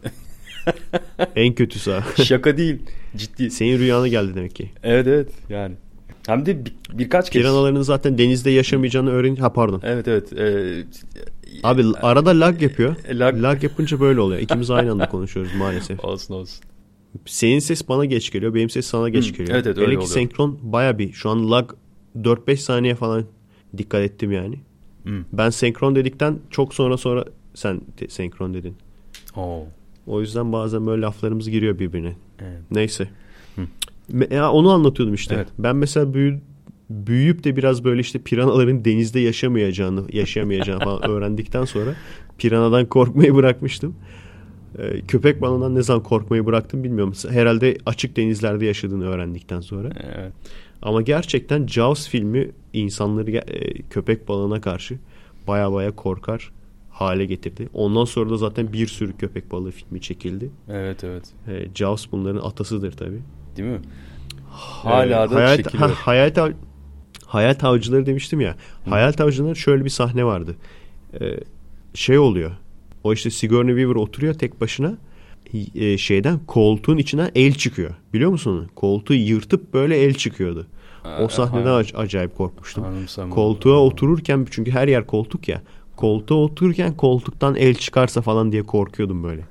en kötüsü ha. Şaka değil. Ciddi. Senin rüyana geldi demek ki. Evet evet yani. Hem de bir, birkaç kez. Piranaların zaten denizde yaşamayacağını öğren. Ha pardon. Evet evet. Ee, Abi arada lag yapıyor. Lag... lag yapınca böyle oluyor. İkimiz aynı anda konuşuyoruz maalesef. Olsun olsun. Senin ses bana geç geliyor. Benim ses sana geç hmm, geliyor. Evet evet öyle oluyor. oluyor. Senkron baya bir. Şu an lag dört beş saniye falan dikkat ettim yani. Hmm. Ben senkron dedikten çok sonra sonra sen de senkron dedin. Oo. O yüzden bazen böyle laflarımız giriyor birbirine. Evet. Neyse. Hı. Ya onu anlatıyordum işte. Evet. Ben mesela büyü, büyüyüp de biraz böyle işte piranaların denizde yaşamayacağını, yaşayamayacağını falan öğrendikten sonra piranadan korkmayı bırakmıştım. Ee, köpek balığından ne zaman korkmayı bıraktım bilmiyorum. Herhalde açık denizlerde yaşadığını öğrendikten sonra. Evet. Ama gerçekten Jaws filmi insanları e, köpek balığına karşı baya baya korkar hale getirdi. Ondan sonra da zaten bir sürü köpek balığı filmi çekildi. Evet evet. E, Jaws bunların atasıdır tabii. Değil mi? Hala e, da hayal, çekiliyor. ha, hayal, tav, hayal tavcıları demiştim ya. Hı. Hayal tavcıların şöyle bir sahne vardı. E, şey oluyor. O işte Sigourney Weaver oturuyor tek başına. E, şeyden koltuğun içinden el çıkıyor. Biliyor musun? Koltuğu yırtıp böyle el çıkıyordu. O sahneden ac- acayip korkmuştum. Koltuğa otururken çünkü her yer koltuk ya. Koltuğa otururken koltuktan el çıkarsa falan diye korkuyordum böyle.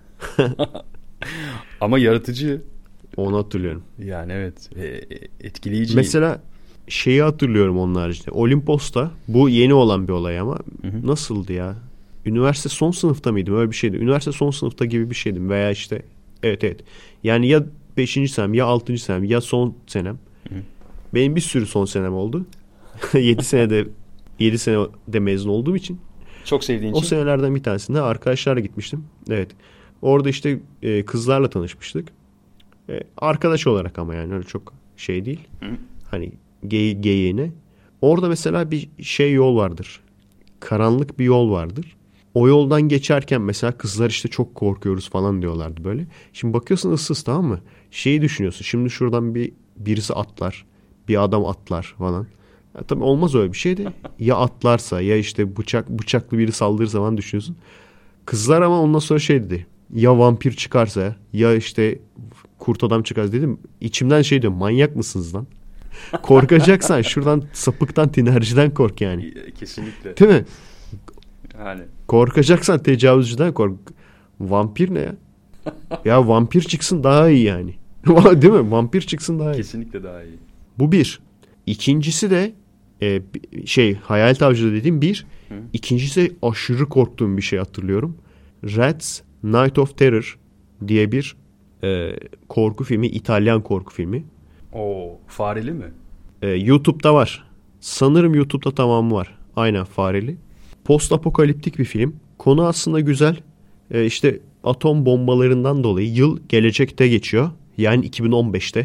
Ama yaratıcı. Onu hatırlıyorum. Yani evet. E, etkileyici. Mesela şeyi hatırlıyorum onun haricinde. Olimpos'ta bu yeni olan bir olay ama hı hı. Nasıldı ya? Üniversite son sınıfta mıydım? Öyle bir şeydi. Üniversite son sınıfta gibi bir şeydim. Veya işte evet evet. Yani ya beşinci senem ya altıncı senem ya son senem. Hı. Benim bir sürü son senem oldu. yedi senede yedi senede mezun olduğum için. Çok sevdiğin o için. O senelerden bir tanesinde arkadaşlarla gitmiştim. Evet. Orada işte e, kızlarla tanışmıştık. E, arkadaş olarak ama yani öyle çok şey değil. Hı. Hani gey geyiğine. Orada mesela bir şey yol vardır. Karanlık bir yol vardır. O yoldan geçerken mesela kızlar işte çok korkuyoruz falan diyorlardı böyle. Şimdi bakıyorsun ıssız, tamam mı? Şeyi düşünüyorsun. Şimdi şuradan bir birisi atlar. Bir adam atlar falan. Ya tabii olmaz öyle bir şey de. Ya atlarsa ya işte bıçak bıçaklı biri saldırırsa falan düşünüyorsun. Kızlar ama ondan sonra şey dedi. Ya vampir çıkarsa ya işte kurt adam çıkarsa dedim. İçimden şey diyor. Manyak mısınız lan? Korkacaksan şuradan sapıktan tinerciden kork yani. Kesinlikle. Değil mi? Yani. Korkacaksan tecavüzcüden kork. Vampir ne ya? Ya vampir çıksın daha iyi yani. Değil mi? Vampir çıksın daha iyi. Kesinlikle daha iyi. Bu bir. İkincisi de e, şey Hayalet Avcısı dediğim bir. Hı. İkincisi aşırı korktuğum bir şey hatırlıyorum. Rats Night of Terror diye bir e, korku filmi. İtalyan korku filmi. Oo, fareli mi? E, YouTube'da var. Sanırım YouTube'da tamamı var. Aynen fareli. Post apokaliptik bir film. Konu aslında güzel. E, işte atom bombalarından dolayı yıl gelecekte geçiyor. Yani iki bin on beşte.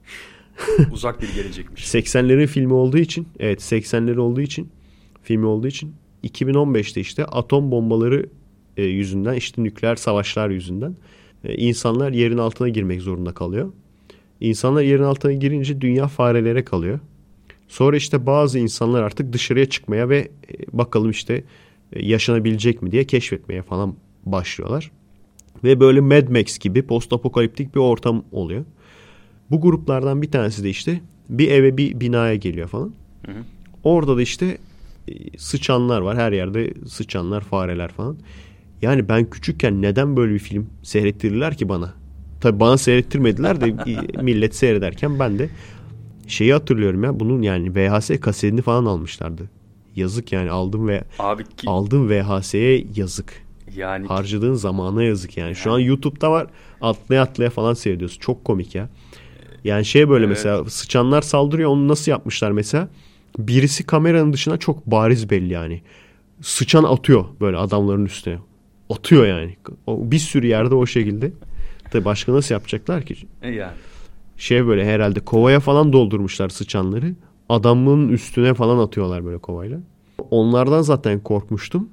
Uzak bir gelecekmiş. seksenlerin filmi olduğu için, evet seksenleri olduğu için, filmi olduğu için iki bin on beşte işte atom bombaları e, yüzünden, işte nükleer savaşlar yüzünden e, insanlar yerin altına girmek zorunda kalıyor. İnsanlar yerin altına girince dünya farelere kalıyor. Sonra işte bazı insanlar artık dışarıya çıkmaya ve e, bakalım işte e, yaşanabilecek mi diye keşfetmeye falan başlıyorlar. Ve böyle Mad Max gibi post apokaliptik bir ortam oluyor. Bu gruplardan bir tanesi de işte bir eve bir binaya geliyor falan. Hı hı. Orada da işte e, sıçanlar var. Her yerde sıçanlar, fareler falan. Yani ben küçükken neden böyle bir film seyrettirirler ki bana? Tabii bana seyrettirmediler de millet seyrederken ben de şeyi hatırlıyorum ya. Bunun yani V H S kasetini falan almışlardı. Yazık yani aldım ve Abi ki... aldım V H S'ye yazık. Yani harcadığın zamana yazık yani. yani. Şu an YouTube'da var. Atlaya atlaya falan seyrediyorsun. Çok komik ya. Yani şey böyle evet. Mesela sıçanlar saldırıyor. Onu nasıl yapmışlar mesela? Birisi kameranın dışına çok bariz belli yani. Sıçan atıyor böyle adamların üstüne. Atıyor yani. O, bir sürü yerde o şekilde. Tabii başka nasıl yapacaklar ki? Yani. Şey böyle herhalde kovaya falan doldurmuşlar sıçanları. Adamın üstüne falan atıyorlar böyle kovayla. Onlardan zaten korkmuştum.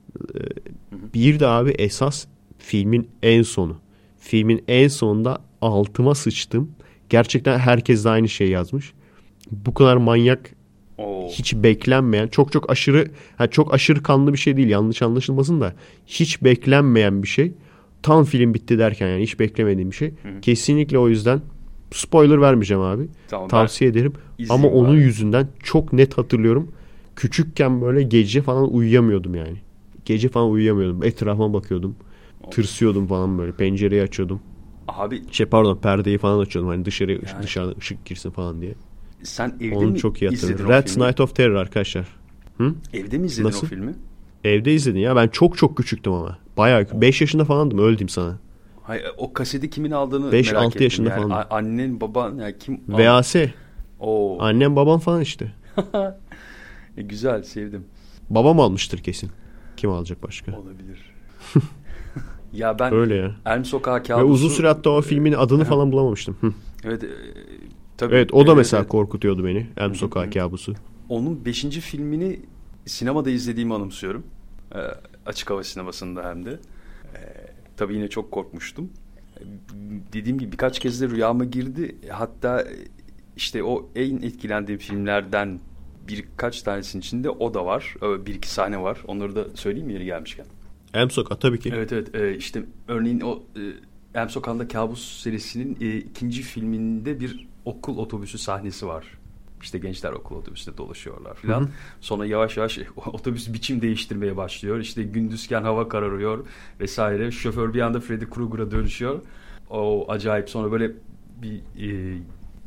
Bir de abi esas filmin en sonu. Filmin en sonunda altıma sıçtım. Gerçekten herkes de aynı şeyi yazmış. Bu kadar manyak, Oo. hiç beklenmeyen, çok çok aşırı, yani çok aşırı kanlı bir şey değil, yanlış anlaşılmasın da hiç beklenmeyen bir şey. Tam film bitti derken yani hiç beklemediğim bir şey. Hı-hı. Kesinlikle o yüzden spoiler vermeyeceğim abi. Tamam, tavsiye ederim. Ama onun abi. Yüzünden çok net hatırlıyorum. Küçükken böyle gece falan uyuyamıyordum yani. Gece falan uyuyamıyordum. Etrafıma bakıyordum. Oo. Tırsıyordum falan böyle. Pencereyi açıyordum. Abi şey pardon perdeyi falan açıyordum hani dışarı yani, dışarıdan ışık girsin falan diye. Sen evde onu mi çok iyi izledin Rats Night of Terror arkadaşlar. Hı? Evde mi izledin Nasıl? o filmi? Evde izledin ya. Ben çok çok küçüktüm ama. Bayağı beş yaşında falandım öyle diyeyim sana. Hayır, o kaseti kimin aldığını beş, merak ettim. yaşında yani. falan. Annen, baban yani kim? V H S. Oo. Annem babam falan işte. e, güzel sevdim. Babam almıştır kesin. Kim alacak başka? Olabilir. Ya ben öyle ya. Elm Sokağı Kabusu... Ve uzun süre hatta o filmin adını falan bulamamıştım. Evet. E, tabii, evet o da evet, mesela evet. korkutuyordu beni. Elm Sokağı Kabusu. Onun beşinci filmini sinemada izlediğimi anımsıyorum. E, açık hava sinemasında hem de. E, tabii yine çok korkmuştum. E, dediğim gibi birkaç kez de rüyama girdi. Hatta işte o en etkilendiğim filmlerden birkaç tanesinin içinde o da var. Bir iki sahne var. Onları da söyleyeyim mi yeri gelmişken? Elm Sokağı tabii ki. Evet evet e, işte örneğin o e, Elm Sokağı'nda Kabus serisinin e, ikinci filminde bir okul otobüsü sahnesi var. İşte gençler okul otobüsünde dolaşıyorlar filan. Hı hı. Sonra yavaş yavaş otobüs biçim değiştirmeye başlıyor. İşte gündüzken hava kararıyor vesaire. Şoför bir anda Freddy Krueger'a dönüşüyor. O acayip, sonra böyle bir e,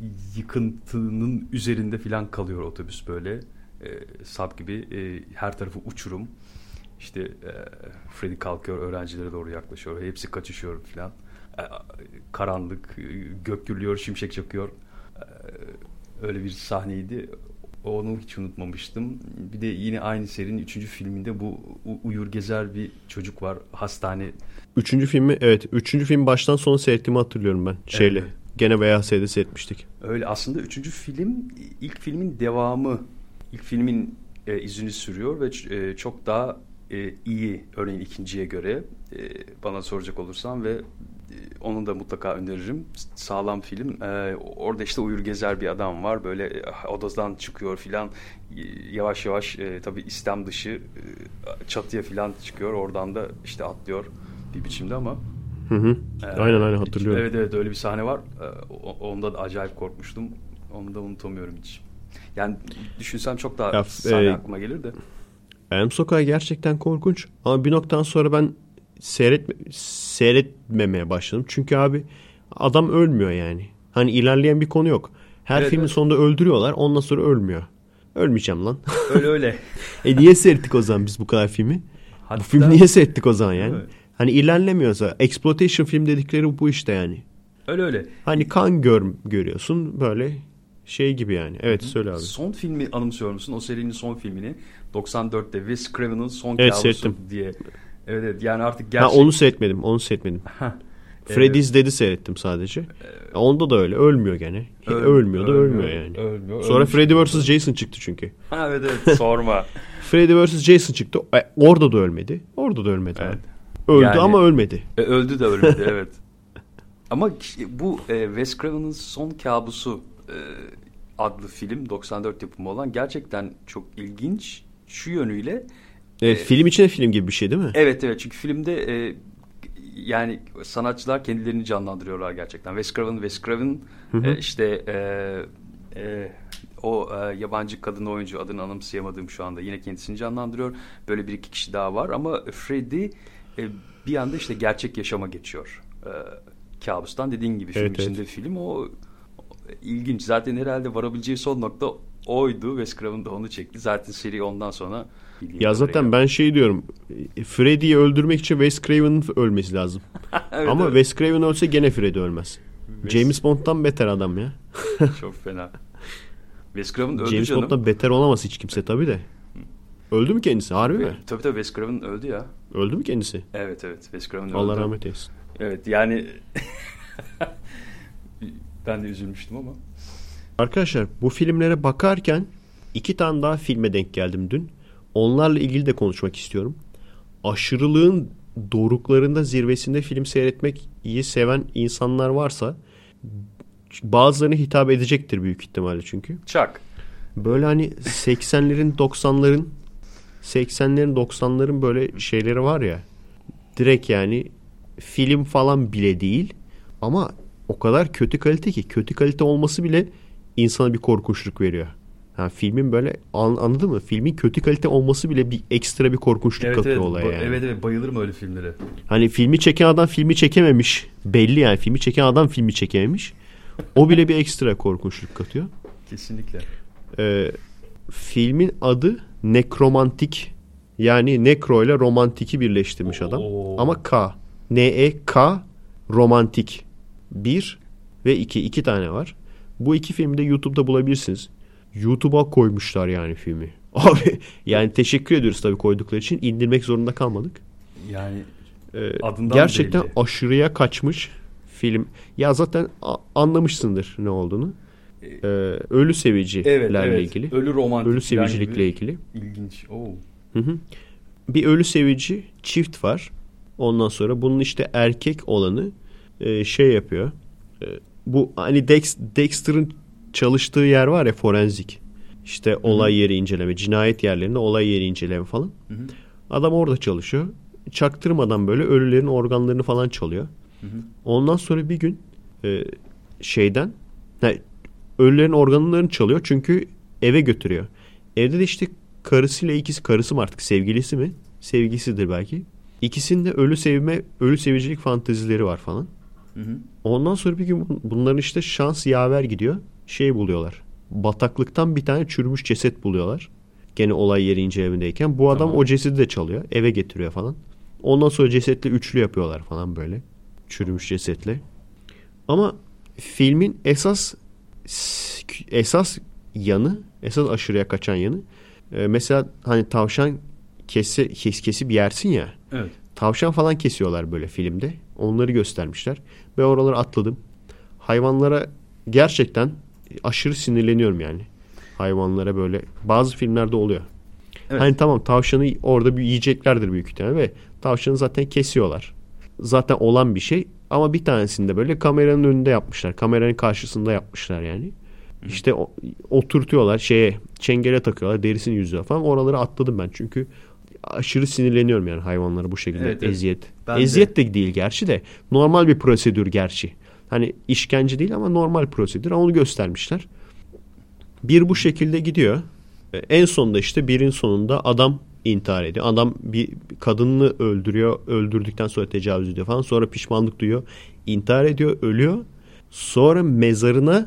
yıkıntının üzerinde filan kalıyor otobüs böyle. E, sap gibi e, her tarafı uçurum. İşte e, Freddy kalkıyor, öğrencilere doğru yaklaşıyor. Hepsi kaçışıyor filan. E, karanlık, gök gürlüyor, şimşek çakıyor. E, öyle bir sahneydi. Onu hiç unutmamıştım. Bir de yine aynı serinin üçüncü filminde bu uyur gezer bir çocuk var. Hastane. Üçüncü filmi evet. Üçüncü film baştan sona seyrettiğimi hatırlıyorum ben. Şeyle. Evet. Gene V H S'de seyretmiştik. Öyle aslında üçüncü film ilk filmin devamı. İlk filmin e, izini sürüyor ve e, çok daha e, iyi örneğin ikinciye göre e, bana soracak olursan ve e, onu da mutlaka öneririm. Sağlam film. E, orada işte uyur gezer bir adam var. Böyle e, odadan çıkıyor filan. E, yavaş yavaş e, tabii istem dışı e, çatıya filan çıkıyor. Oradan da işte atlıyor bir biçimde ama. Hı hı. E, aynen aynen hatırlıyorum. Evet evet öyle bir sahne var. E, onda da acayip korkmuştum. Onu da unutamıyorum hiç. Yani düşünsem çok daha ya, sahne e, aklıma gelir de. Elm Sokağı gerçekten korkunç. Ama bir noktadan sonra ben seyretme, seyretmemeye başladım. Çünkü abi adam ölmüyor yani. Hani ilerleyen bir konu yok. Her Evet, filmin evet. sonunda öldürüyorlar. Ondan sonra ölmüyor. Ölmeyeceğim lan. Öyle öyle. e niye seyrettik o zaman biz bu kadar filmi? Hatta, Bu filmi niye seyrettik o zaman yani? Evet. Hani ilerlemiyorsa. Exploitation film dedikleri bu işte yani. Öyle öyle. Hani kan gör, görüyorsun böyle şey gibi yani. Evet söyle abi. Son filmi anımsıyor musun? O serinin son filmini. doksan dörtte Wes Craven'ın Son Evet, Kabusu seyrettim. diye. Evet, evet yani artık Ha, gerçek. onu seyretmedim. Onu seyretmedim. Freddy's Dead'i seyrettim sadece. Onda da öyle. Ölmüyor gene. Öl- ölmüyor da ölmüyor, ölmüyor, yani. ölmüyor, Sonra ölmüş. Freddy versus. Jason çıktı çünkü. Ha, evet evet sorma. Freddy versus. Jason çıktı. E, orada da ölmedi. Orada da ölmedi. Evet. Abi. Öldü Yani- ama ölmedi. E, öldü de ölmedi evet. Ama bu e, Wes Craven'ın Son Kabusu e, adlı film doksan dört yapımı olan gerçekten çok ilginç şu yönüyle. Evet, E, film içine film gibi bir şey değil mi? Evet evet çünkü filmde e, yani sanatçılar kendilerini canlandırıyorlar gerçekten. Wes Craven, Wes Craven e, işte e, e, o e, yabancı kadın oyuncu adını anımsayamadım şu anda. Yine kendisini canlandırıyor. Böyle bir iki kişi daha var ama Freddy e, bir anda işte gerçek yaşama geçiyor. E, kabustan dediğin gibi film Evet, içinde evet. film o, o ilginç. Zaten herhalde varabileceği son nokta oydu. Wes Craven da onu çekti. Zaten seri ondan sonra Ya zaten ben şey diyorum. Freddy'yi öldürmek için Wes Craven'ın ölmesi lazım. evet, Ama evet. Wes Craven ölse gene Freddy ölmez. Wes- James Bond'dan beter adam ya. Çok fena. Wes Craven öldü James canım. Bond'dan beter olamaz hiç kimse tabii de. Öldü mü kendisi? Harbi mi? Tabii tabii Wes Craven öldü ya. Öldü mü kendisi? Evet evet Wes Craven öldü. Allah rahmet eylesin. Evet yani ben de üzülmüştüm ama. Arkadaşlar bu filmlere bakarken iki tane daha filme denk geldim dün. Onlarla ilgili de konuşmak istiyorum. Aşırılığın doruklarında zirvesinde film seyretmek iyi seven insanlar varsa bazılarına hitap edecektir büyük ihtimalle çünkü. Çak. Böyle hani seksenlerin doksanların seksenlerin doksanların böyle şeyleri var ya, direkt yani film falan bile değil ama o kadar kötü kalite ki kötü kalite olması bile insana bir korkunçluk veriyor. Ha, filmin böyle an, anladın mı? Filmin kötü kalite olması bile bir ekstra bir korkunçluk Evet katıyor evet, olaya ba- yani. evet evet bayılırım öyle filmlere. Hani filmi çeken adam filmi çekememiş. Belli yani filmi çeken adam filmi çekememiş. O bile bir ekstra korkunçluk katıyor. Kesinlikle. Ee, filmin adı Nekromantik. Yani nekro ile romantiki birleştirmiş adam. Oo. Ama K. N-E-K romantik. Bir ve iki. iki tane var. Bu iki filmi de YouTube'da bulabilirsiniz. YouTube'a koymuşlar yani filmi. Abi yani teşekkür ediyoruz tabii koydukları için. İndirmek zorunda kalmadık. Yani Ee, adından gerçekten belli. aşırıya kaçmış film. Ya zaten a- anlamışsındır ne olduğunu. Ee, ölü sevicilerle evet, evet. ilgili. Ölü romantik. Ölü falan sevicilikle gibi. ilgili. İlginç. Oo. Hı hı. Bir ölü sevici çift var. Ondan sonra bunun işte erkek olanı e, şey yapıyor. E, bu hani Dex, Dexter'ın çalıştığı yer var ya, forenzik. İşte olay yeri inceleme, cinayet yerlerinde olay yeri inceleme falan. Hı hı. Adam orada çalışıyor. Çaktırmadan böyle ölülerin organlarını falan çalıyor. Hı hı. Ondan sonra bir gün e, şeyden ha, ölülerin organlarını çalıyor çünkü eve götürüyor. Evde de işte karısıyla ikisi, karısı mı artık sevgilisi mi? Sevgilisidir belki. İkisinde ölü sevme, ölü sevicilik fantezileri var falan. Hı hı. Ondan sonra bir gün bun- bunların işte şans yaver gidiyor. Şey buluyorlar. Bataklıktan bir tane çürümüş ceset buluyorlar. Gene olay yeri incelemedeyken. Bu adam Tamam. o cesedi de çalıyor. Eve getiriyor falan. Ondan sonra cesetle üçlü yapıyorlar falan böyle. Çürümüş cesetle. Ama filmin esas esas yanı, esas aşırıya kaçan yanı, e, mesela hani tavşan kese, kes, kesip yersin ya. Evet. Tavşan falan kesiyorlar böyle filmde. Onları göstermişler. Ve oraları atladım. Hayvanlara gerçekten aşırı sinirleniyorum yani. Hayvanlara böyle. Bazı filmlerde oluyor. Evet. Hani tamam, tavşanı orada bir yiyeceklerdir büyük ihtimalle ve tavşanı zaten kesiyorlar. Zaten olan bir şey. Ama bir tanesini de böyle kameranın önünde yapmışlar. Kameranın karşısında yapmışlar yani. İşte o, oturtuyorlar şeye, çengele takıyorlar, derisini yüzüyor falan. Oraları atladım ben çünkü aşırı sinirleniyorum yani hayvanlara bu şekilde Evet, evet. eziyet. Ben eziyet de. de değil gerçi de. Normal bir prosedür gerçi. Hani işkence değil ama normal prosedür. Onu göstermişler. Bir bu şekilde gidiyor. En sonunda işte birin sonunda adam intihar ediyor. Adam bir kadını öldürüyor. Öldürdükten sonra tecavüz ediyor falan. Sonra pişmanlık duyuyor. İntihar ediyor. Ölüyor. Sonra mezarına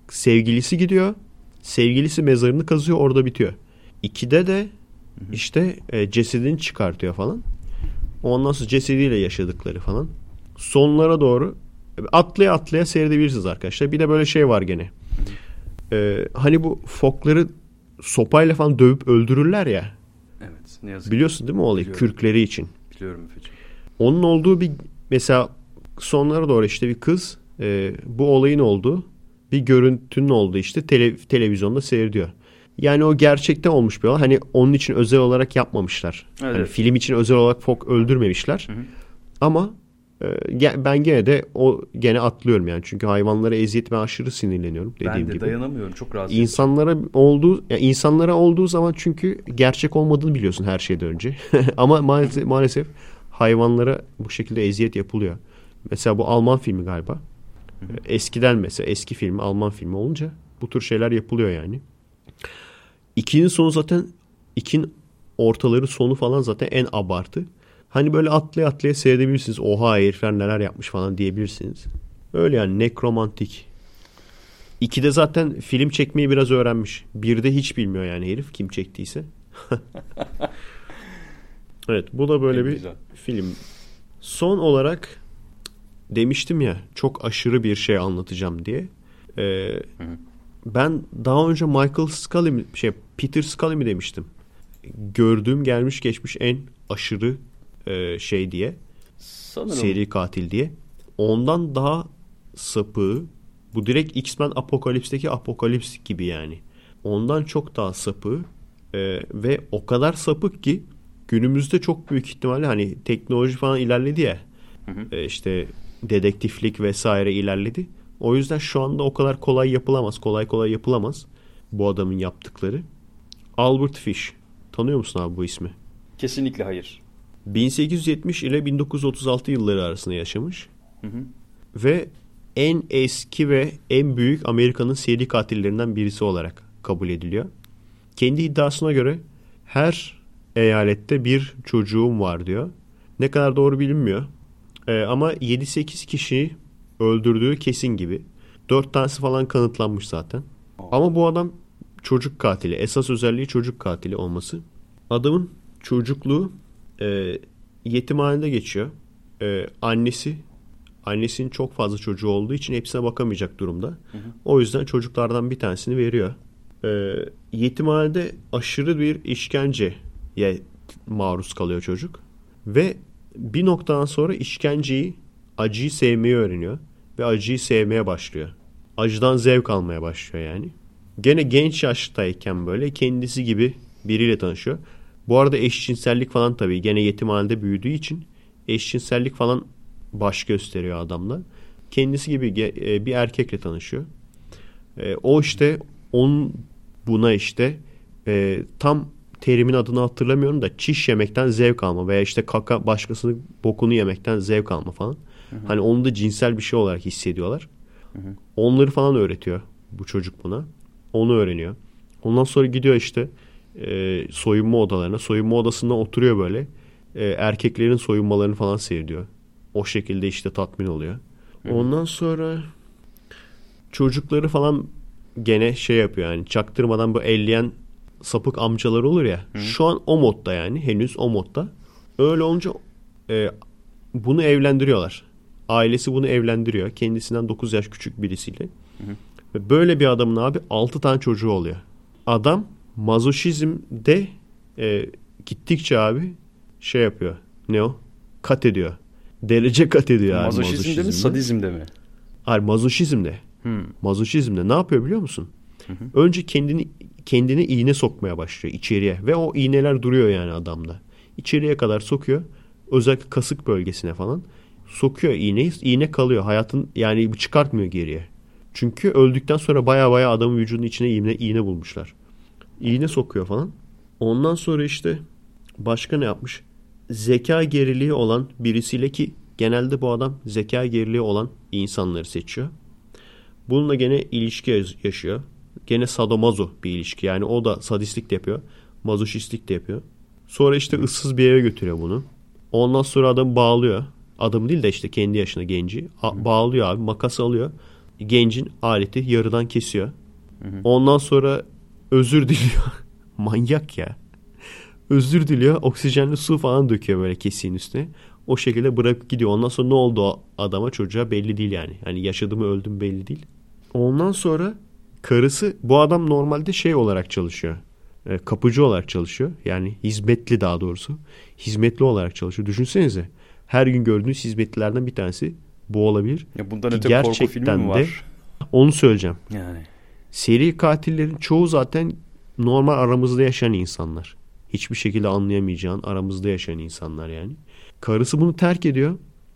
sevgilisi gidiyor. Sevgilisi mezarını kazıyor, orada bitiyor. ikide de işte e, cesedini çıkartıyor falan. Ondan sonra cesediyle yaşadıkları falan. Sonlara doğru atlaya atlaya seyredebilirsiniz arkadaşlar. Bir de böyle şey var gene. Ee, hani bu fokları sopayla falan dövüp öldürürler ya. Evet. Ne yazık. Biliyorsun değil mi o olayı? Biliyorum. Kürkleri için. Biliyorum Efe'ciğim. Onun olduğu bir mesela sonlara doğru işte bir kız e, bu olayın olduğu bir görüntünün olduğu işte tele, televizyonda seyrediyor. Yani o gerçekte olmuş bir olay. Hani onun için özel olarak yapmamışlar. Evet, hani evet. film için özel olarak fok öldürmemişler. Hı hı. Ama e, ben gene de o gene atlıyorum yani. Çünkü hayvanlara eziyet, ben aşırı sinirleniyorum dediğim ben de gibi. dayanamıyorum. Çok rahatsız. İnsanlara olduğu yani insanlara olduğu zaman çünkü gerçek olmadığını biliyorsun her şeyden önce. Ama maalesef, maalesef hayvanlara bu şekilde eziyet yapılıyor. Mesela bu Alman filmi galiba. Hı hı. Eskiden mesela eski filmi Alman filmi olunca bu tür şeyler yapılıyor yani. İkinin sonu zaten ikin ortaları sonu falan zaten en abartı. Hani böyle atlaya atlaya seyredebilirsiniz. Oha herifler neler yapmış falan diyebilirsiniz. Öyle yani nekromantik. İkide zaten film çekmeyi biraz öğrenmiş. Birde hiç bilmiyor yani herif kim çektiyse. Evet, bu da böyle en bir güzel film. Son olarak demiştim ya çok aşırı bir şey anlatacağım diye. Ee, hı hı. Ben daha önce Michael Scully mi, şey Peter Scully mi demiştim. Gördüğüm gelmiş geçmiş en aşırı e, şey diye. Sanırım. Seri katil diye. Ondan daha sapığı. Bu direkt X-Men Apokalips'teki Apokalips gibi yani. Ondan çok daha sapığı. E, ve o kadar sapık ki günümüzde çok büyük ihtimalle hani teknoloji falan ilerledi ya. Hı hı. E, işte dedektiflik vesaire ilerledi. O yüzden şu anda o kadar kolay yapılamaz. Kolay kolay yapılamaz bu adamın yaptıkları. Albert Fish. Tanıyor musun abi bu ismi? Kesinlikle hayır. bin sekiz yüz yetmiş ile bin dokuz yüz otuz altı yılları arasında yaşamış. Hı hı. Ve en eski ve en büyük Amerika'nın seri katillerinden birisi olarak kabul ediliyor. Kendi iddiasına göre her eyalette bir çocuğum var diyor. Ne kadar doğru bilinmiyor. Ee, ama yedi sekiz kişi öldürdüğü kesin gibi. Dört tanesi falan kanıtlanmış zaten. Ama bu adam çocuk katili. Esas özelliği çocuk katili olması. Adamın çocukluğu e, yetimhanede geçiyor. E, annesi annesinin çok fazla çocuğu olduğu için hepsine bakamayacak durumda. Hı hı. O yüzden çocuklardan bir tanesini veriyor. E, yetimhanede aşırı bir işkenceye maruz kalıyor çocuk. Ve bir noktadan sonra işkenceyi, acıyı sevmeyi öğreniyor. Ve acıyı sevmeye başlıyor. Acıdan zevk almaya başlıyor yani. Gene genç yaştayken böyle kendisi gibi biriyle tanışıyor. Bu arada eşcinsellik falan tabii gene yetimhanede büyüdüğü için eşcinsellik falan baş gösteriyor adamla. Kendisi gibi bir erkekle tanışıyor. O işte onun buna işte tam terimin adını hatırlamıyorum da çiş yemekten zevk alma veya işte kaka başkasının bokunu yemekten zevk alma falan. Hı hı. Hani onu da cinsel bir şey olarak hissediyorlar. Hı hı. Onları falan öğretiyor bu çocuk buna. Onu öğreniyor. Ondan sonra gidiyor işte e, soyunma odalarına. Soyunma odasında oturuyor böyle. E, erkeklerin soyunmalarını falan seyrediyor. O şekilde işte tatmin oluyor. Hı. Ondan sonra çocukları falan gene şey yapıyor yani çaktırmadan bu elleyen sapık amcalar olur ya. Hı. Şu an o modda yani. Henüz o modda. Öyle olunca e, bunu evlendiriyorlar. Ailesi bunu evlendiriyor. Kendisinden dokuz yaş küçük birisiyle. Hı hı. Ve böyle bir adamın abi altı tane çocuğu oluyor. Adam mazoşizmde e, gittikçe abi şey yapıyor. Ne o? Kat ediyor. Derece kat ediyor abi mazoşizmde. Mazoşizmde mi? Sadizmde mi? Hayır mazoşizmde. Hmm. Mazoşizmde ne yapıyor biliyor musun? Hı hı. Önce kendini kendine iğne sokmaya başlıyor içeriye. Ve o iğneler duruyor yani adamda. İçeriye kadar sokuyor. Özellikle kasık bölgesine falan. Sokuyor iğneyi. İğne kalıyor. Hayatın yani çıkartmıyor geriye. Çünkü öldükten sonra baya baya adamın vücudunun içine iğne, iğne bulmuşlar. İğne sokuyor falan. Ondan sonra işte başka ne yapmış? Zeka geriliği olan birisiyle ki genelde bu adam zeka geriliği olan insanları seçiyor. Bununla gene ilişki yaşıyor. Gene sadomazo bir ilişki. Yani o da sadistlik de yapıyor. Mazoşistlik de yapıyor. Sonra işte ıssız bir eve götürüyor bunu. Ondan sonra adamı bağlıyor. Adamı değil de işte kendi yaşına genci. A- bağlıyor abi. Makas alıyor. gencin aleti yarıdan kesiyor. Hı hı. Ondan sonra özür diliyor. Manyak ya. Özür diliyor. Oksijenli su falan döküyor böyle kesiğin üstüne. O şekilde bırakıp gidiyor. Ondan sonra ne oldu o adama, çocuğa belli değil yani. Hani yaşadı mı öldü mü belli değil. Ondan sonra karısı, bu adam normalde şey olarak çalışıyor. E, kapıcı olarak çalışıyor. Yani hizmetli, daha doğrusu. Hizmetli olarak çalışıyor. Düşünsenize. Her gün gördüğünüz hizmetlilerden bir tanesi bu olabilir. Ya bundan öte korku filmi mi var? De, onu söyleyeceğim. Yani. Seri katillerin çoğu zaten normal aramızda yaşayan insanlar. Hiçbir şekilde anlayamayacağın aramızda yaşayan insanlar yani. Karısı bunu terk ediyor.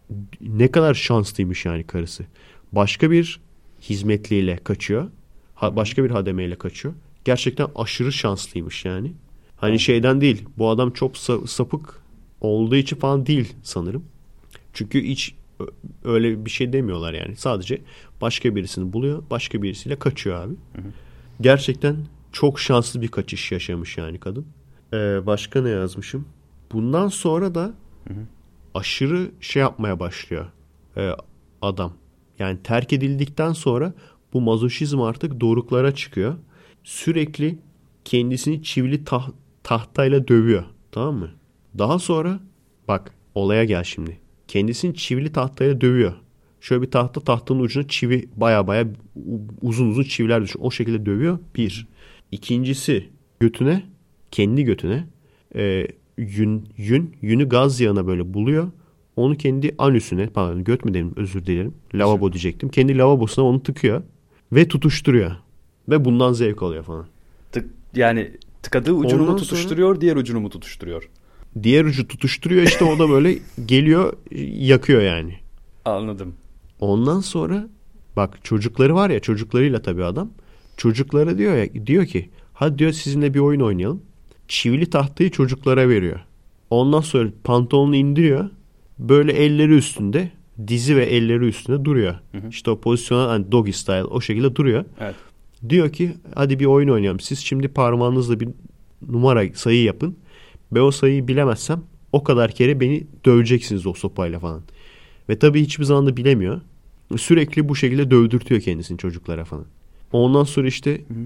Ne kadar şanslıymış yani karısı. Başka bir hizmetliyle kaçıyor. Ha, başka bir hademeyle kaçıyor. Gerçekten aşırı şanslıymış yani. Hani şeyden değil. Bu adam çok sa- sapık olduğu için falan değil sanırım. Çünkü hiç öyle bir şey demiyorlar yani. Sadece başka birisini buluyor. Başka birisiyle kaçıyor abi. Hı hı. Gerçekten çok şanslı bir kaçış yaşamış yani kadın. Ee, başka ne yazmışım? Bundan sonra da hı hı. aşırı şey yapmaya başlıyor ee, adam. Yani terk edildikten sonra bu mazoşizm artık doruklara çıkıyor. Sürekli kendisini çivili tah- tahtayla dövüyor. Tamam mı? Daha sonra bak olaya gel şimdi. Kendisini çivili tahtayla dövüyor. Şöyle bir tahta, tahtanın ucuna çivi, baya baya uzun uzun çiviler düşün. O şekilde dövüyor. Bir. İkincisi götüne, kendi götüne e, yün, yün, yünü gaz yağına böyle buluyor. Onu kendi anüsüne, pardon göt mü dedim, özür dilerim. Lavabo diyecektim. Kendi lavabosuna onu tıkıyor ve tutuşturuyor. Ve bundan zevk alıyor falan. Tık, yani tıkadığı ucunu Ondan mu tutuşturuyor, sonra diğer ucunu mu tutuşturuyor? Diğer ucu tutuşturuyor, işte o da böyle geliyor yakıyor yani. Anladım. Ondan sonra bak çocukları var ya, çocuklarıyla tabii adam. Çocuklara diyor ya, diyor ki hadi diyor sizinle bir oyun oynayalım. Çivili tahtayı çocuklara veriyor. Ondan sonra pantolonunu indiriyor. Böyle elleri üstünde, dizi ve elleri üstünde duruyor. Hı hı. İşte o pozisyona hani doggy style o şekilde duruyor. Evet. Diyor ki hadi bir oyun oynayalım. Siz şimdi parmağınızla bir numara, sayı yapın. Ben o sayıyı bilemezsem o kadar kere beni döveceksiniz o sopayla falan. Ve tabii hiçbir zaman da bilemiyor. Sürekli bu şekilde dövdürtüyor kendisini çocuklara falan. Ondan sonra işte hı hı.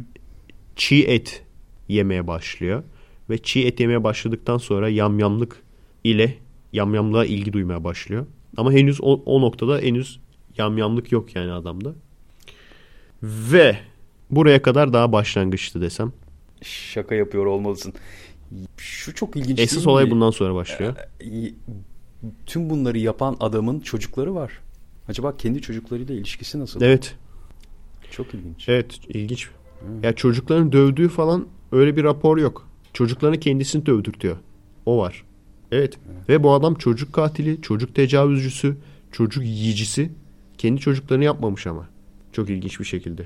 çiğ et yemeye başlıyor. Ve çiğ et yemeye başladıktan sonra yamyamlık ile yamyamlığa ilgi duymaya başlıyor. Ama henüz o, o noktada henüz yamyamlık yok yani adamda. Ve buraya kadar daha başlangıçtı desem. Şaka yapıyor olmalısın. Şu çok ilginç. Esas olay mi? Bundan sonra başlıyor. Tüm bunları yapan adamın çocukları var. Acaba kendi çocuklarıyla ilişkisi nasıl? Evet. Çok ilginç. Evet, ilginç. Hmm. Ya çocukların dövdüğü falan öyle bir rapor yok. Çocuklarını kendisini dövdürtüyor. O var. Evet. evet. Ve bu adam çocuk katili, çocuk tecavüzcüsü, çocuk yiyicisi. Kendi çocuklarını yapmamış ama. Çok ilginç bir şekilde.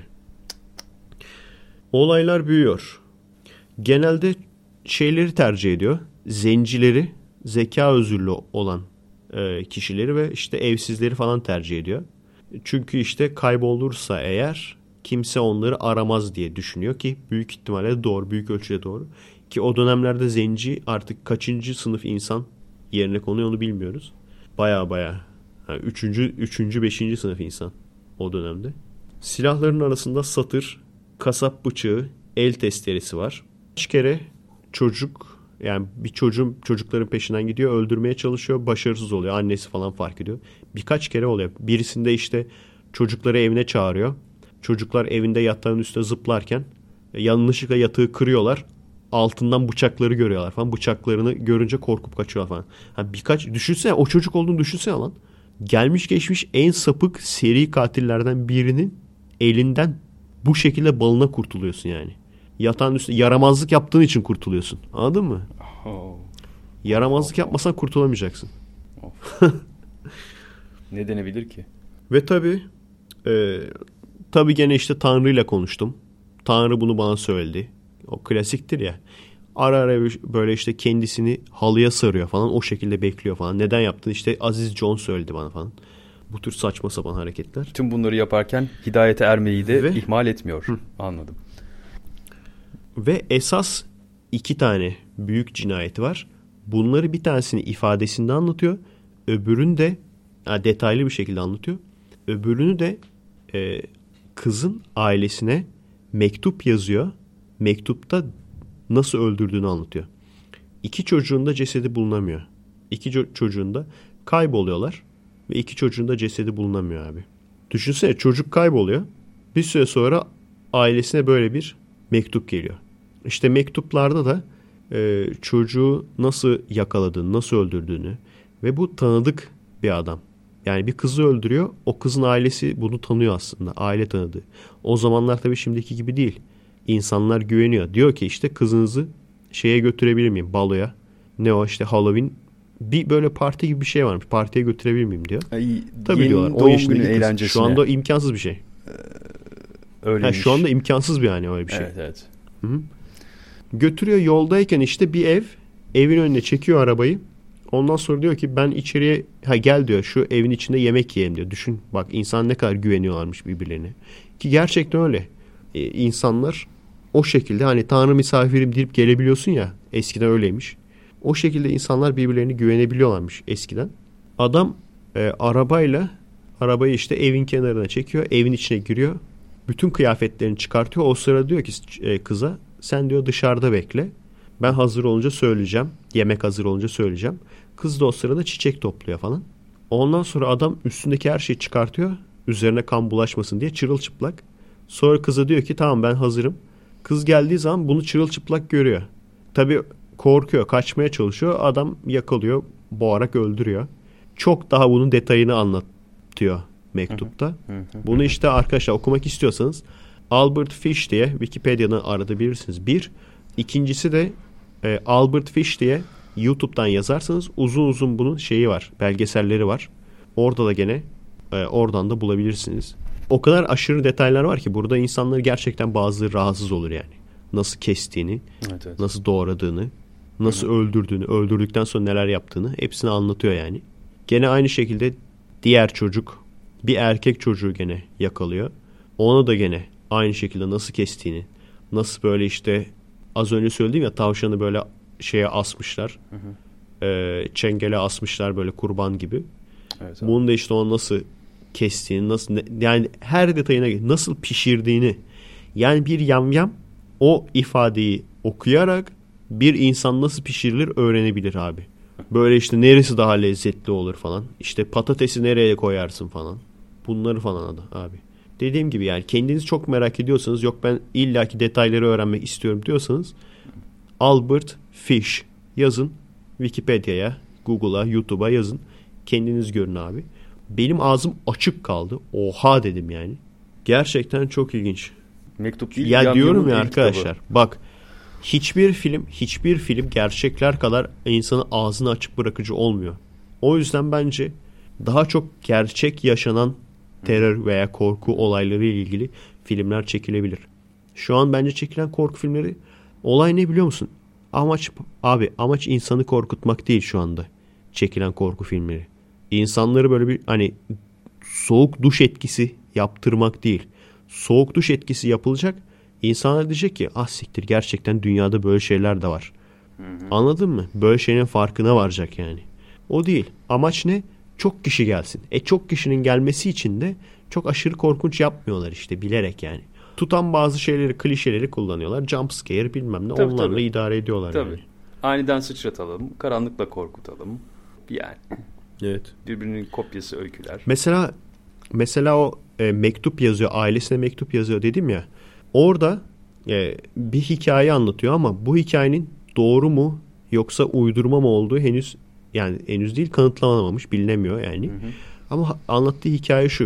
Olaylar büyüyor. Genelde şeyleri tercih ediyor. Zencileri, zeka özürlü olan e, kişileri ve işte evsizleri falan tercih ediyor. Çünkü işte kaybolursa eğer kimse onları aramaz diye düşünüyor ki büyük ihtimalle doğru, büyük ölçüde doğru. Ki o dönemlerde zenci artık kaçıncı sınıf insan yerine konuyor onu bilmiyoruz. Baya baya. Yani üçüncü, üçüncü, beşinci sınıf insan o dönemde. Silahların arasında satır, kasap bıçağı, el testeresi var. Kaç kere çocuk, yani bir çocuğun çocukların peşinden gidiyor, öldürmeye çalışıyor, başarısız oluyor. Annesi falan fark ediyor. Birkaç kere oluyor. Birisinde işte çocukları evine çağırıyor. Çocuklar evinde yatağın üstüne zıplarken yanlışlıkla yatığı kırıyorlar. Altından bıçakları görüyorlar falan. Bıçaklarını görünce korkup kaçıyorlar falan. Ha birkaç, düşünsene o çocuk olduğunu düşünsene lan. Gelmiş geçmiş en sapık seri katillerden birinin elinden bu şekilde balına kurtuluyorsun yani. Yatağın üstünde yaramazlık yaptığın için kurtuluyorsun. Anladın mı? Oh. Yaramazlık yapmasan kurtulamayacaksın. Oh. Ne denebilir ki? Ve tabii e, tabii gene işte Tanrı ile konuştum. Tanrı bunu bana söyledi. O klasiktir ya. Ara ara böyle işte kendisini halıya sarıyor falan. O şekilde bekliyor falan. Neden yaptın? İşte Aziz John söyledi bana falan. Bu tür saçma sapan hareketler. Tüm bunları yaparken hidayete ermeyi de Ve, ihmal etmiyor. Hı. Anladım. Ve esas iki tane büyük cinayeti var. Bunları bir tanesini ifadesinde anlatıyor. Öbürünü de yani detaylı bir şekilde anlatıyor. Öbürünü de e, kızın ailesine mektup yazıyor. Mektupta nasıl öldürdüğünü anlatıyor. İki çocuğun da cesedi bulunamıyor. İki ço- çocuğun da kayboluyorlar ve iki çocuğun da cesedi bulunamıyor abi. Düşünsene, çocuk kayboluyor. Bir süre sonra ailesine böyle bir mektup geliyor. İşte mektuplarda da e, çocuğu nasıl yakaladığını, nasıl öldürdüğünü ve bu tanıdık bir adam. Yani bir kızı öldürüyor. O kızın ailesi bunu tanıyor aslında. Aile tanıdığı. O zamanlar tabii şimdiki gibi değil. İnsanlar güveniyor. Diyor ki işte kızınızı şeye götürebilir miyim? Baloya. Ne o işte Halloween. Bir böyle parti gibi bir şey varmış. Partiye götürebilir miyim diyor. Ay, tabii diyorlar. on yaşındaki kız. Şu anda imkansız bir şey. Öyleymiş. Ha, şu anda imkansız bir yani öyle bir şey. Evet evet. Hı-hı. Götürüyor, yoldayken işte bir ev. Evin önüne çekiyor arabayı. Ondan sonra diyor ki ben içeriye ha gel diyor, şu evin içinde yemek yiyelim diyor. Düşün bak, insan ne kadar güveniyorlarmış birbirlerine. Ki gerçekten öyle. Ee, insanlar o şekilde, hani Tanrı misafirim deyip gelebiliyorsun ya, eskiden öyleymiş. O şekilde insanlar birbirlerine güvenebiliyorlarmış eskiden. Adam e, arabayla arabayı işte evin kenarına çekiyor. Evin içine giriyor. Bütün kıyafetlerini çıkartıyor. O sırada diyor ki e, kıza sen diyor dışarıda bekle. Ben hazır olunca söyleyeceğim. Yemek hazır olunca söyleyeceğim. Kız da o sırada çiçek topluyor falan. Ondan sonra adam üstündeki her şeyi çıkartıyor. Üzerine kan bulaşmasın diye, çırılçıplak. Sonra kıza diyor ki tamam ben hazırım. Kız geldiği zaman bunu çırılçıplak görüyor. Tabii korkuyor, kaçmaya çalışıyor. Adam yakalıyor, boğarak öldürüyor. Çok daha bunun detayını anlatıyor mektupta. Bunu işte arkadaşlar okumak istiyorsanız Albert Fish diye Wikipedia'dan aratabilirsiniz. Bir. İkincisi de e, Albert Fish diye YouTube'dan yazarsanız uzun uzun bunun şeyi var, belgeselleri var. Orada da gene e, oradan da bulabilirsiniz. O kadar aşırı detaylar var ki burada insanları gerçekten bazıları rahatsız olur yani. Nasıl kestiğini, evet, evet. nasıl doğradığını, nasıl Hı-hı. öldürdüğünü, öldürdükten sonra neler yaptığını hepsini anlatıyor yani. Gene aynı şekilde diğer çocuk, bir erkek çocuğu gene yakalıyor. Ona da gene aynı şekilde nasıl kestiğini, nasıl böyle işte az önce söylediğim ya, tavşanı böyle şeye asmışlar. Hı hı. E, çengele asmışlar böyle kurban gibi. Evet, bunu da işte onu nasıl kestiğini, nasıl ne, yani her detayına, nasıl pişirdiğini, yani bir yamyam o ifadeyi okuyarak bir insan nasıl pişirilir öğrenebilir abi. Böyle işte neresi daha lezzetli olur falan. İşte patatesi nereye koyarsın falan. Bunları falan abi. Dediğim gibi yani kendiniz çok merak ediyorsanız, yok ben illaki detayları öğrenmek istiyorum diyorsanız Albert Fish yazın Wikipedia'ya, Google'a, YouTube'a yazın. Kendiniz görün abi. Benim ağzım açık kaldı. Oha dedim yani. Gerçekten çok ilginç. Mektup değil, ya diyorum ya arkadaşlar. Kitabı. Bak hiçbir film, hiçbir film gerçekler kadar insanın ağzını açık bırakıcı olmuyor. O yüzden bence daha çok gerçek yaşanan terör veya korku olayları ile ilgili filmler çekilebilir. Şu an bence çekilen korku filmleri, olay ne biliyor musun? Amaç abi amaç insanı korkutmak değil şu anda çekilen korku filmleri. İnsanları böyle bir hani soğuk duş etkisi yaptırmak değil. Soğuk duş etkisi yapılacak. İnsanlar diyecek ki ah siktir, gerçekten dünyada böyle şeyler de var. Hı hı. Anladın mı? Böyle şeylerin farkına varacak yani. O değil. Amaç ne? Çok kişi gelsin. E çok kişinin gelmesi için de çok aşırı korkunç yapmıyorlar işte bilerek yani. Tutan bazı şeyleri, klişeleri kullanıyorlar. Jump scare bilmem ne, tabii, onlarla tabii. idare ediyorlar tabii. Yani. Aniden sıçratalım, karanlıkla korkutalım. Yani. Evet. Birbirinin kopyası öyküler. Mesela mesela o e, mektup yazıyor, ailesine mektup yazıyor dedim ya. Orada e, bir hikaye anlatıyor ama bu hikayenin doğru mu yoksa uydurma mı olduğu henüz yani henüz değil, kanıtlanamamış, bilinemiyor yani. Hı hı. Ama anlattığı hikaye şu.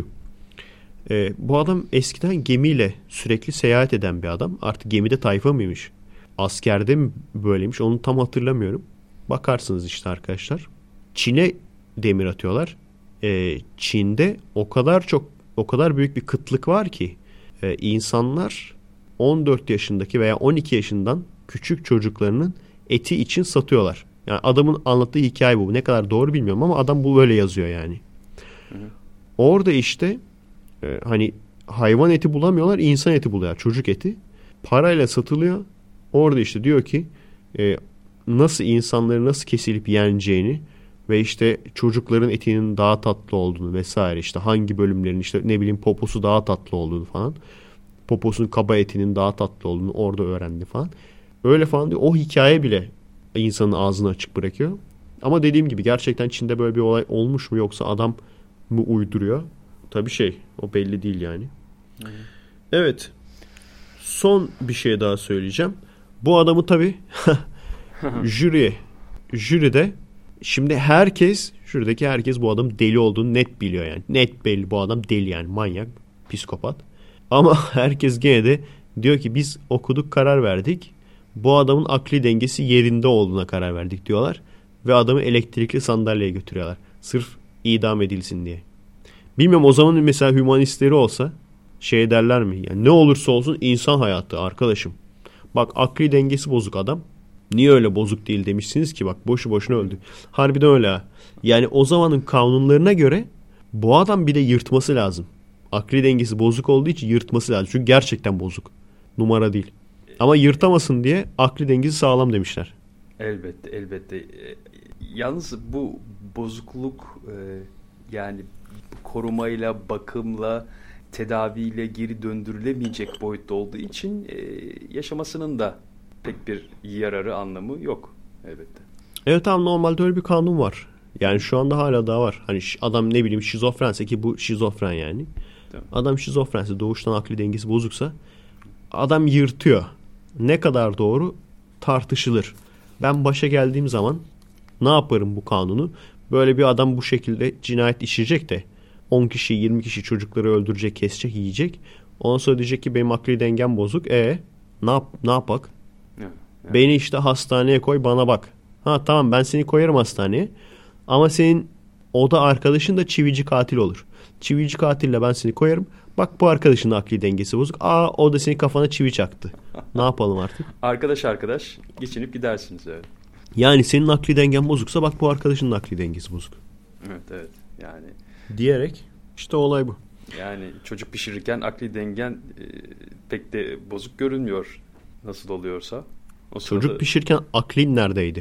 E, bu adam eskiden gemiyle sürekli seyahat eden bir adam. Artık gemide tayfa mıymış? Askerde mi böyleymiş? Onu tam hatırlamıyorum. Bakarsınız işte arkadaşlar. Çin'e demir atıyorlar. E, Çin'de o kadar çok, o kadar büyük bir kıtlık var ki e, insanlar on dört yaşındaki veya on iki yaşından küçük çocuklarının eti için satıyorlar. Yani adamın anlattığı hikaye bu. Ne kadar doğru bilmiyorum ama adam bu böyle yazıyor yani. Hı hı. Orada işte e, hani hayvan eti bulamıyorlar, insan eti buluyorlar. Çocuk eti. Parayla satılıyor. Orada işte diyor ki e, nasıl insanları nasıl kesilip yeneceğini, ve işte çocukların etinin daha tatlı olduğunu vesaire, işte hangi bölümlerin işte ne bileyim poposu daha tatlı olduğunu falan, poposunun kaba etinin daha tatlı olduğunu orada öğrendi falan. Öyle falan diyor. O hikaye bile insanın ağzını açık bırakıyor. Ama dediğim gibi gerçekten Çin'de böyle bir olay olmuş mu yoksa adam mı uyduruyor? Tabii şey, o belli değil yani. Hmm. Evet. Son bir şey daha söyleyeceğim. Bu adamı tabii jüri jüride şimdi herkes, şuradaki herkes bu adam deli olduğunu net biliyor yani. Net belli, bu adam deli yani, manyak, psikopat. Ama herkes gene de diyor ki biz okuduk, karar verdik. Bu adamın akli dengesi yerinde olduğuna karar verdik diyorlar. Ve adamı elektrikli sandalyeye götürüyorlar. Sırf idam edilsin diye. Bilmiyorum, o zaman mesela hümanistleri olsa şey derler mi? Yani ne olursa olsun insan hayatı arkadaşım. Bak akli dengesi bozuk adam. Niye öyle bozuk değil demişsiniz ki, bak boşu boşuna öldü. Harbiden öyle ha. Yani o zamanın kanunlarına göre bu adam bir de yırtması lazım. Akli dengesi bozuk olduğu için yırtması lazım. Çünkü gerçekten bozuk. Numara değil. Ama yırtamasın diye akli dengesi sağlam demişler. Elbette, elbette. Yalnız bu bozukluk yani korumayla, bakımla, tedaviyle geri döndürülemeyecek boyutta olduğu için yaşamasının da pek bir yararı, anlamı yok elbette. Evet abi, normalde öyle bir kanun var. Yani şu anda hala daha var. Hani adam ne bileyim şizofrense, ki bu şizofren yani. Tamam. Adam şizofrense, doğuştan akli dengesi bozuksa adam yırtıyor. Ne kadar doğru tartışılır. Ben başa geldiğim zaman ne yaparım bu kanunu? Böyle bir adam bu şekilde cinayet işleyecek de on kişi, yirmi kişi çocukları öldürecek, kesecek, yiyecek. Ondan sonra diyecek ki benim akli dengem bozuk. E ne yap ne yapak? Evet, evet. Beni işte hastaneye koy, bana bak. Ha tamam, ben seni koyarım hastaneye. Ama senin oda arkadaşın da çivici katil olur. Çivici katille ben seni koyarım. Bak bu arkadaşın akli dengesi bozuk. Aa o da senin kafana çivi çaktı. Ne yapalım artık? Arkadaş arkadaş geçinip gidersiniz öyle. Yani senin akli dengen bozuksa bak bu arkadaşının akli dengesi bozuk. Evet evet yani. Diyerek işte olay bu. Yani çocuk pişirirken akli dengen e, pek de bozuk görünmüyor. Nasıl oluyorsa. O çocuk sırada... pişirirken aklin neredeydi?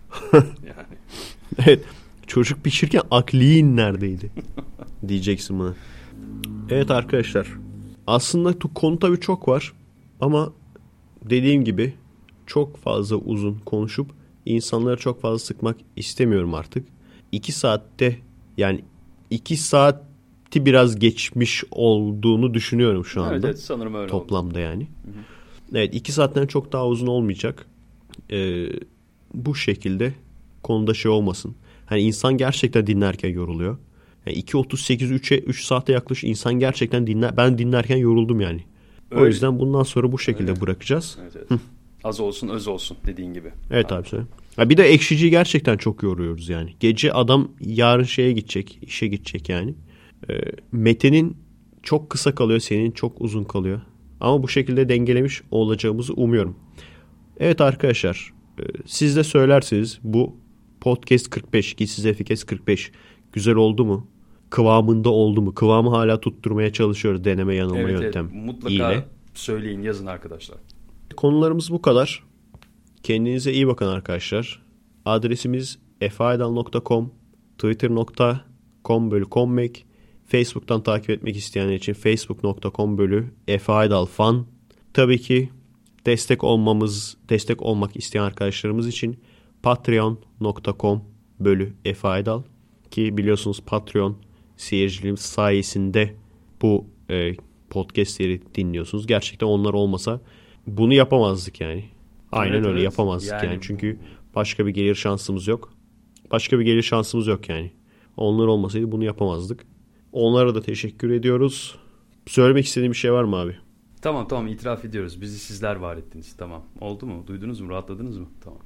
Yani. Evet. Çocuk pişirirken aklin neredeydi? Diyeceksin bana. Evet arkadaşlar. Aslında konu tabii çok var. Ama dediğim gibi çok fazla uzun konuşup insanları çok fazla sıkmak istemiyorum artık. İki saatte yani iki saati biraz geçmiş olduğunu düşünüyorum şu anda. Evet, evet sanırım öyle toplamda oldu. Yani. Hı hı. Evet, iki saatten çok daha uzun olmayacak. Ee, bu şekilde konuda şey olmasın. Hani insan gerçekten dinlerken yoruluyor. Yani iki otuz sekiz üçe üç saate yaklaşık insan gerçekten dinler. Ben dinlerken yoruldum yani. Öyle. O yüzden bundan sonra bu şekilde öyle bırakacağız. Evet, evet. Az olsun öz olsun dediğin gibi. Evet abi, abi ya bir de Ekşici'yi gerçekten çok yoruyoruz yani. Gece adam yarın şeye gidecek, işe gidecek yani. E, Mete'nin çok kısa kalıyor, senin çok uzun kalıyor. Ama bu şekilde dengelemiş olacağımızı umuyorum. Evet arkadaşlar, e, siz de söylersiniz bu Podcast kırk beş, Gizsiz Efekes kırk beş güzel oldu mu? Kıvamında oldu mu? Kıvamı hala tutturmaya çalışıyoruz, deneme yanılma evet, yöntem. Evet, mutlaka ile. Söyleyin, yazın arkadaşlar. Konularımız bu kadar. Kendinize iyi bakın arkadaşlar. Adresimiz efaydal nokta com, twitter nokta com bölü commek, Facebook'tan takip etmek isteyenler için facebook nokta com bölü efaydalfan. Tabii ki destek olmamız, destek olmak isteyen arkadaşlarımız için patreon nokta com bölü efaydal, ki biliyorsunuz Patreon seyircilerimiz sayesinde bu e, podcastleri dinliyorsunuz. Gerçekten onlar olmasa bunu yapamazdık yani. Aynen evet, öyle evet. yapamazdık yani. yani. Çünkü başka bir gelir şansımız yok. Başka bir gelir şansımız yok yani. Onlar olmasaydı bunu yapamazdık. Onlara da teşekkür ediyoruz. Söylemek istediğin bir şey var mı abi? Tamam tamam, itiraf ediyoruz. Bizi sizler var ettiniz. Tamam. Oldu mu? Duydunuz mu? Rahatladınız mı? Tamam.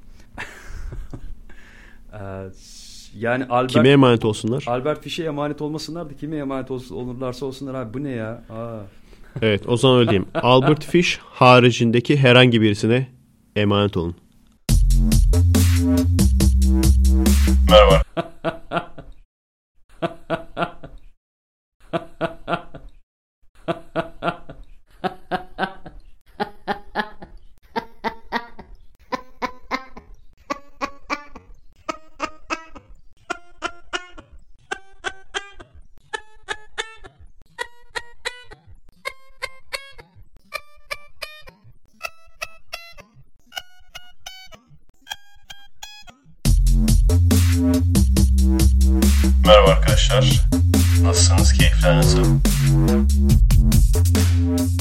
ee, yani Albert, kime emanet olsunlar? Albert Fish'e emanet olmasınlar da kime emanet olurlarsa olsunlar abi. Bu ne ya? Aa. Evet, o zaman öyle diyeyim. Albert Fish haricindeki herhangi birisine emanet olun. Merhaba. Merhaba arkadaşlar. Nasılsınız? Keyifler nasıl?